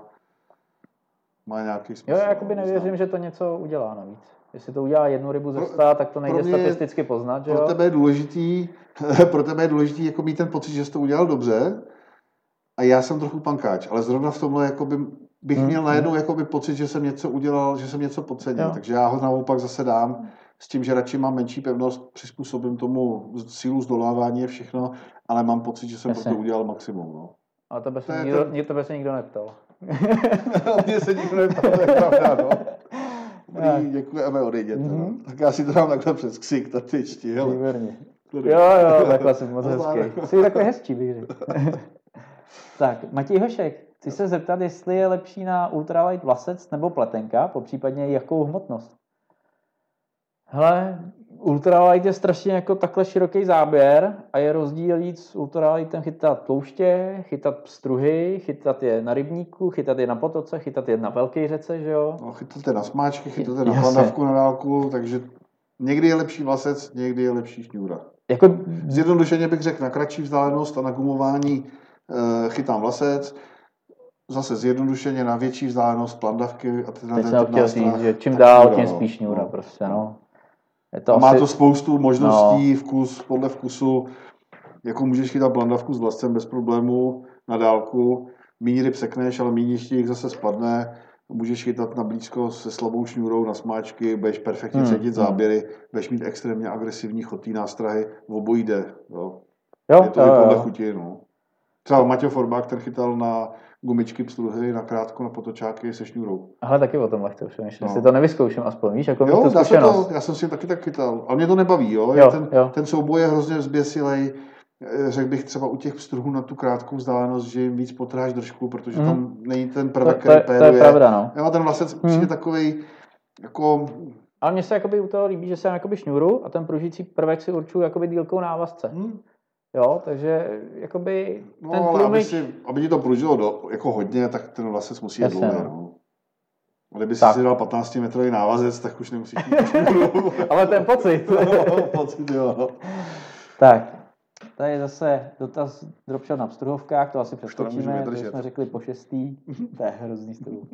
má nějaký smysl. Jo, já jakoby nevěřím, že to něco udělá navíc. Jestli to udělá jednu rybu ze sta, tak to nejde mě, statisticky poznat, že jo? Pro tebe je důležitý, pro tebe je důležitý jako mít ten pocit, že jsi to udělal dobře. A já jsem trochu pankáč, ale zrovna v tomhle jakoby, bych hmm. měl najednou jakoby pocit, že jsem něco udělal, že jsem něco podcenil. Jo. Takže já ho naopak zase dám s tím, že radši mám menší pevnost, přizpůsobím tomu sílu zdolávání a všechno, ale mám pocit, že jsem pro to udělal maximum. No. A tebe se, nikdo, ten... tebe se nikdo neptal. Mně se nikdo neptal, to je pravda, no. Dobrý, děkujeme, odejděte. Mm-hmm. No. Tak já si to dám takhle přes ksik, ta tyčti, hele. Výborně. Jo, jo, takhle jsem moc hezký. Jsi takový hezčí, bych řekl. Tak, Matěj Hošek, chci se zeptat, jestli je lepší na ultralight vlasec nebo pletenka, popřípadně jakou hmotnost? Hele, ultralight je strašně jako takhle široký záběr a je rozdíl jít s ultralightem chytat tlouště, chytat pstruhy, chytat je na rybníku, chytat je na potoce, chytat je na velké řece, že jo? No, chytat je na smáčky, chytat je na plandavku na dálku, takže někdy je lepší vlasec, někdy je lepší šňůra. Jako... Zjednodušeně bych řekl, na kratší vzdálenost a na gumování chytám vlasec, zase zjednodušeně na větší vzdálenost plandavky. A teď jsem chtěl říct, že čím dál, tím spíš šňůra no. prostě, no. Je to a asi... má to spoustu možností, no. vkus, podle vkusu, jako můžeš chytat plandavku s vlascem bez problému na dálku, míň ryb sekneš, ale míň ještě jich zase spadne, můžeš chytat na blízko se slabou šňůrou na smáčky, budeš perfektně hmm. cítit záběry, budeš mít extrémně agresivní chotý nástrahy, v obojí jde, jo. Jo, je to jo, i podle jo. chuti, no. Třeba Matěj Forbák, ten chytal na gumičky pstruhy, na krátko, na potočáky se šňůrou. Ale taky o tom chtěl přemýšlet, no. si to nevyzkouším aspoň, víš, jako jo, to zkušenost. To, já jsem si taky tak chytal, ale mě to nebaví, jo, jo, ten, jo. ten souboj je hrozně zběsilej, řekl bych třeba u těch pstruhů na tu krátkou vzdálenost, že jim víc potráš držku, protože hmm. tam není ten prvek, který péruje. To je pravda, no. Jo, ten vlasec hmm. přijde takovej, jako... Ale mně se jakoby u toho líbí, že jsem jakoby šňůru a ten pružící prvek si určuju jakoby dílkou návazce. Hmm. Jo, takže jakoby No, ten ale aby, tlumič... si, aby ti to pružilo do, jako hodně, tak ten vlasec musí jít Jasně, dlouhé. no. No. A kdyby Tak. si dal patnáctimetrový návazec, tak už nemusíš mít. Ale ten pocit. No, pocit, jo. Tak, tady je zase dotaz dropshot na pstruhovkách, to asi to přeskočíme, nemůžeme to vydržet. jsme řekli po šestý. To je hrozný z toho.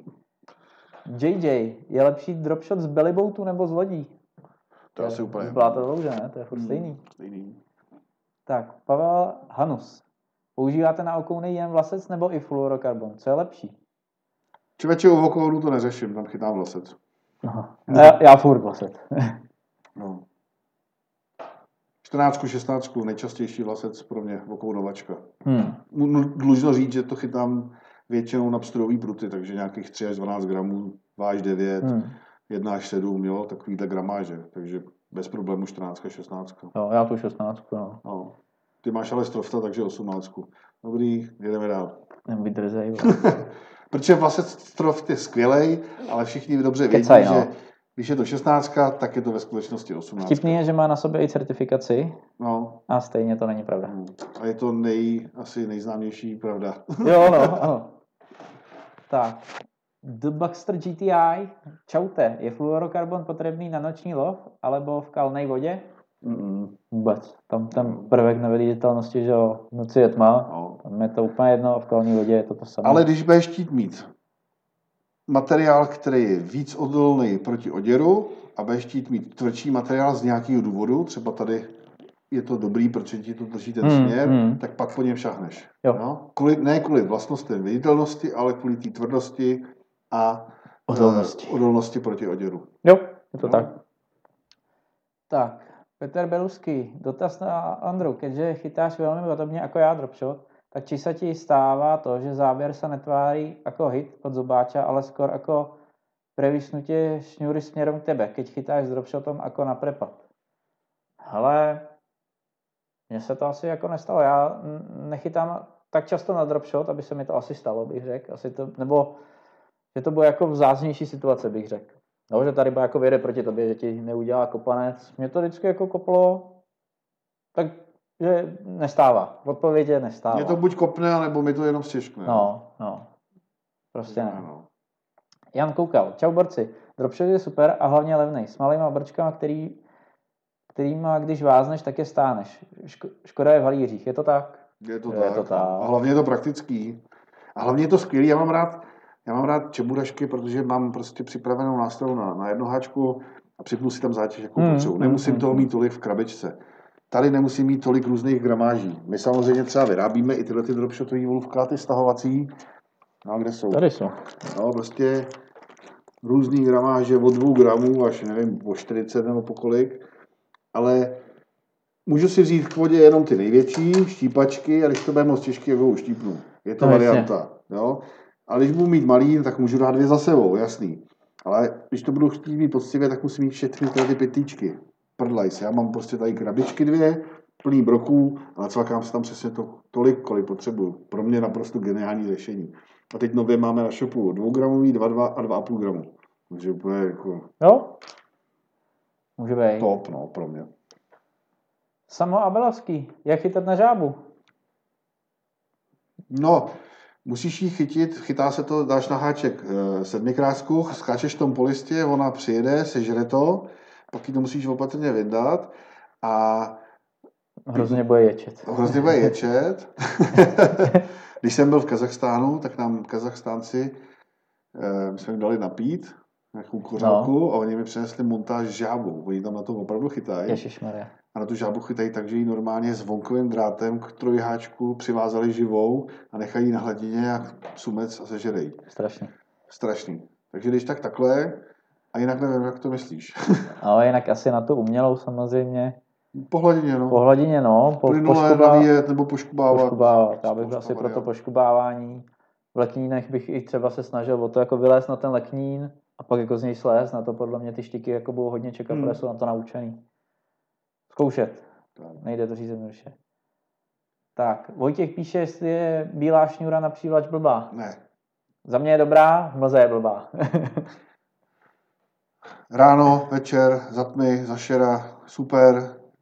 J J, je lepší dropshot z bellyboatu nebo z lodí? To je asi úplně. Z bláta do louže, ne? To je furt Hmm, stejný. stejný. Tak, Pavel Hanus. Používáte na okouny jen vlasec nebo i fluorokarbon? Co je lepší? Člověče, u vokohodu to neřeším, tam chytám vlasec. Aha. Já, já furt vlasec. No. čtrnáct, šestnáct, nejčastější vlasec pro mě, vokounovačka. Hmm. Dlužno říct, že to chytám většinou na pstruhový pruty, takže nějakých tři až dvanáct gramů, dva až devět, Hmm. jedna až sedm, jo, takovýhle gramáže, takže bez problému čtrnáct, šestnáct. Jo, já tu šestnáct, no. No. Ty máš ale strofta, takže osmnáct. Dobrý, jedeme dál. Nebuď drzej. Protože vlasec stroft je skvělej, ale všichni dobře vědí, Kecaj, no. že když je to šestnáct, tak je to ve skutečnosti osmnáct. Vtipný je, že má na sobě i certifikaci No. a stejně to není pravda. A je to nej, asi nejznámější pravda. Jo, no, ano. Tak. The Baxter G T I. Čaute. Je fluorokarbon potřebný na noční lov alebo v kalnej vodě? Mm-mm. Vůbec. Tam ten prvek neviditelnosti, že jo, v noci je tma. No. Tam je to úplně jedno, v kalní vodě je to to samé. Ale když budeš chtít mít materiál, který je víc odolný proti oděru a budeš chtít mít tvrdší materiál z nějakého důvodu, třeba tady je to dobrý, protože ti to drží ten Hmm, směr, hmm. tak pak po něm šahneš. Jo. No? Kvůli, ne kvůli vlastnostem viditelnosti, ale kvůli té tvrdosti a Odolnosti. eh, odolnosti proti oděru. Jo, je to No. tak. Tak, Petr Belusky, dotaz na Ondru, keďže chytáš velmi podobně jako já dropshot, tak či se ti stává to, že záběr se netváří jako hit od zobáča, ale skoro jako previsnutě šňůry směrem k tebe, keď chytáš s dropshotom jako na prepad. Hele, mně se to asi jako nestalo. Já nechytám tak často na dropshot, aby se mi to asi stalo, bych řekl. Asi to, nebo že to bude jako vzácnější situace, bych řekl. No, že ta ryba jako vyjede proti tobě, že ti neudělá kopanec. Mě to vždycky jako koplo, takže nestává. Odpověď je nestává. Mě to buď kopne, nebo mi to jenom stěžkne. No, no. Prostě ne. No. Jan Koukal. Čau borci. Dropshot je super a hlavně levnej. S malýma brčkama, který, kterýma když vázneš, tak je stáneš. Ško, škoda je v halířích. Je to tak? Je to, Je tak. to tak. A hlavně je to praktický. A hlavně je to skvělý. Já mám rád, já mám rád čeburašky, protože mám prostě připravenou nástroj na, na jednu háčku a připnu si tam zátěž, jakou Hmm, potřebuji. Nemusím hmm, toho hmm. mít tolik v krabičce. Tady nemusím mít tolik různých gramáží. My samozřejmě třeba vyrábíme i tyhle ty dropshotové volůvkáty stahovací. No, kde jsou? Tady jsou. No, prostě různý gramáže od dvou gramů až nevím, po čtyřicet nebo po kolik. Ale můžu si vzít k vodě jenom ty největší štípačky a když to bude moc těžký, jak ho uštípnu. Je to No, varianta. Jo? Ale když budu mít malý, tak můžu dát dvě za sebou, jasný. Ale když to budu chtít mít poctivě, tak musím mít všechny tyhle ty pytlíčky. Prdlajs. Já mám prostě tady krabičky dvě, plný broků a nacvakám si tam přesně to, tolik, kolik potřebuju. Pro mě naprosto geniální řešení. A teď nově máme na shopu dvougramový, dva, dva a dva a půl gramu. Takže úplně jako Jo? Může být. top, no, pro mě. Samo Abelovský. Jak chytat na žábu? No, musíš ji chytit, chytá se to, dáš na háček e, sedmikrátku, skáčeš v tom po listě, ona přijede, sežere to, pak ji to musíš opatrně vydat a Hrozně bude ječet. hrozně bude ječet. Když jsem byl v Kazachstánu, tak nám Kazachstánci, e, my jsme jim dali napít, nějakou kořálku no. A oni mi přinesli montáž žábou. Oni tam na to opravdu chytají. Ježišmarja. A na tu žábu chytají tak, že ji normálně s vonkovým drátem k trojháčku přivázali živou a nechají na hladině jak sumec a sežerej. Strašný. Strašný. Takže když tak takhle, a jinak nevím, jak to myslíš. Ale jinak asi na tu umělou samozřejmě. Po hladině, no. Po hladině, no. Po, Plynulé poškuba, navíjet nebo poškubávat. poškubávat. Já bych byl asi Spousta pro to variant. poškubávání. V leknínech bych i třeba se snažil o to jako vylézt na ten leknín a pak jako z něj slézt. Na to podle mě ty štiky jako budou hodně čekat, Hmm. protože jsou na to naučený. Zkoušet. Tak. Nejde to říct jednoduše. Tak, Vojtěch píše, jestli je bílá šňůra na přívlač blbá. Ne. Za mě je dobrá, v mlze je blbá. Ráno, večer, za tmy, za šera, super.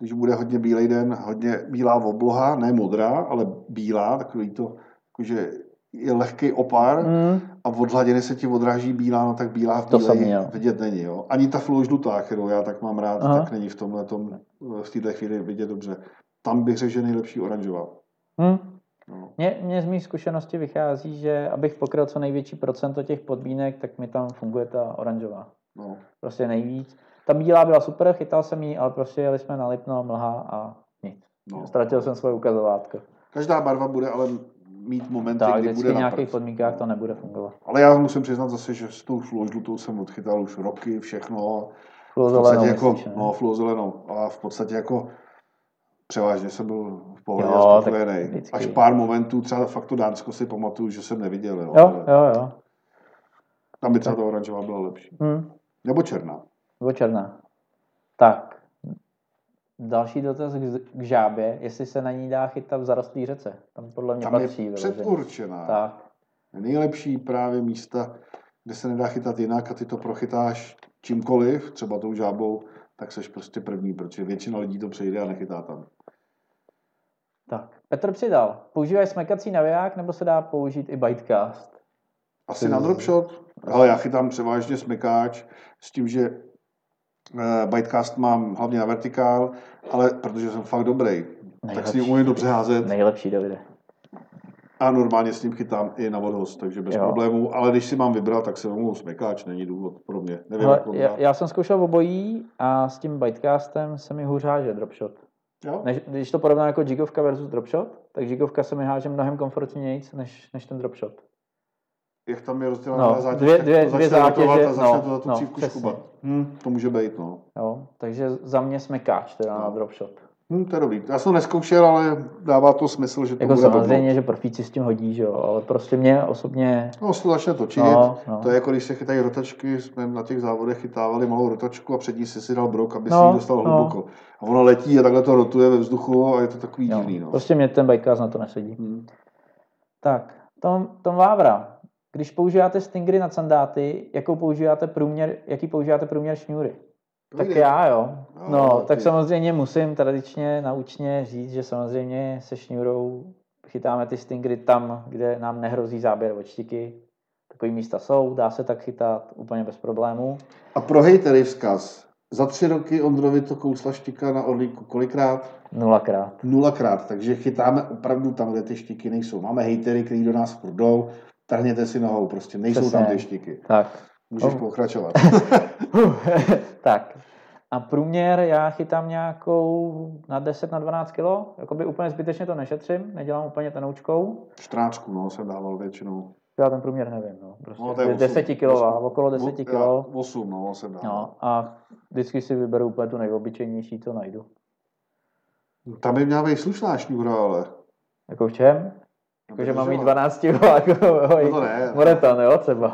když bude hodně bílej den, hodně bílá obloha, ne modrá, ale bílá, takový to, jakože je lehký opár mm. a od hladiny se ti odráží bílá, no tak bílá v bílej vidět není. Jo? Ani ta fluo žlutá, kterou já tak mám rád, Aha. tak není v tomhle tom, v této chvíli vidět dobře. Tam bych řekl, že nejlepší oranžová. Mm. No. Mně, mně z mých zkušenosti vychází, že abych pokryl co největší procento těch podmínek, tak mi tam funguje ta oranžová. No. Prostě nejvíc. Ta bílá byla super, chytal jsem ji, ale prostě jeli jsme na Lipno, mlha a nic. No. Ztratil jsem svoje ukazovátko. Každá barva bude ale mít momenty, tak, kdy bude v nějakých podmínkách to nebude fungovat. Ale já musím přiznat zase, že s tou fluožlutou jsem odchytal už roky, všechno. Fluozelenou jako, myslíš, no, fluozelenou. A v podstatě jako převážně jsem byl v pohodě a spokojený. Až pár momentů, třeba fakt to Dánsko si pamatuju, že jsem neviděl. Jo, jo, jo. jo. Tam by třeba ta oranžová byla lepší. Hmm. Nebo černá. Nebo černá. Tak. Další dotaz k žábě, jestli se na ní dá chytat v zarostlý řece. Tam podle mě Tam patří. Je předurčená. Tak. Nejlepší právě místa, kde se nedá chytat jinak a ty to prochytáš čímkoliv, třeba tou žábou, tak seš prostě první, protože většina lidí to přejde a nechytá tam. Tak. Petr přidal. Používají smekací naviják nebo se dá použít i bitecast? Asi na dropshot, ale já chytám převážně smekáč s tím, že bitecast mám hlavně na vertikál, ale protože jsem fakt dobrý, nejlepší, tak s ním umím dobře házet. Nejlepší, Davide. A normálně s ním chytám i na odhoz, takže bez jo. problémů, ale když si mám vybrat, tak se vezmu smekáč, není důvod pro mě. Nevím, ale já, já jsem zkoušel obojí a s tím bitecastem se mi hůř háže dropshot. Jo? Než, když to porovnám jako jigovka versus dropshot, tak jigovka se mi háže mnohem komfortnějc než, než ten dropshot. Jak tam je rozdělená no, zátěž, dvě, dvě, to dvě zátěže, a začne no, to za tu no, cívku škubat. Hmm, to může být, no. Jo, takže za mě smekáč teda no. na dropshot. Hmm, to je dobrý. Já jsem neskoušel, ale dává to smysl, že to jako bude samozřejmě, dobrý. Že profíci s tím hodí, že jo, ale prostě mě osobně... No, se to začne točit. No, no. To je jako když se chytají rotačky, jsme na těch závodech chytávali malou rotačku a před ní si si dal brok, aby no, si ji dostal no. hluboko. A ono letí a takhle to rotuje ve vzduchu a je to takový no, divný. No. Prostě mě ten bitecast na to nesedí. Hmm. Tak, Tom, Tom Vávra. Když používáte stingry na sandáty, jakou používáte průměr, jaký používáte průměr šňůry? Tak já jo. No, no tak samozřejmě musím tradičně naučně říct, že samozřejmě se šňůrou chytáme ty stingry tam, kde nám nehrozí záběr od štiky. Takový místa jsou, dá se tak chytat úplně bez problémů. A pro hejtery vzkaz. Za tři roky Ondrovi to kousla štika na orlíku kolikrát? Nulakrát. Nulakrát, takže chytáme opravdu tam, kde ty štiky nejsou. Máme hejtery, kteří do nás furt jdou, trhněte si nohou, prostě nejsou Přesně. tam ty štiky. Tak. Můžeš oh. pokračovat. Tak. A průměr já chytám nějakou na deset na dvanáct kilo, jakoby úplně zbytečně to nešetřím, nedělám úplně tenoučkou. čtrnáctku, no, jsem dával většinou. Já ten průměr nevím, no. Prostě no, deset kilová, okolo deset kilo. osm, no, jsem dával. No, a vždycky si vyberu úplně tu nejobyčejnější, co najdu. Tam by měla být slušná šňůra, ale. Jako v čem? Jako, že mám mít dvanáct kilo, jako no to ne. Moretan, jo, třeba.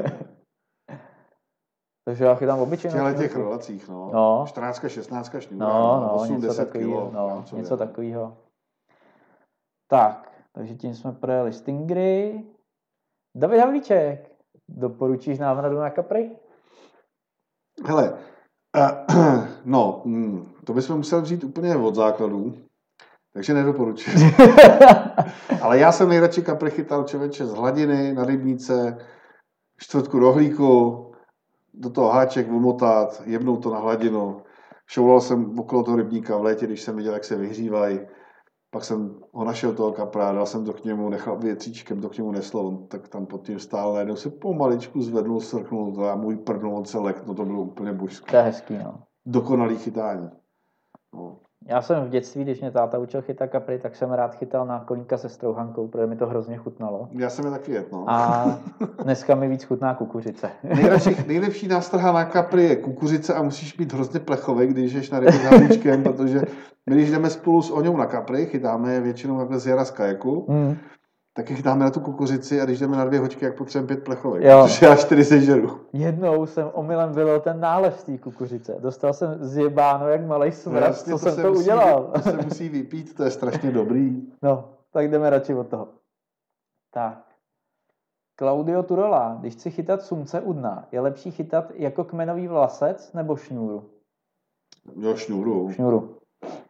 Takže já chytám obyčejnou šňůru. V těch relacích, no. no. čtrnáct, šestnáct šňůra, no, no, osm deset kilo. No, něco takového. Tak, takže tím jsme projeli stingry. David Havlíček, doporučíš návratu na kapry? Hele, uh, no, mm, to bychom museli vzít úplně od základů, takže nedoporučuji. Ale já jsem nejradši kapry chytal člověče z hladiny na rybníce, čtvrtku rohlíku, do toho háček omotat, jebnout to na hladinu. Šoulal jsem okolo toho rybníka v létě, když jsem viděl, jak se vyhřívají. Pak jsem ho našel toho kapra, dal jsem to k němu, nechal větříčkem, to k němu neslo, on tak tam pod tím stál, najednou se pomaličku zvednul, srknul to a můj prdnul, on se lekl, no to bylo úplně božské. To je hezký, no. Dokonalý chytání. No. Já jsem v dětství, když mě táta učil chytat kapry, tak jsem rád chytal na kolínka se strouhankou, protože mi to hrozně chutnalo. Já jsem je taky jet, no. A dneska mi víc chutná kukuřice. Nejradši, nejlepší nástraha na kapry je kukuřice a musíš být hrozně plechový, když ješ na ryby s Havlíčkem, protože my, když jdeme spolu s Oňou na kapry, chytáme je většinou takhle z jara z kajaku, mm. tak je chytáme na tu kukuřici a když jdeme na dvě hoďky, jak potřebujeme pět plechovek, protože já čtyři sežeru. Jednou jsem omylem vylil ten nálev z té kukuřice. Dostal jsem zjebáno jak malej smrad, co to jsem to musí, udělal. To se musí vypít, to je strašně dobrý. No, tak jdeme radši od toho. Tak. Claudio Turola, když chci chytat sumce u dna, je lepší chytat jako kmenový vlasec nebo šňůru? Jo, šňůru. Šňůru.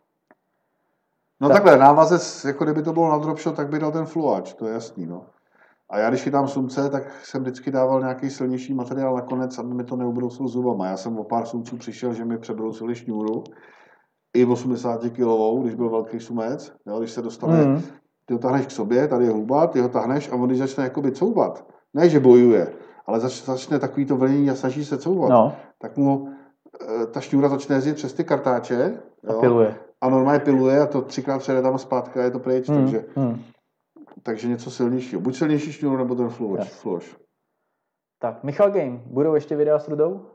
No tak. Takhle, návazec, jako kdyby to bylo na dropshot, tak by dal ten fluač, to je jasný, no. A já když chytám sumce, tak jsem vždycky dával nějaký silnější materiál nakonec, aby mi to neubrousilo zubama. Já jsem o pár sumců přišel, že mi přebrousili šňůru, i osmdesátkilovou, když byl velký sumec, jo, když se dostane, mm. ty ho tahneš k sobě, tady je huba, ty ho tahneš a on když začne jakoby couvat, ne, že bojuje, ale zač, začne takový to vlnění a snaží se couvat, no. Tak mu e, ta šňůra začne jezdit přes ty kartáče, jo, a piluje. A normálně piluje a to třikrát přejde tam zpátky a je to pryč, mm. takže, mm. takže něco silnějšího. Buď silnější šňůru, nebo ten fluoš. Tak, Michal Game, budou ještě videa s Rudou?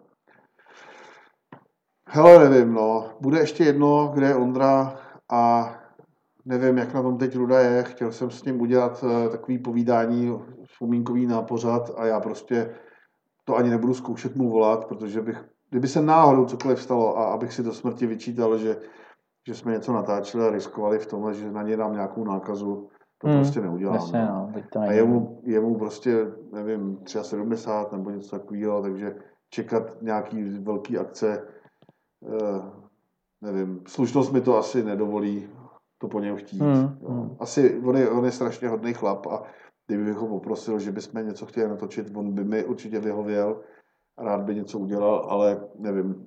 Hele, nevím, no. Bude ještě jedno, kde je Ondra a nevím, jak na tom teď Ruda je. Chtěl jsem s ním udělat uh, takový povídání, vzpomínkový na pořad a já prostě to ani nebudu zkoušet mu volat, protože bych, kdyby se náhodou cokoliv stalo a abych si do smrti vyčítal, že, že jsme něco natáčeli a riskovali v tomhle, že na něj dám nějakou nákazu, to hmm, prostě neudělám. Jasně, no. No, to a jemu, jemu prostě, nevím, sedmdesát tři nebo něco takového, takže čekat nějaký velký akce, Uh, nevím, slušnost mi to asi nedovolí to po něm chtít. Hmm, hmm. Asi on je, on je strašně hodný chlap a kdybych ho poprosil, že bychom něco chtěli natočit, on by mi určitě vyhověl a rád by něco udělal, ale nevím.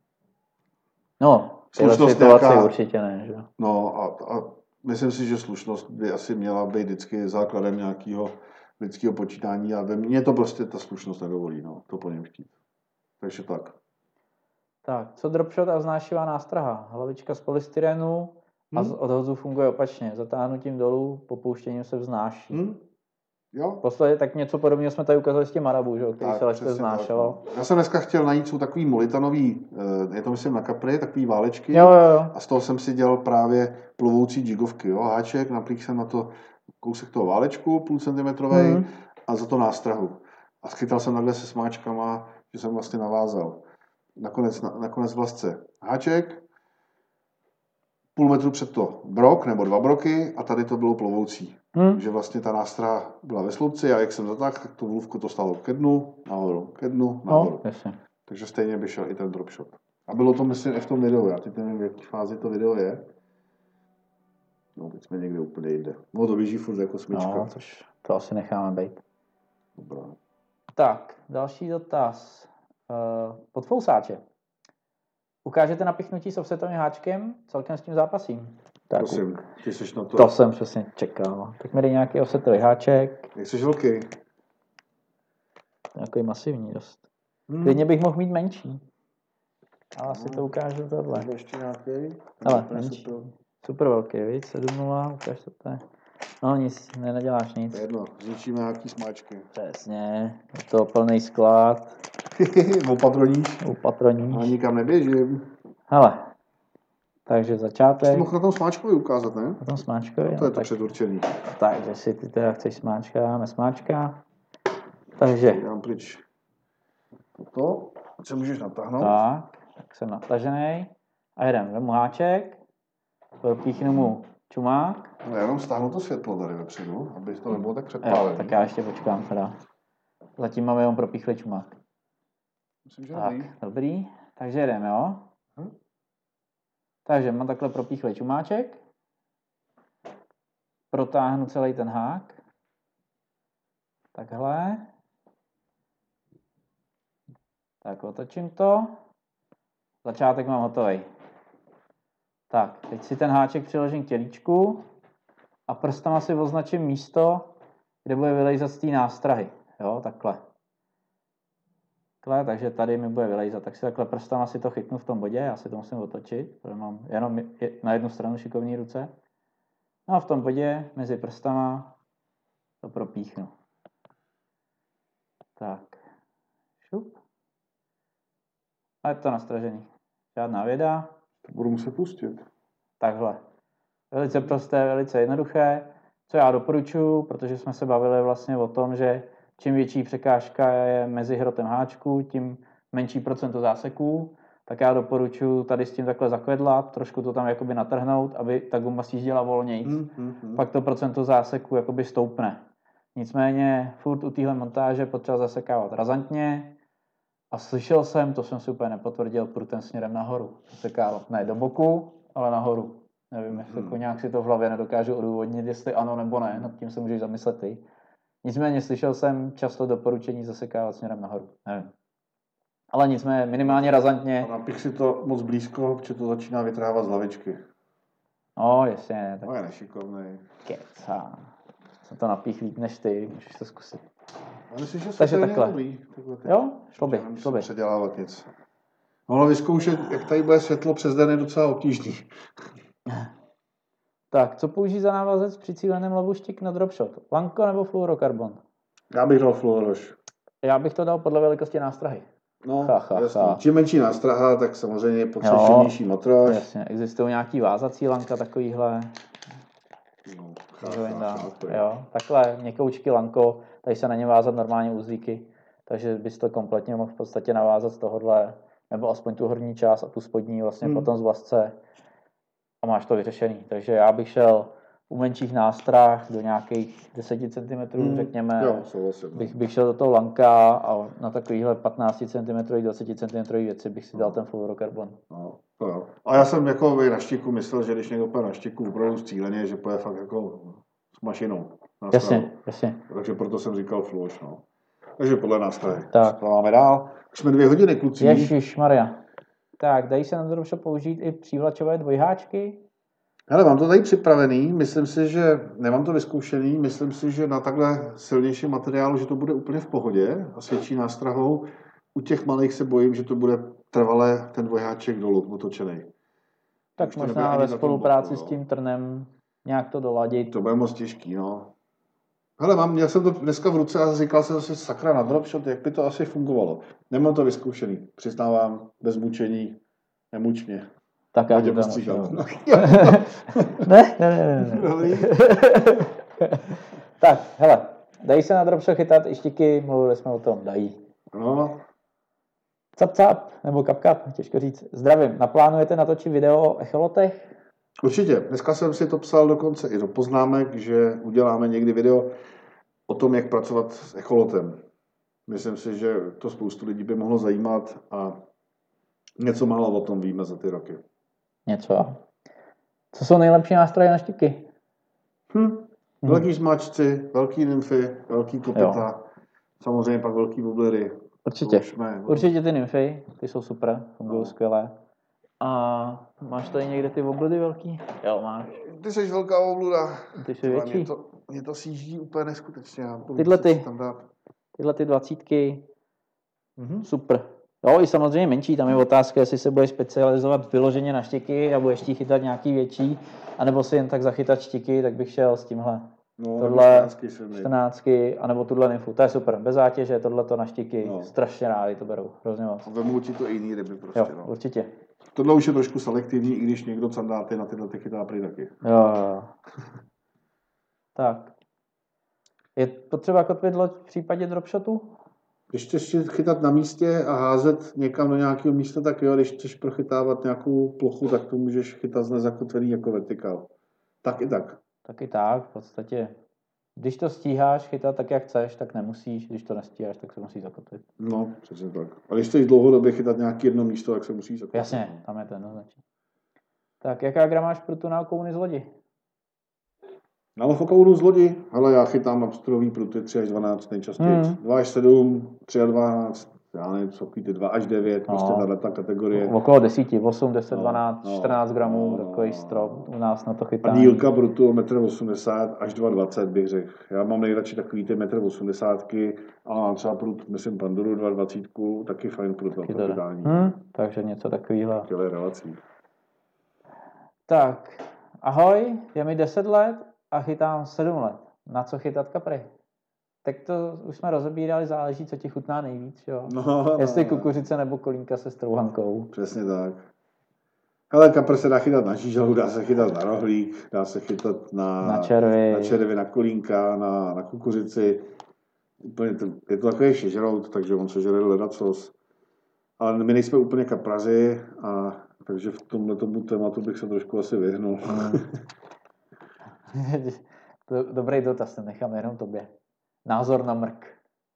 No, slušnost nějaká, určitě ne, že? No a, a myslím si, že slušnost by asi měla být vždycky základem nějakého lidského počítání a ve mně to prostě ta slušnost nedovolí, no, to po něm chtít. Takže tak. Tak, co dropshot a vznášivá nástraha? Hlavička z polystyrenu a hmm. z odhozu funguje opačně. Zatáhnutím dolů, popouštěním se vznáší. Hmm. Jo. V podstatě tak něco podobného jsme tady ukázali s tím Arabu, že? Který tak, se lehce vznášelo. Tak. Já jsem dneska chtěl najít, jsou takový molitanový, je to myslím na kapry, takový válečky. Jo, jo, jo. A z toho jsem si dělal právě plovoucí jigovky. Jo? Háček, naplík jsem na to kousek toho válečku, půl centimetrovej hmm. a za to nástrahu. A schytal jsem takhle se smáčkama, že jsem vlastně navázal. Nakonec, na, nakonec vlastce háček, půl metru před to brok nebo dva broky a tady to bylo plovoucí. Hmm. Takže vlastně ta nástraha byla ve sloupci a jak jsem zatáhl, tak tu vlůvku to stalo ke dnu, nahoru, ke dnu, nahoru. No, takže stejně by šel i ten dropshot. A bylo to myslím i v tom videu, já teď nevím, v jaké fázi to video je. No, teď jsme někde úplně jinde. No to běží furt jako smyčka. No, tož to asi necháme být. Dobrá. Tak, další dotaz. Uh, podfousáče. Ukážete napichnutí s offsetovým háčkem, celkem s tím zápasím. Tak, prosím, ty jsi na to. To jsem přesně čekal. Tak mi dej nějaký offsetový háček. Jak jsi velký? Takový masivní dost. Hmm. Klidně bych mohl mít menší. Ale asi to ukážu tohle. Ještě nějaký? Ale menší. Super, super velký, víc, sedm nula, ukáž to tady. No nic, ne, neděláš nic. Jedno, zničíme nějaký smáčky. Přesně, je to plný sklad. Opatroníš? Opatroníš. Ale nikam neběžím. Hele, takže začátek. Jsi mohl na tom smáčkovi ukázat, ne? Na tom smáčkovi, no, to je to tak, předurčený. Takže si ty teda chceš smáčka, dáme smáčka. Takže. Dám pryč toto, co můžeš natáhnout. Tak, tak jsem natažený. A jedem, vemu háček, propíchnu mu čumák. No, já jenom stáhnu to světlo tady vepředu, aby to nebylo tak předpálené. Tak já ještě počkám teda. Zatím máme jenom propíchlý čumák. Myslím, že tak, dobrý. dobrý. Takže jedeme, jo? Hm? Takže mám takhle propíchlý čumáček. Protáhnu celý ten hák. Takhle. Tak otočím to. Začátek mám hotový. Tak, teď si ten háček přiložím k tělíčku a prstama si označím místo, kde bude vylejzat z té nástrahy. Jo, takhle. Takhle, takže tady mi bude vylejzat. Tak si takhle prstama si to chytnu v tom bodě, já si to musím otočit, protože mám jenom na jednu stranu šikovní ruce. No a v tom bodě mezi prstama to propíchnu. Tak. Šup. A je to nastražený. Žádná věda. Budu muset pustit. Takhle. Velice prosté, velice jednoduché. Co já doporučuji, protože jsme se bavili vlastně o tom, že čím větší překážka je mezi hrotem háčku, tím menší procento záseků, tak já doporučuji tady s tím takhle zakvedlat, trošku to tam jakoby natrhnout, aby ta guma sjížděla volnějc. Mm, mm, mm. Pak to procento záseků jakoby stoupne. Nicméně furt u téhle montáže potřeba zasekávat razantně a slyšel jsem, to jsem si úplně nepotvrdil, furt ten směrem nahoru zasekávat. Ne do boku, ale nahoru. Nevím, jestli Hmm. jako nějak si to v hlavě nedokážu odůvodnit, jestli ano nebo ne, nad tím se můžeš zamyslet ty. Nicméně slyšel jsem často doporučení zasekávat směrem nahoru. Nevím. Ale nicméně minimálně razantně. A napich si to moc blízko, protože to začíná vytrhávat z hlavičky. No, jasně, tak No je nešikovnej. keca. Jsem to napích líp než ty, můžeš to zkusit. A myslím, že Takže se takhle. dobrý. Takhle teď. Jo, šlo by, Nemusím šlo by. předělávat nic. Mohlo vyzkoušet, jak tady bude světlo přes den, je docela obtížný. Tak, co použít za návazec při cíleném lovu štik na dropshot? Lanko nebo fluorokarbon? Já bych dal fluoroš. Já bych to dal podle velikosti nástrahy. No, Ha, ha, jasný. ha. Čím menší nástraha, tak samozřejmě potřebnější motrož. Jasně, existují nějaký vázací lanka takovýhle. No, Joinda, jo, takhle měkoučky lanko, tady se na ně vázat normálně uzlíky, takže bys to kompletně mohl v podstatě navázat z tohohle, nebo aspoň tu horní část a tu spodní vlastně Hmm. potom z vlasce a máš to vyřešený. Takže já bych šel u menších nástrah do nějakých deset centimetrů, Hmm. řekněme, Jo, souhlasím. bych, bych šel do toho lanka a na takovýhle patnáct centimetrů, dvacet centimetrů věci bych si dal ten fluorokarbon. No, to jo. A já jsem jako na štiku myslel, že když někdo půjde na štiku opravdu cíleně, že půjde fakt jako s mašinou. Jasně, jasně. Takže proto jsem říkal fluoš, no. Takže podle nástrahy. Tak. To máme dál. Už jsme dvě hodiny, kluci. Ježišmarja. Tak, dají se na dropshot použít i přívlačové dvojháčky? Hele, mám to tady připravený, myslím si, že nemám to vyzkoušený, myslím si, že na takhle silnějším materiálu, že to bude úplně v pohodě a s větší nástrahou. U těch malých se bojím, že to bude trvalé ten dvojháček dolů otočený. Tak Už to nebude možná ani ve na tom spolupráci boku, s no. tím trnem nějak to doladit. To bude moc těžký, no. Hele, mám, měl jsem to dneska v ruce a říkal jsem si, sakra, na dropshot, jak by to asi fungovalo. Nemám to vyzkoušený, přiznávám, bez mučení, nemuč mě. Tak já Já tě to tam postříhám. možná- No, Ne, ne, ne, ne, ne. Dobrý. Tak, hele, dají se na dropshot chytat i štiky, mluvili jsme o tom, dají. No, Cap cap, nebo kap kap, těžko říct. Zdravím, naplánujete natočit video o echolotech? určitě. Dneska jsem si to psal dokonce i do poznámek, že uděláme někdy video o tom, jak pracovat s echolotem. Myslím si, že to spoustu lidí by mohlo zajímat a něco málo o tom víme za ty roky. Něco. Co jsou nejlepší nástroje na štiky? Hm. Velký zmáčci, velký nymfy, velký kopyta, samozřejmě pak velký wobblery. Určitě. To už jsme- Určitě ty nymfy, ty jsou super, fungují No. skvěle. A máš tady někde ty wobbly velký? Jo, máš. Ty jsi velká obluda. Ty jsou větší. Mě to, mě to síží úplně neskutečně. Já budu Tyhle muset ty. si tam dát. Tyhle ty dvacítky, Mhm. super. Jo, i samozřejmě menší, tam je otázka, jestli se budeš specializovat vyloženě na štiky a budeš ti chytat nějaký větší, anebo si jen tak zachytat štiky, tak bych šel s tímhle. No, Tohle čtrnáctky jsem nejde. čtrnáctky, anebo tuhle nymfu, to je super, bez zátěže, tohle to na štiky, No. strašně rádi to berou, hrozně moc. Vemu ti to i jiný ryby prostě. Jo, No. určitě. Tohle už je trošku selektivní, i když někdo candáty na tyhle ty chytá prý taky. Jo, jo, jo. Tak. Je potřeba kotvit loď v případě dropshotu? Když chceš chytat na místě a házet někam do nějakého místa, tak jo, když chceš prochytávat nějakou plochu, tak to můžeš chytat z nezakotvený jako vertikál. Tak i tak. Taky tak, v podstatě. Když to stíháš chytat tak, jak chceš, tak nemusíš. Když to nestíháš, tak se musíš zakotvit. No, přesně tak. A když chceš dlouhodobě chytat nějaké jedno místo, tak se musíš zakotvit. Jasně, tam je to jednoznačně. Tak, jaká gramáž prutu na okouny z lodi? Na lofokounu z lodi, hele, já chytám absturový pruty tři až dvanáct nejčastěji. Hmm. dva až sedm, tři až dvanáct, já nevím, co ty dva až devět, No. prostě tahle ta kategorie. Okolo deset, osm, deset, No, dvanáct, no, čtrnáct gramů, no, takový no, strop no. u nás na to A chytání. dílka prutu metr osmdesát až dva dvacet bych řekl. Já mám nejradši takový ty metr osmdesátky, ale mám třeba prut, myslím, Pandoru dva dvacet, taky fajn prut na Taky to to jde. chytání. Hm, takže něco takového. Těle relací. Tak, ahoj, je mi deset let a chytám sedm let. Na co chytat kapry? Tak to už jsme rozebírali, záleží, co ti chutná nejvíc, jo? No, Jestli no, kukuřice nebo kolínka se strouhankou. přesně tak. Hele, kapr se dá chytat na žížalu, dá se chytat na rohlík, dá se chytat na, Na červy. na, červy, na kolínka, na, na kukuřici. Úplně to, je to takový šežrout, takže on sežere ledacos. Ale my nejsme úplně kapraři, a takže v tomhle tomu tématu bych se trošku asi vyhnul. Hmm. Dobrý dotaz, ten nechám jenom tobě. Názor na mrk.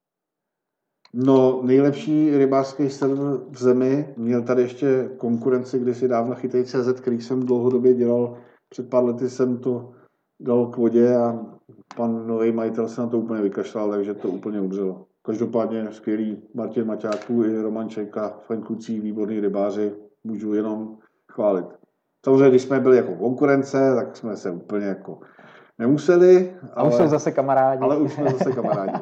No, nejlepší rybářský server v zemi, měl tady ještě konkurenci kdysi dávno Chytej tečka cé zet, který jsem dlouhodobě dělal před pár lety jsem to dal k vodě a pan nový majitel se na to úplně vykašlal, takže to úplně umřelo. Každopádně skvělý Martin Maťáků i Roman Čejka, fajn kluci, výborní rybáři, můžu jenom chválit. Samozřejmě, když jsme byli jako konkurence, tak jsme se úplně jako nemuseli. A ale, už jsou zase kamarádi. Ale už jsme zase kamarádi.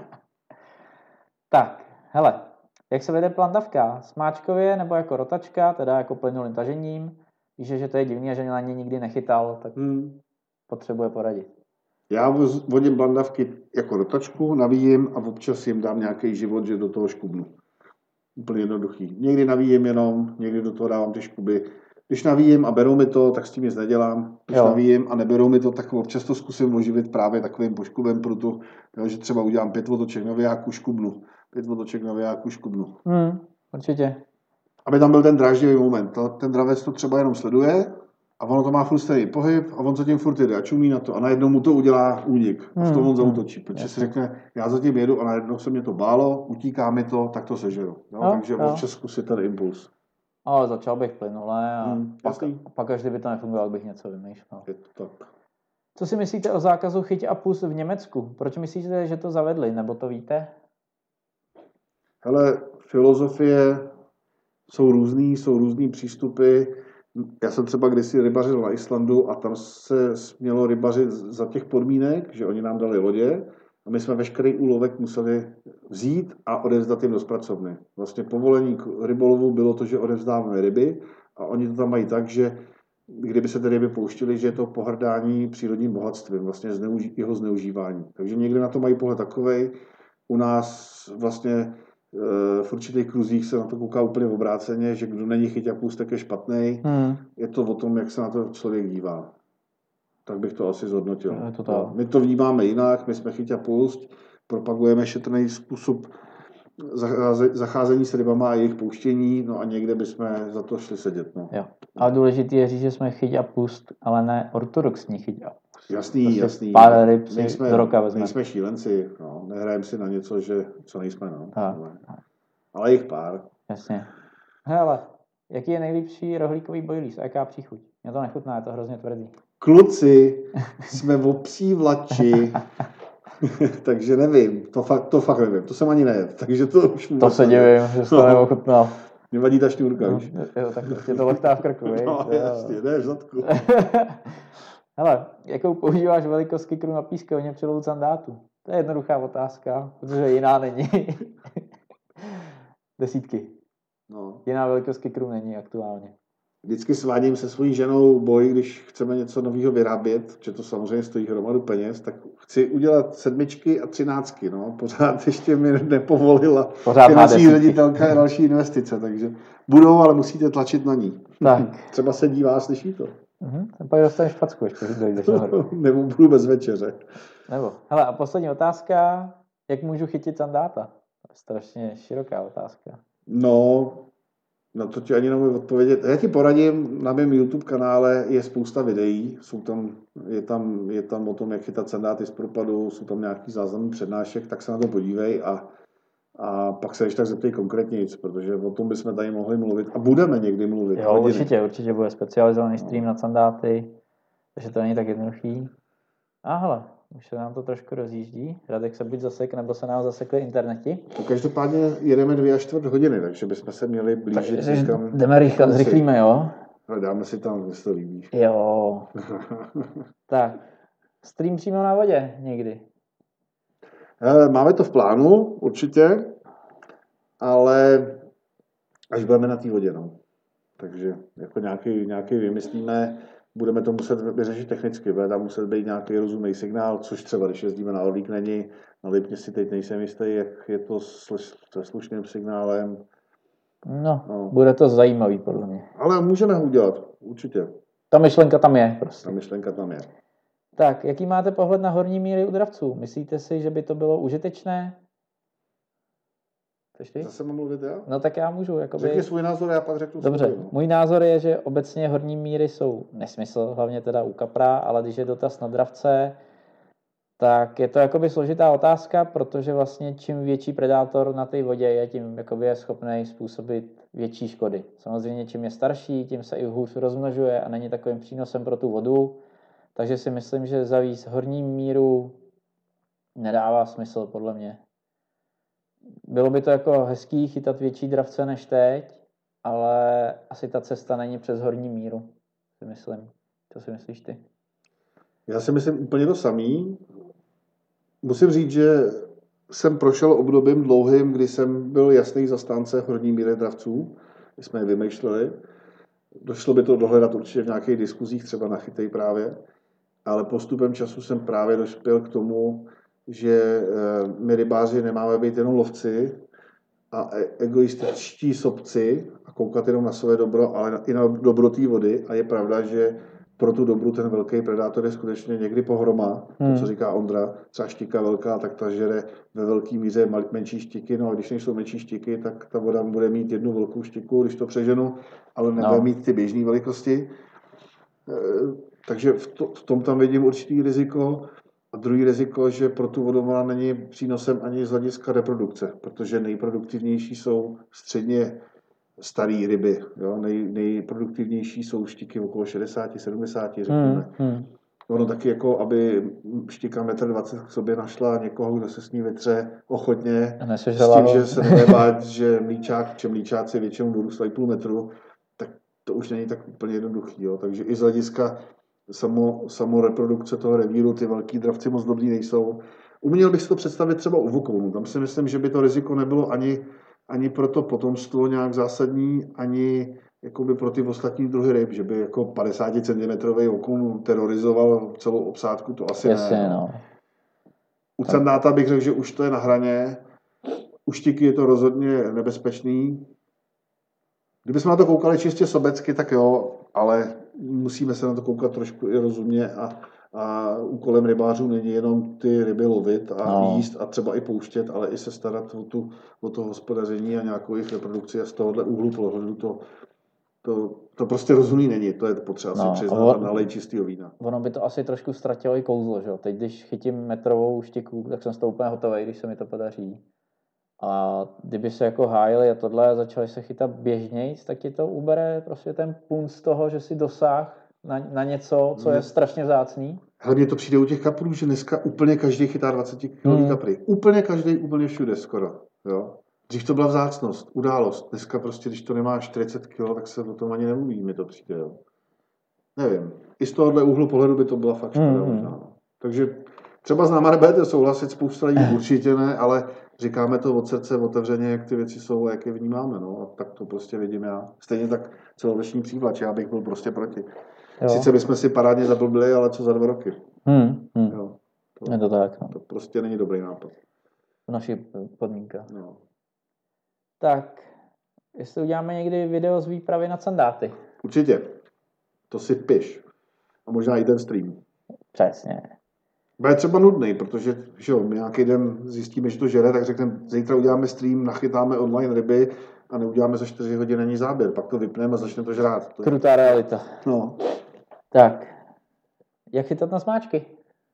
Tak, hele, jak se vede plantavka? Smáčkově nebo jako rotačka, teda jako plynulým tažením? Víš, že to je divný a že na ně nikdy nechytal, tak hmm. potřebuje poradit. Já vodím blandavky jako rotačku, navíjím a občas jim dám nějaký život, že do toho škubnu. Úplně jednoduchý. Někdy navíjím jenom, někdy do toho dávám ty škuby. Když navíjím a berou mi to, tak s tím nic nedělám. Když jo. navíjím a neberou mi to, tak občas to zkusím oživit právě takovým poškubem prutu, že třeba udělám pět otoček navijáku, škubnu. Pět otoček navijáku, škubnu. Hmm, určitě. Aby tam byl ten dráždivý moment. Ten dravec to třeba jenom sleduje a ono to má furt stejný pohyb a on zatím furt jde a čumí na to a najednou mu to udělá únik. A v tom on zautočí, protože hmm. si řekne, já zatím jedu a najednou se mě to bálo, utíká mi to, tak to sežeru. No, no, takže no. občas zkusit ten impuls. Ale začal bych plynule a hmm, pak, pak až kdyby to nefungovalo, bych něco vymýšlel. Je to tak. Co si myslíte o zákazu chyť a pust v Německu? Proč myslíte, že to zavedli, nebo to víte? Hele, filozofie jsou různý, jsou různý přístupy. Já jsem třeba kdysi rybařil na Islandu a tam se smělo rybařit za těch podmínek, že oni nám dali lodě a my jsme veškerý úlovek museli vzít a odevzdat jim do zpracovny. Vlastně povolení k rybolovu bylo to, že odevzdáváme ryby a oni to tam mají tak, že kdyby se ty ryby pouštily, že je to pohrdání přírodním bohatstvím, vlastně zneuži- jeho zneužívání. Takže někdy na to mají pohled takovej. U nás vlastně v určitých kruzích se na to kouká úplně obráceně, že kdo není chyť a pust, tak je špatnej. Hmm. Je to o tom, jak se na to člověk dívá. Tak bych to asi zhodnotil. To to. My to vnímáme jinak, my jsme chyť a pust, propagujeme šetrný způsob zacházení s rybama a jejich pouštění, no a někde bychom za to šli sedět. No. Jo. Ale důležité je říct, že jsme chyť a pust, ale ne ortodoxní chyť a pust. Jasný, prostě jasný. Pár ryb si nejsme, do roka vezme. Nejsme šílenci, no. Nehrajeme si na něco, že, co nejsme. No. Ale, ale jich pár. Jasně. Hele, jaký je nejlepší rohlíkový boilies a jaká příchuť? Mně to nechutná, je to hrozně tvrdý. Kluci, jsme obří vlači. Takže nevím, to fakt, to fakt nevím, to jsem ani nejet, takže to už... To se divím, že jsi to neochutnal. Mě vadí ta šňůrka no, už. Jo, tak tě to lechtá v krku, víš? No jasně, ne v zadku. Hele, jakou používáš velikost kykru na pískovně při lovu sandátu? To je jednoduchá otázka, protože jiná není. Desítky. No. Jiná velikost kykru není aktuálně. Vždycky svádím se svojí ženou boj, když chceme něco nového vyrábět, že to samozřejmě stojí hromadu peněz, tak chci udělat sedmičky a třináctky, no. Pořád ještě mi nepovolila finanční ředitelka a další investice, takže budou, ale musíte tlačit na ní. Tak. Třeba se dívá, slyší to. Mhm, tak pak dostaneš facku, ještě dojdeš nahoru. Nebo budu bez večeře. Nebo. Hele, a poslední otázka, jak můžu chytit sandáta? To je strašně široká otázka. No, no to ti ani nemůžu odpovědět. Já ti poradím, na mém YouTube kanále je spousta videí, jsou tam, je, tam, je tam o tom, jak chytat sandáty z propadu, jsou tam nějaký záznamy přednášek, tak se na to podívej a, a pak se ještě tak zeptej konkrétně nic, protože o tom bychom tady mohli mluvit a budeme někdy mluvit. Jo, hodiny. určitě, určitě bude specializovaný stream no. na sandáty, takže to není tak jednoduchý. A hele, už se nám to trošku rozjíždí. Radek se buď zasek, nebo se nám zasekli interneti. No, každopádně jedeme dvě až čtvrt hodiny, takže bychom se měli blížit. Takže někam... jdeme rychle, zrychlíme, jo? No, dáme si tam, jestli to líbí. Jo. Tak, stream přímo na vodě někdy. Máme to v plánu, určitě, ale až budeme na té vodě, no. Takže jako nějaký, nějaký vymyslíme, budeme to muset vyřešit technicky, bude tam muset být nějaký rozumný signál, což třeba, když jezdíme na Orlík, není. Na Lipně si teď nejsem jistý, jak je to se slušným signálem. No, no, bude to zajímavý podle mě. Ale můžeme ho udělat, určitě. Ta myšlenka tam je prostě. Ta myšlenka tam je. Tak, jaký máte pohled na horní míry u dravců? Myslíte si, že by to bylo užitečné? Chceš ty? Zase mám mluvit já? No tak já můžu. Jakoby... Řekni svůj názor, já pak řeknu Dobře, svůj. No. Můj názor je, že obecně horní míry jsou nesmysl, hlavně teda u kapra, ale když je dotaz na dravce, tak je to jakoby složitá otázka, protože vlastně čím větší predátor na té vodě je, tím jakoby je schopný způsobit větší škody. Samozřejmě čím je starší, tím se i hůř rozmnožuje a není takovým přínosem pro tu vodu. Takže si myslím, že zavíc horní míru nedává smysl, podle mě. Bylo by to jako hezký chytat větší dravce než teď, ale asi ta cesta není přes horní míru, si myslím. Co si myslíš ty? Já si myslím úplně to samý. Musím říct, že jsem prošel obdobím dlouhým, kdy jsem byl jasný zastánce horní míry dravců, kdy jsme je vymýšleli. Došlo by to dohledat určitě v nějakých diskuzích, třeba na Chytej právě, ale postupem času jsem právě dospěl k tomu, že my rybáři nemáme být jenom lovci a egoističtí sobci a koukat jenom na své dobro, ale i na dobro té vody. A je pravda, že pro tu dobru ten velký predátor je skutečně někdy pohroma, hmm. to, co říká Ondra, třeba štika velká, tak ta žere ve velké míře menší štiky, no a když nejsou menší štiky, tak ta voda bude mít jednu velkou štiku, když to přeženu, ale nebude no. mít ty běžné velikosti. Takže v, to, v tom tam vidím určitý riziko. A druhý riziko, že pro tu vodu ona není přínosem ani z hlediska reprodukce, protože nejproduktivnější jsou středně staré ryby. Jo? Nej, nejproduktivnější jsou štiky okolo šedesát sedmdesát, řekněme. Hmm, hmm. Ono taky jako, aby štika metr dvacet k sobě našla někoho, kdo se s ní vytře ochotně, s tím, že se nebude bát, že mlíčák, či mlíčáci většinou dorůstají půl metru, tak to už není tak úplně jednoduchý. Jo? Takže i z hlediska Samo, samo reprodukce toho revíru, ty velký dravci moc dobrý nejsou. Uměl bych si to představit třeba u vokounů. Tam si myslím, že by to riziko nebylo ani, ani pro to potomstvo nějak zásadní, ani jakoby pro ty ostatní druhy ryb, že by jako padesát centimetrů vokoun terorizoval celou obsádku, to asi Jasně, ne. No. U candáta bych řekl, že už to je na hraně. U štiky je to rozhodně nebezpečný. Kdybychom na to koukali čistě sobecky, tak jo, ale musíme se na to koukat trošku i rozumně a, a úkolem rybářů není jenom ty ryby lovit a no. jíst a třeba i pouštět, ale i se starat o, tu, o to hospodaření a nějakou jejich reprodukci a z tohohle úhlu pohledu to, to, to prostě rozumný není. To je potřeba no, si přiznat a nalej čistýho vína. Ono by to asi trošku ztratilo i kouzlo, že jo? Teď, když chytím metrovou štiku, tak jsem z toho úplně hotový, když se mi to podaří. A kdyby se jako hájili a tohle a začali se chytat běžnějc, tak ti to ubere prostě ten punc z toho, že si dosáh na, na něco, co je strašně vzácný. Hlavně to přijde u těch kaprů, že dneska úplně každý chytá dvacet kilový hmm. kapry. Úplně každý, úplně všude skoro. Jo? Dřív to byla vzácnost, událost. Dneska prostě, když to nemá čtyřicet kilo, tak se o tom ani nemluví, mi to přijde. Jo? Nevím. I z tohohle úhlu pohledu by to byla fakt škoda. Hmm. Takže třeba s náma nebudete souhlasit, spousta lidí určitě ne, ale říkáme to od srdce otevřeně, jak ty věci jsou a jak je vnímáme. No? A tak to prostě vidím já. Stejně tak celoroční přívlač, já bych byl prostě proti. Jo. Sice bychom si parádně zablbili, ale co za dva roky. Hmm, hmm. Jo, to, je to tak. No. To prostě není dobrý nápad. V naší podmínka. No. Tak, jestli uděláme někdy video z výpravy na sandáty. Určitě. To si piš. A možná i ten stream. Přesně. Bude třeba nudný, protože že jo, my nějaký den zjistíme, že to žere, tak řekneme, zítra uděláme stream, nachytáme online ryby a neuděláme za čtyři hodiny ani záběr. Pak to vypneme a začne to žrát. To je... Krutá realita. No. Tak, jak chytat na smáčky?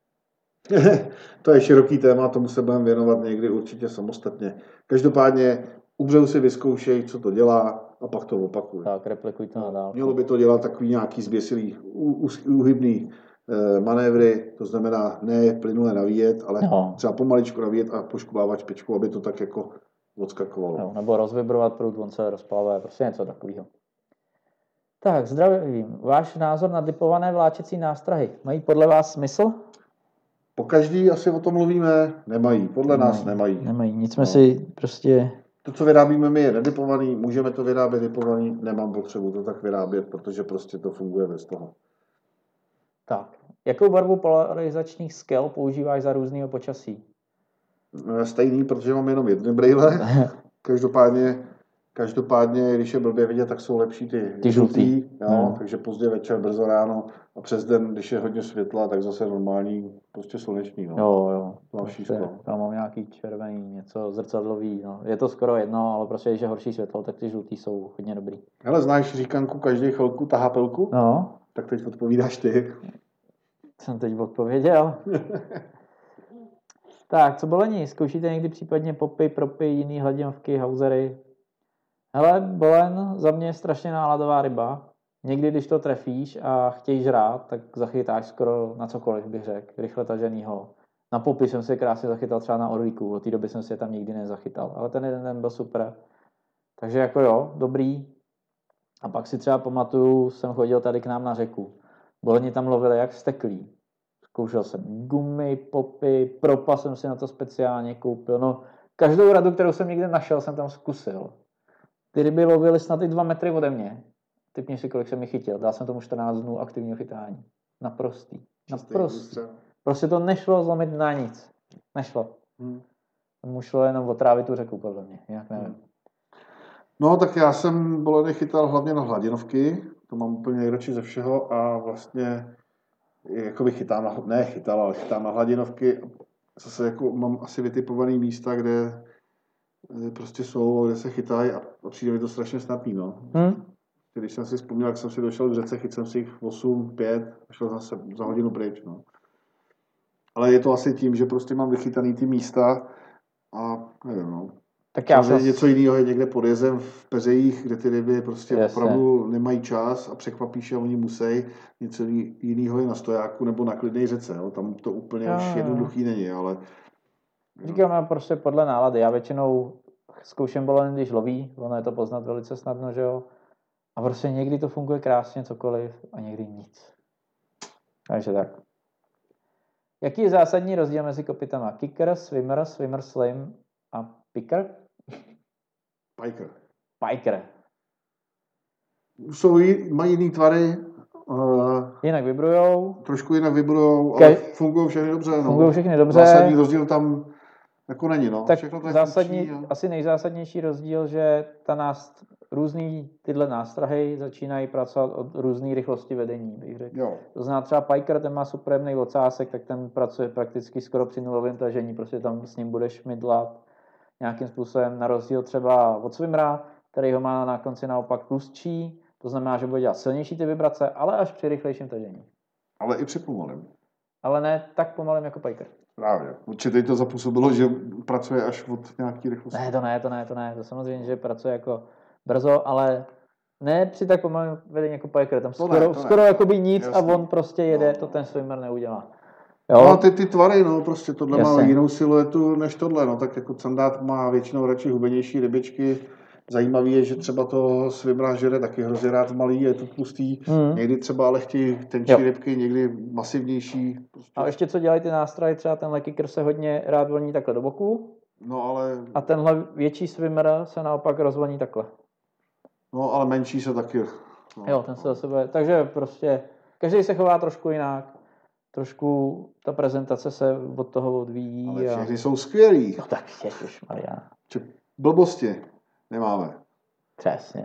To je široký téma, tomu se budeme věnovat někdy určitě samostatně. Každopádně u břehu si vyzkoušej, co to dělá a pak to opakuj. Tak, replikuj to nadál. Mělo by to dělat takový nějaký zběsilý, úhybný manévry, to znamená ne plynule navíjet, ale no. třeba pomaličku navíjet a poškubávat špičku, aby to tak jako odskakovalo. No, nebo rozvibrovat proud, on se rozplavuje, prostě něco takového. Tak, zdravím. Váš názor na dipované vláčecí nástrahy mají podle vás smysl? Po každý asi o tom mluvíme, nemají. Podle nemají, nás nemají. Nemají, nic jsme no. si prostě... To, co vyrábíme my, je nedipovaný, můžeme to vyrábět dipovaný, nemám potřebu to tak vyrábět, protože prostě to funguje bez toho. Tak, jakou barvu polarizačních skel používáš za různýho počasí? Stejný, protože mám jenom jedny brýle. Každopádně, každopádně, když je blbě vidět, tak jsou lepší ty, ty žlutý. Jo, no. Takže pozdě večer, brzo ráno a přes den, když je hodně světla, tak zase normální, prostě slunečný. No. Jo, jo. Další prostě, tam mám nějaký červený, něco zrcadlový. No. Je to skoro jedno, ale prostě, když je horší světlo, tak ty žlutý jsou hodně dobrý. Hele, znáš říkanku každý chvilku tahá pilku? No. Tak teď odpovídáš ty. Jsem teď odpověděl. Tak, co bolení? Zkoušíte někdy případně popy, propy, jiný hladinovky, hausery? Hele, bolen za mě je strašně náladová ryba. někdy, když to trefíš a chtějí žrát, tak zachytáš skoro na cokoliv, bych řekl, rychle taženýho. Na popis jsem si krásně zachytal třeba na orlíku, od té doby jsem si je tam nikdy nezachytal, ale ten jeden den byl super. Takže jako jo, dobrý. A pak si třeba pamatuju, jsem chodil tady k nám na řeku. Boleni tam lovili jak steklí. Zkoušel jsem gumy, popy, propa jsem si na to speciálně koupil. No, každou radu, kterou jsem někde našel, jsem tam zkusil. Ty ryby lovily snad i dva metry ode mě. Typni si, kolik jsem mi chytil. Dal jsem tomu čtrnáct dnů aktivního chytání. Naprostý. Naprostý. Prostě to nešlo zlomit na nic. Nešlo. Hmm. Mu šlo jenom otrávit tu řeku, podle mě. Jinak nevím. Hmm. No, tak já jsem boleny chytal hlavně na hladinovky. To mám úplně nejradši ze všeho a vlastně jakoby chytám na, ne chytal, ale chytám na hladinovky. Zase jako mám asi vytipovaný místa, kde prostě jsou, kde se chytají a přijde mi to strašně snadný, no. Hmm. Když jsem si vzpomněl, jak jsem si došel k řece, chytil jsem si jich osm, pět a šel zase za hodinu pryč, no. Ale je to asi tím, že prostě mám vychytaný ty místa a nevím, no. Tak já jsem... Něco jiného je někde pod jezem v peřejích, kde ty ryby prostě Jasně. opravdu nemají čas a překvapíš a oni musí. Něco jiného je na stojáku nebo na klidné řece. Jo. Tam to úplně no. už jednoduchý není, ale... Říkám prostě podle nálady. Já většinou zkouším boleny, když loví. Ono je to poznat velice snadno, že jo. A prostě někdy to funguje krásně, cokoliv, a někdy nic. Takže tak. Jaký je zásadní rozdíl mezi kopytama? Kicker, swimmer, swimmer slim a picker? Piker. Piker. Jsou, mají jiný tvary. Uh, jinak vibrujou. Trošku jinak vibrujou, ale fungují všechny dobře. Fungují no. všechny dobře. Zásadní rozdíl tam jako není. No. Tak zásadní, a... asi nejzásadnější rozdíl, že ta nást, různý tyhle nástrahy začínají pracovat od různé rychlosti vedení, bych řekl. Jo. To znamená třeba Piker, ten má super jemný ocásek, tak ten pracuje prakticky skoro při nulovém tažení, prostě tam s ním budeš mydlat nějakým způsobem, na rozdíl třeba od swimmera, který ho má na konci naopak tlustší, to znamená, že bude dělat silnější ty vibrace, ale až při rychlejším tažení. Ale i při pomalém. Ale ne tak pomalém jako Piker. Právě. Určitě to zapůsobilo, že pracuje až od nějaký rychlosti. Ne, to ne, to ne, to ne. To samozřejmě, že pracuje jako brzo, ale ne při tak pomalém vedení jako Piker. Tam to skoro, ne, skoro jakoby nic Jasný. A on prostě jede, no. To ten swimmer neudělá. Jo? No a ty, ty tvary, no, prostě tohle Jasně. má jinou siluetu než tohle, no, tak jako sandát má většinou radši hubenější rybičky. Zajímavý je, že třeba to swimmera žere taky hrozně rád malý, je to tlustý, mm. někdy třeba ale chtějí tenčí jo. rybky, někdy masivnější. Prostě. A ještě co dělají ty nástroje, třeba tenhle kicker se hodně rád volní takhle do boku. No ale... A tenhle větší swimmer se naopak rozvolní takhle. No ale menší se taky. No. Jo, ten se zase bude, takže prostě každý se chová trošku jinak. Trošku ta prezentace se od toho odvíjí. Ale všechny a... jsou skvělý. No tak ježišmarja. Blbosti nemáme. Přesně.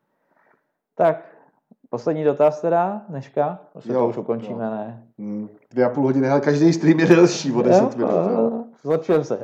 Tak, poslední dotaz teda, dneška. Vlastně to už ukončíme, jo. ne? Hmm, dvě a půl hodiny, ale každý stream je delší o deset minut. Zlepšujeme se.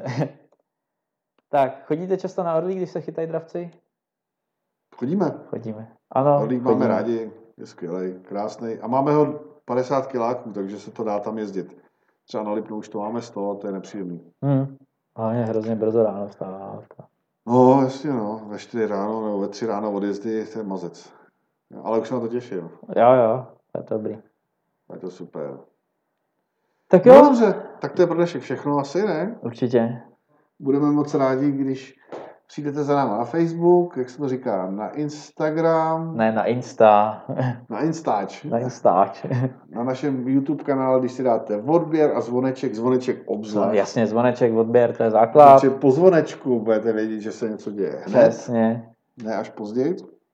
Tak, chodíte často na orlík, když se chytají dravci? Chodíme. Chodíme. Ano, orlík chodíme. Máme rádi, je skvělej, krásnej. A máme ho padesát kiláků, takže se to dá tam jezdit. Třeba na Lipnu už to máme sto, to je nepříjemný. Hmm. Ale je hrozně brzo ráno vstává. No, jasně no, ve čtyři ráno nebo ve tři ráno odjezdy, to je mazec. Ale už se na to těším. Jo, jo, to je dobrý. Je to super. Tak jo. No dobře, tak to je pro dnešek všechno asi, ne? Určitě. Budeme moc rádi, když přijdete za náma na Facebook, jak se to říká, na Instagram. Ne, na Insta. Na Instač. Na Instač. Na našem YouTube kanále, když si dáte odběr a zvoneček, zvoneček obzvlášť. No, jasně, zvoneček, odběr, to je základ. Takže po zvonečku budete vědět, že se něco děje hned. Přesně. Ne až později.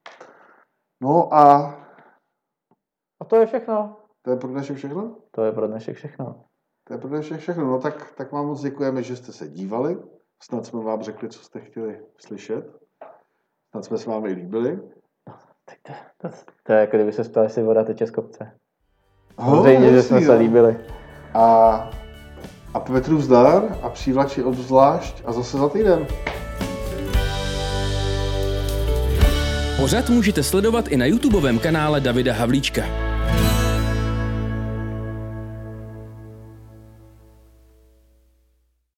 No a... A to je všechno. To je pro dnešek všechno? To je pro dnešek všechno. To je pro dnešek všechno. No tak, tak vám moc děkujeme, že jste se dívali. Snad jsme vám řekli, co jste chtěli slyšet. Snad jsme s vámi líbili. No, tak to, to, to je jako kdyby se ptali, jestli voda teče z kopce. Samozřejmě, že jsme se líbili. A, a Petru zdar a přívlači obzvlášť a zase za týden. Pořad můžete sledovat i na YouTubeovém kanále Davida Havlíčka.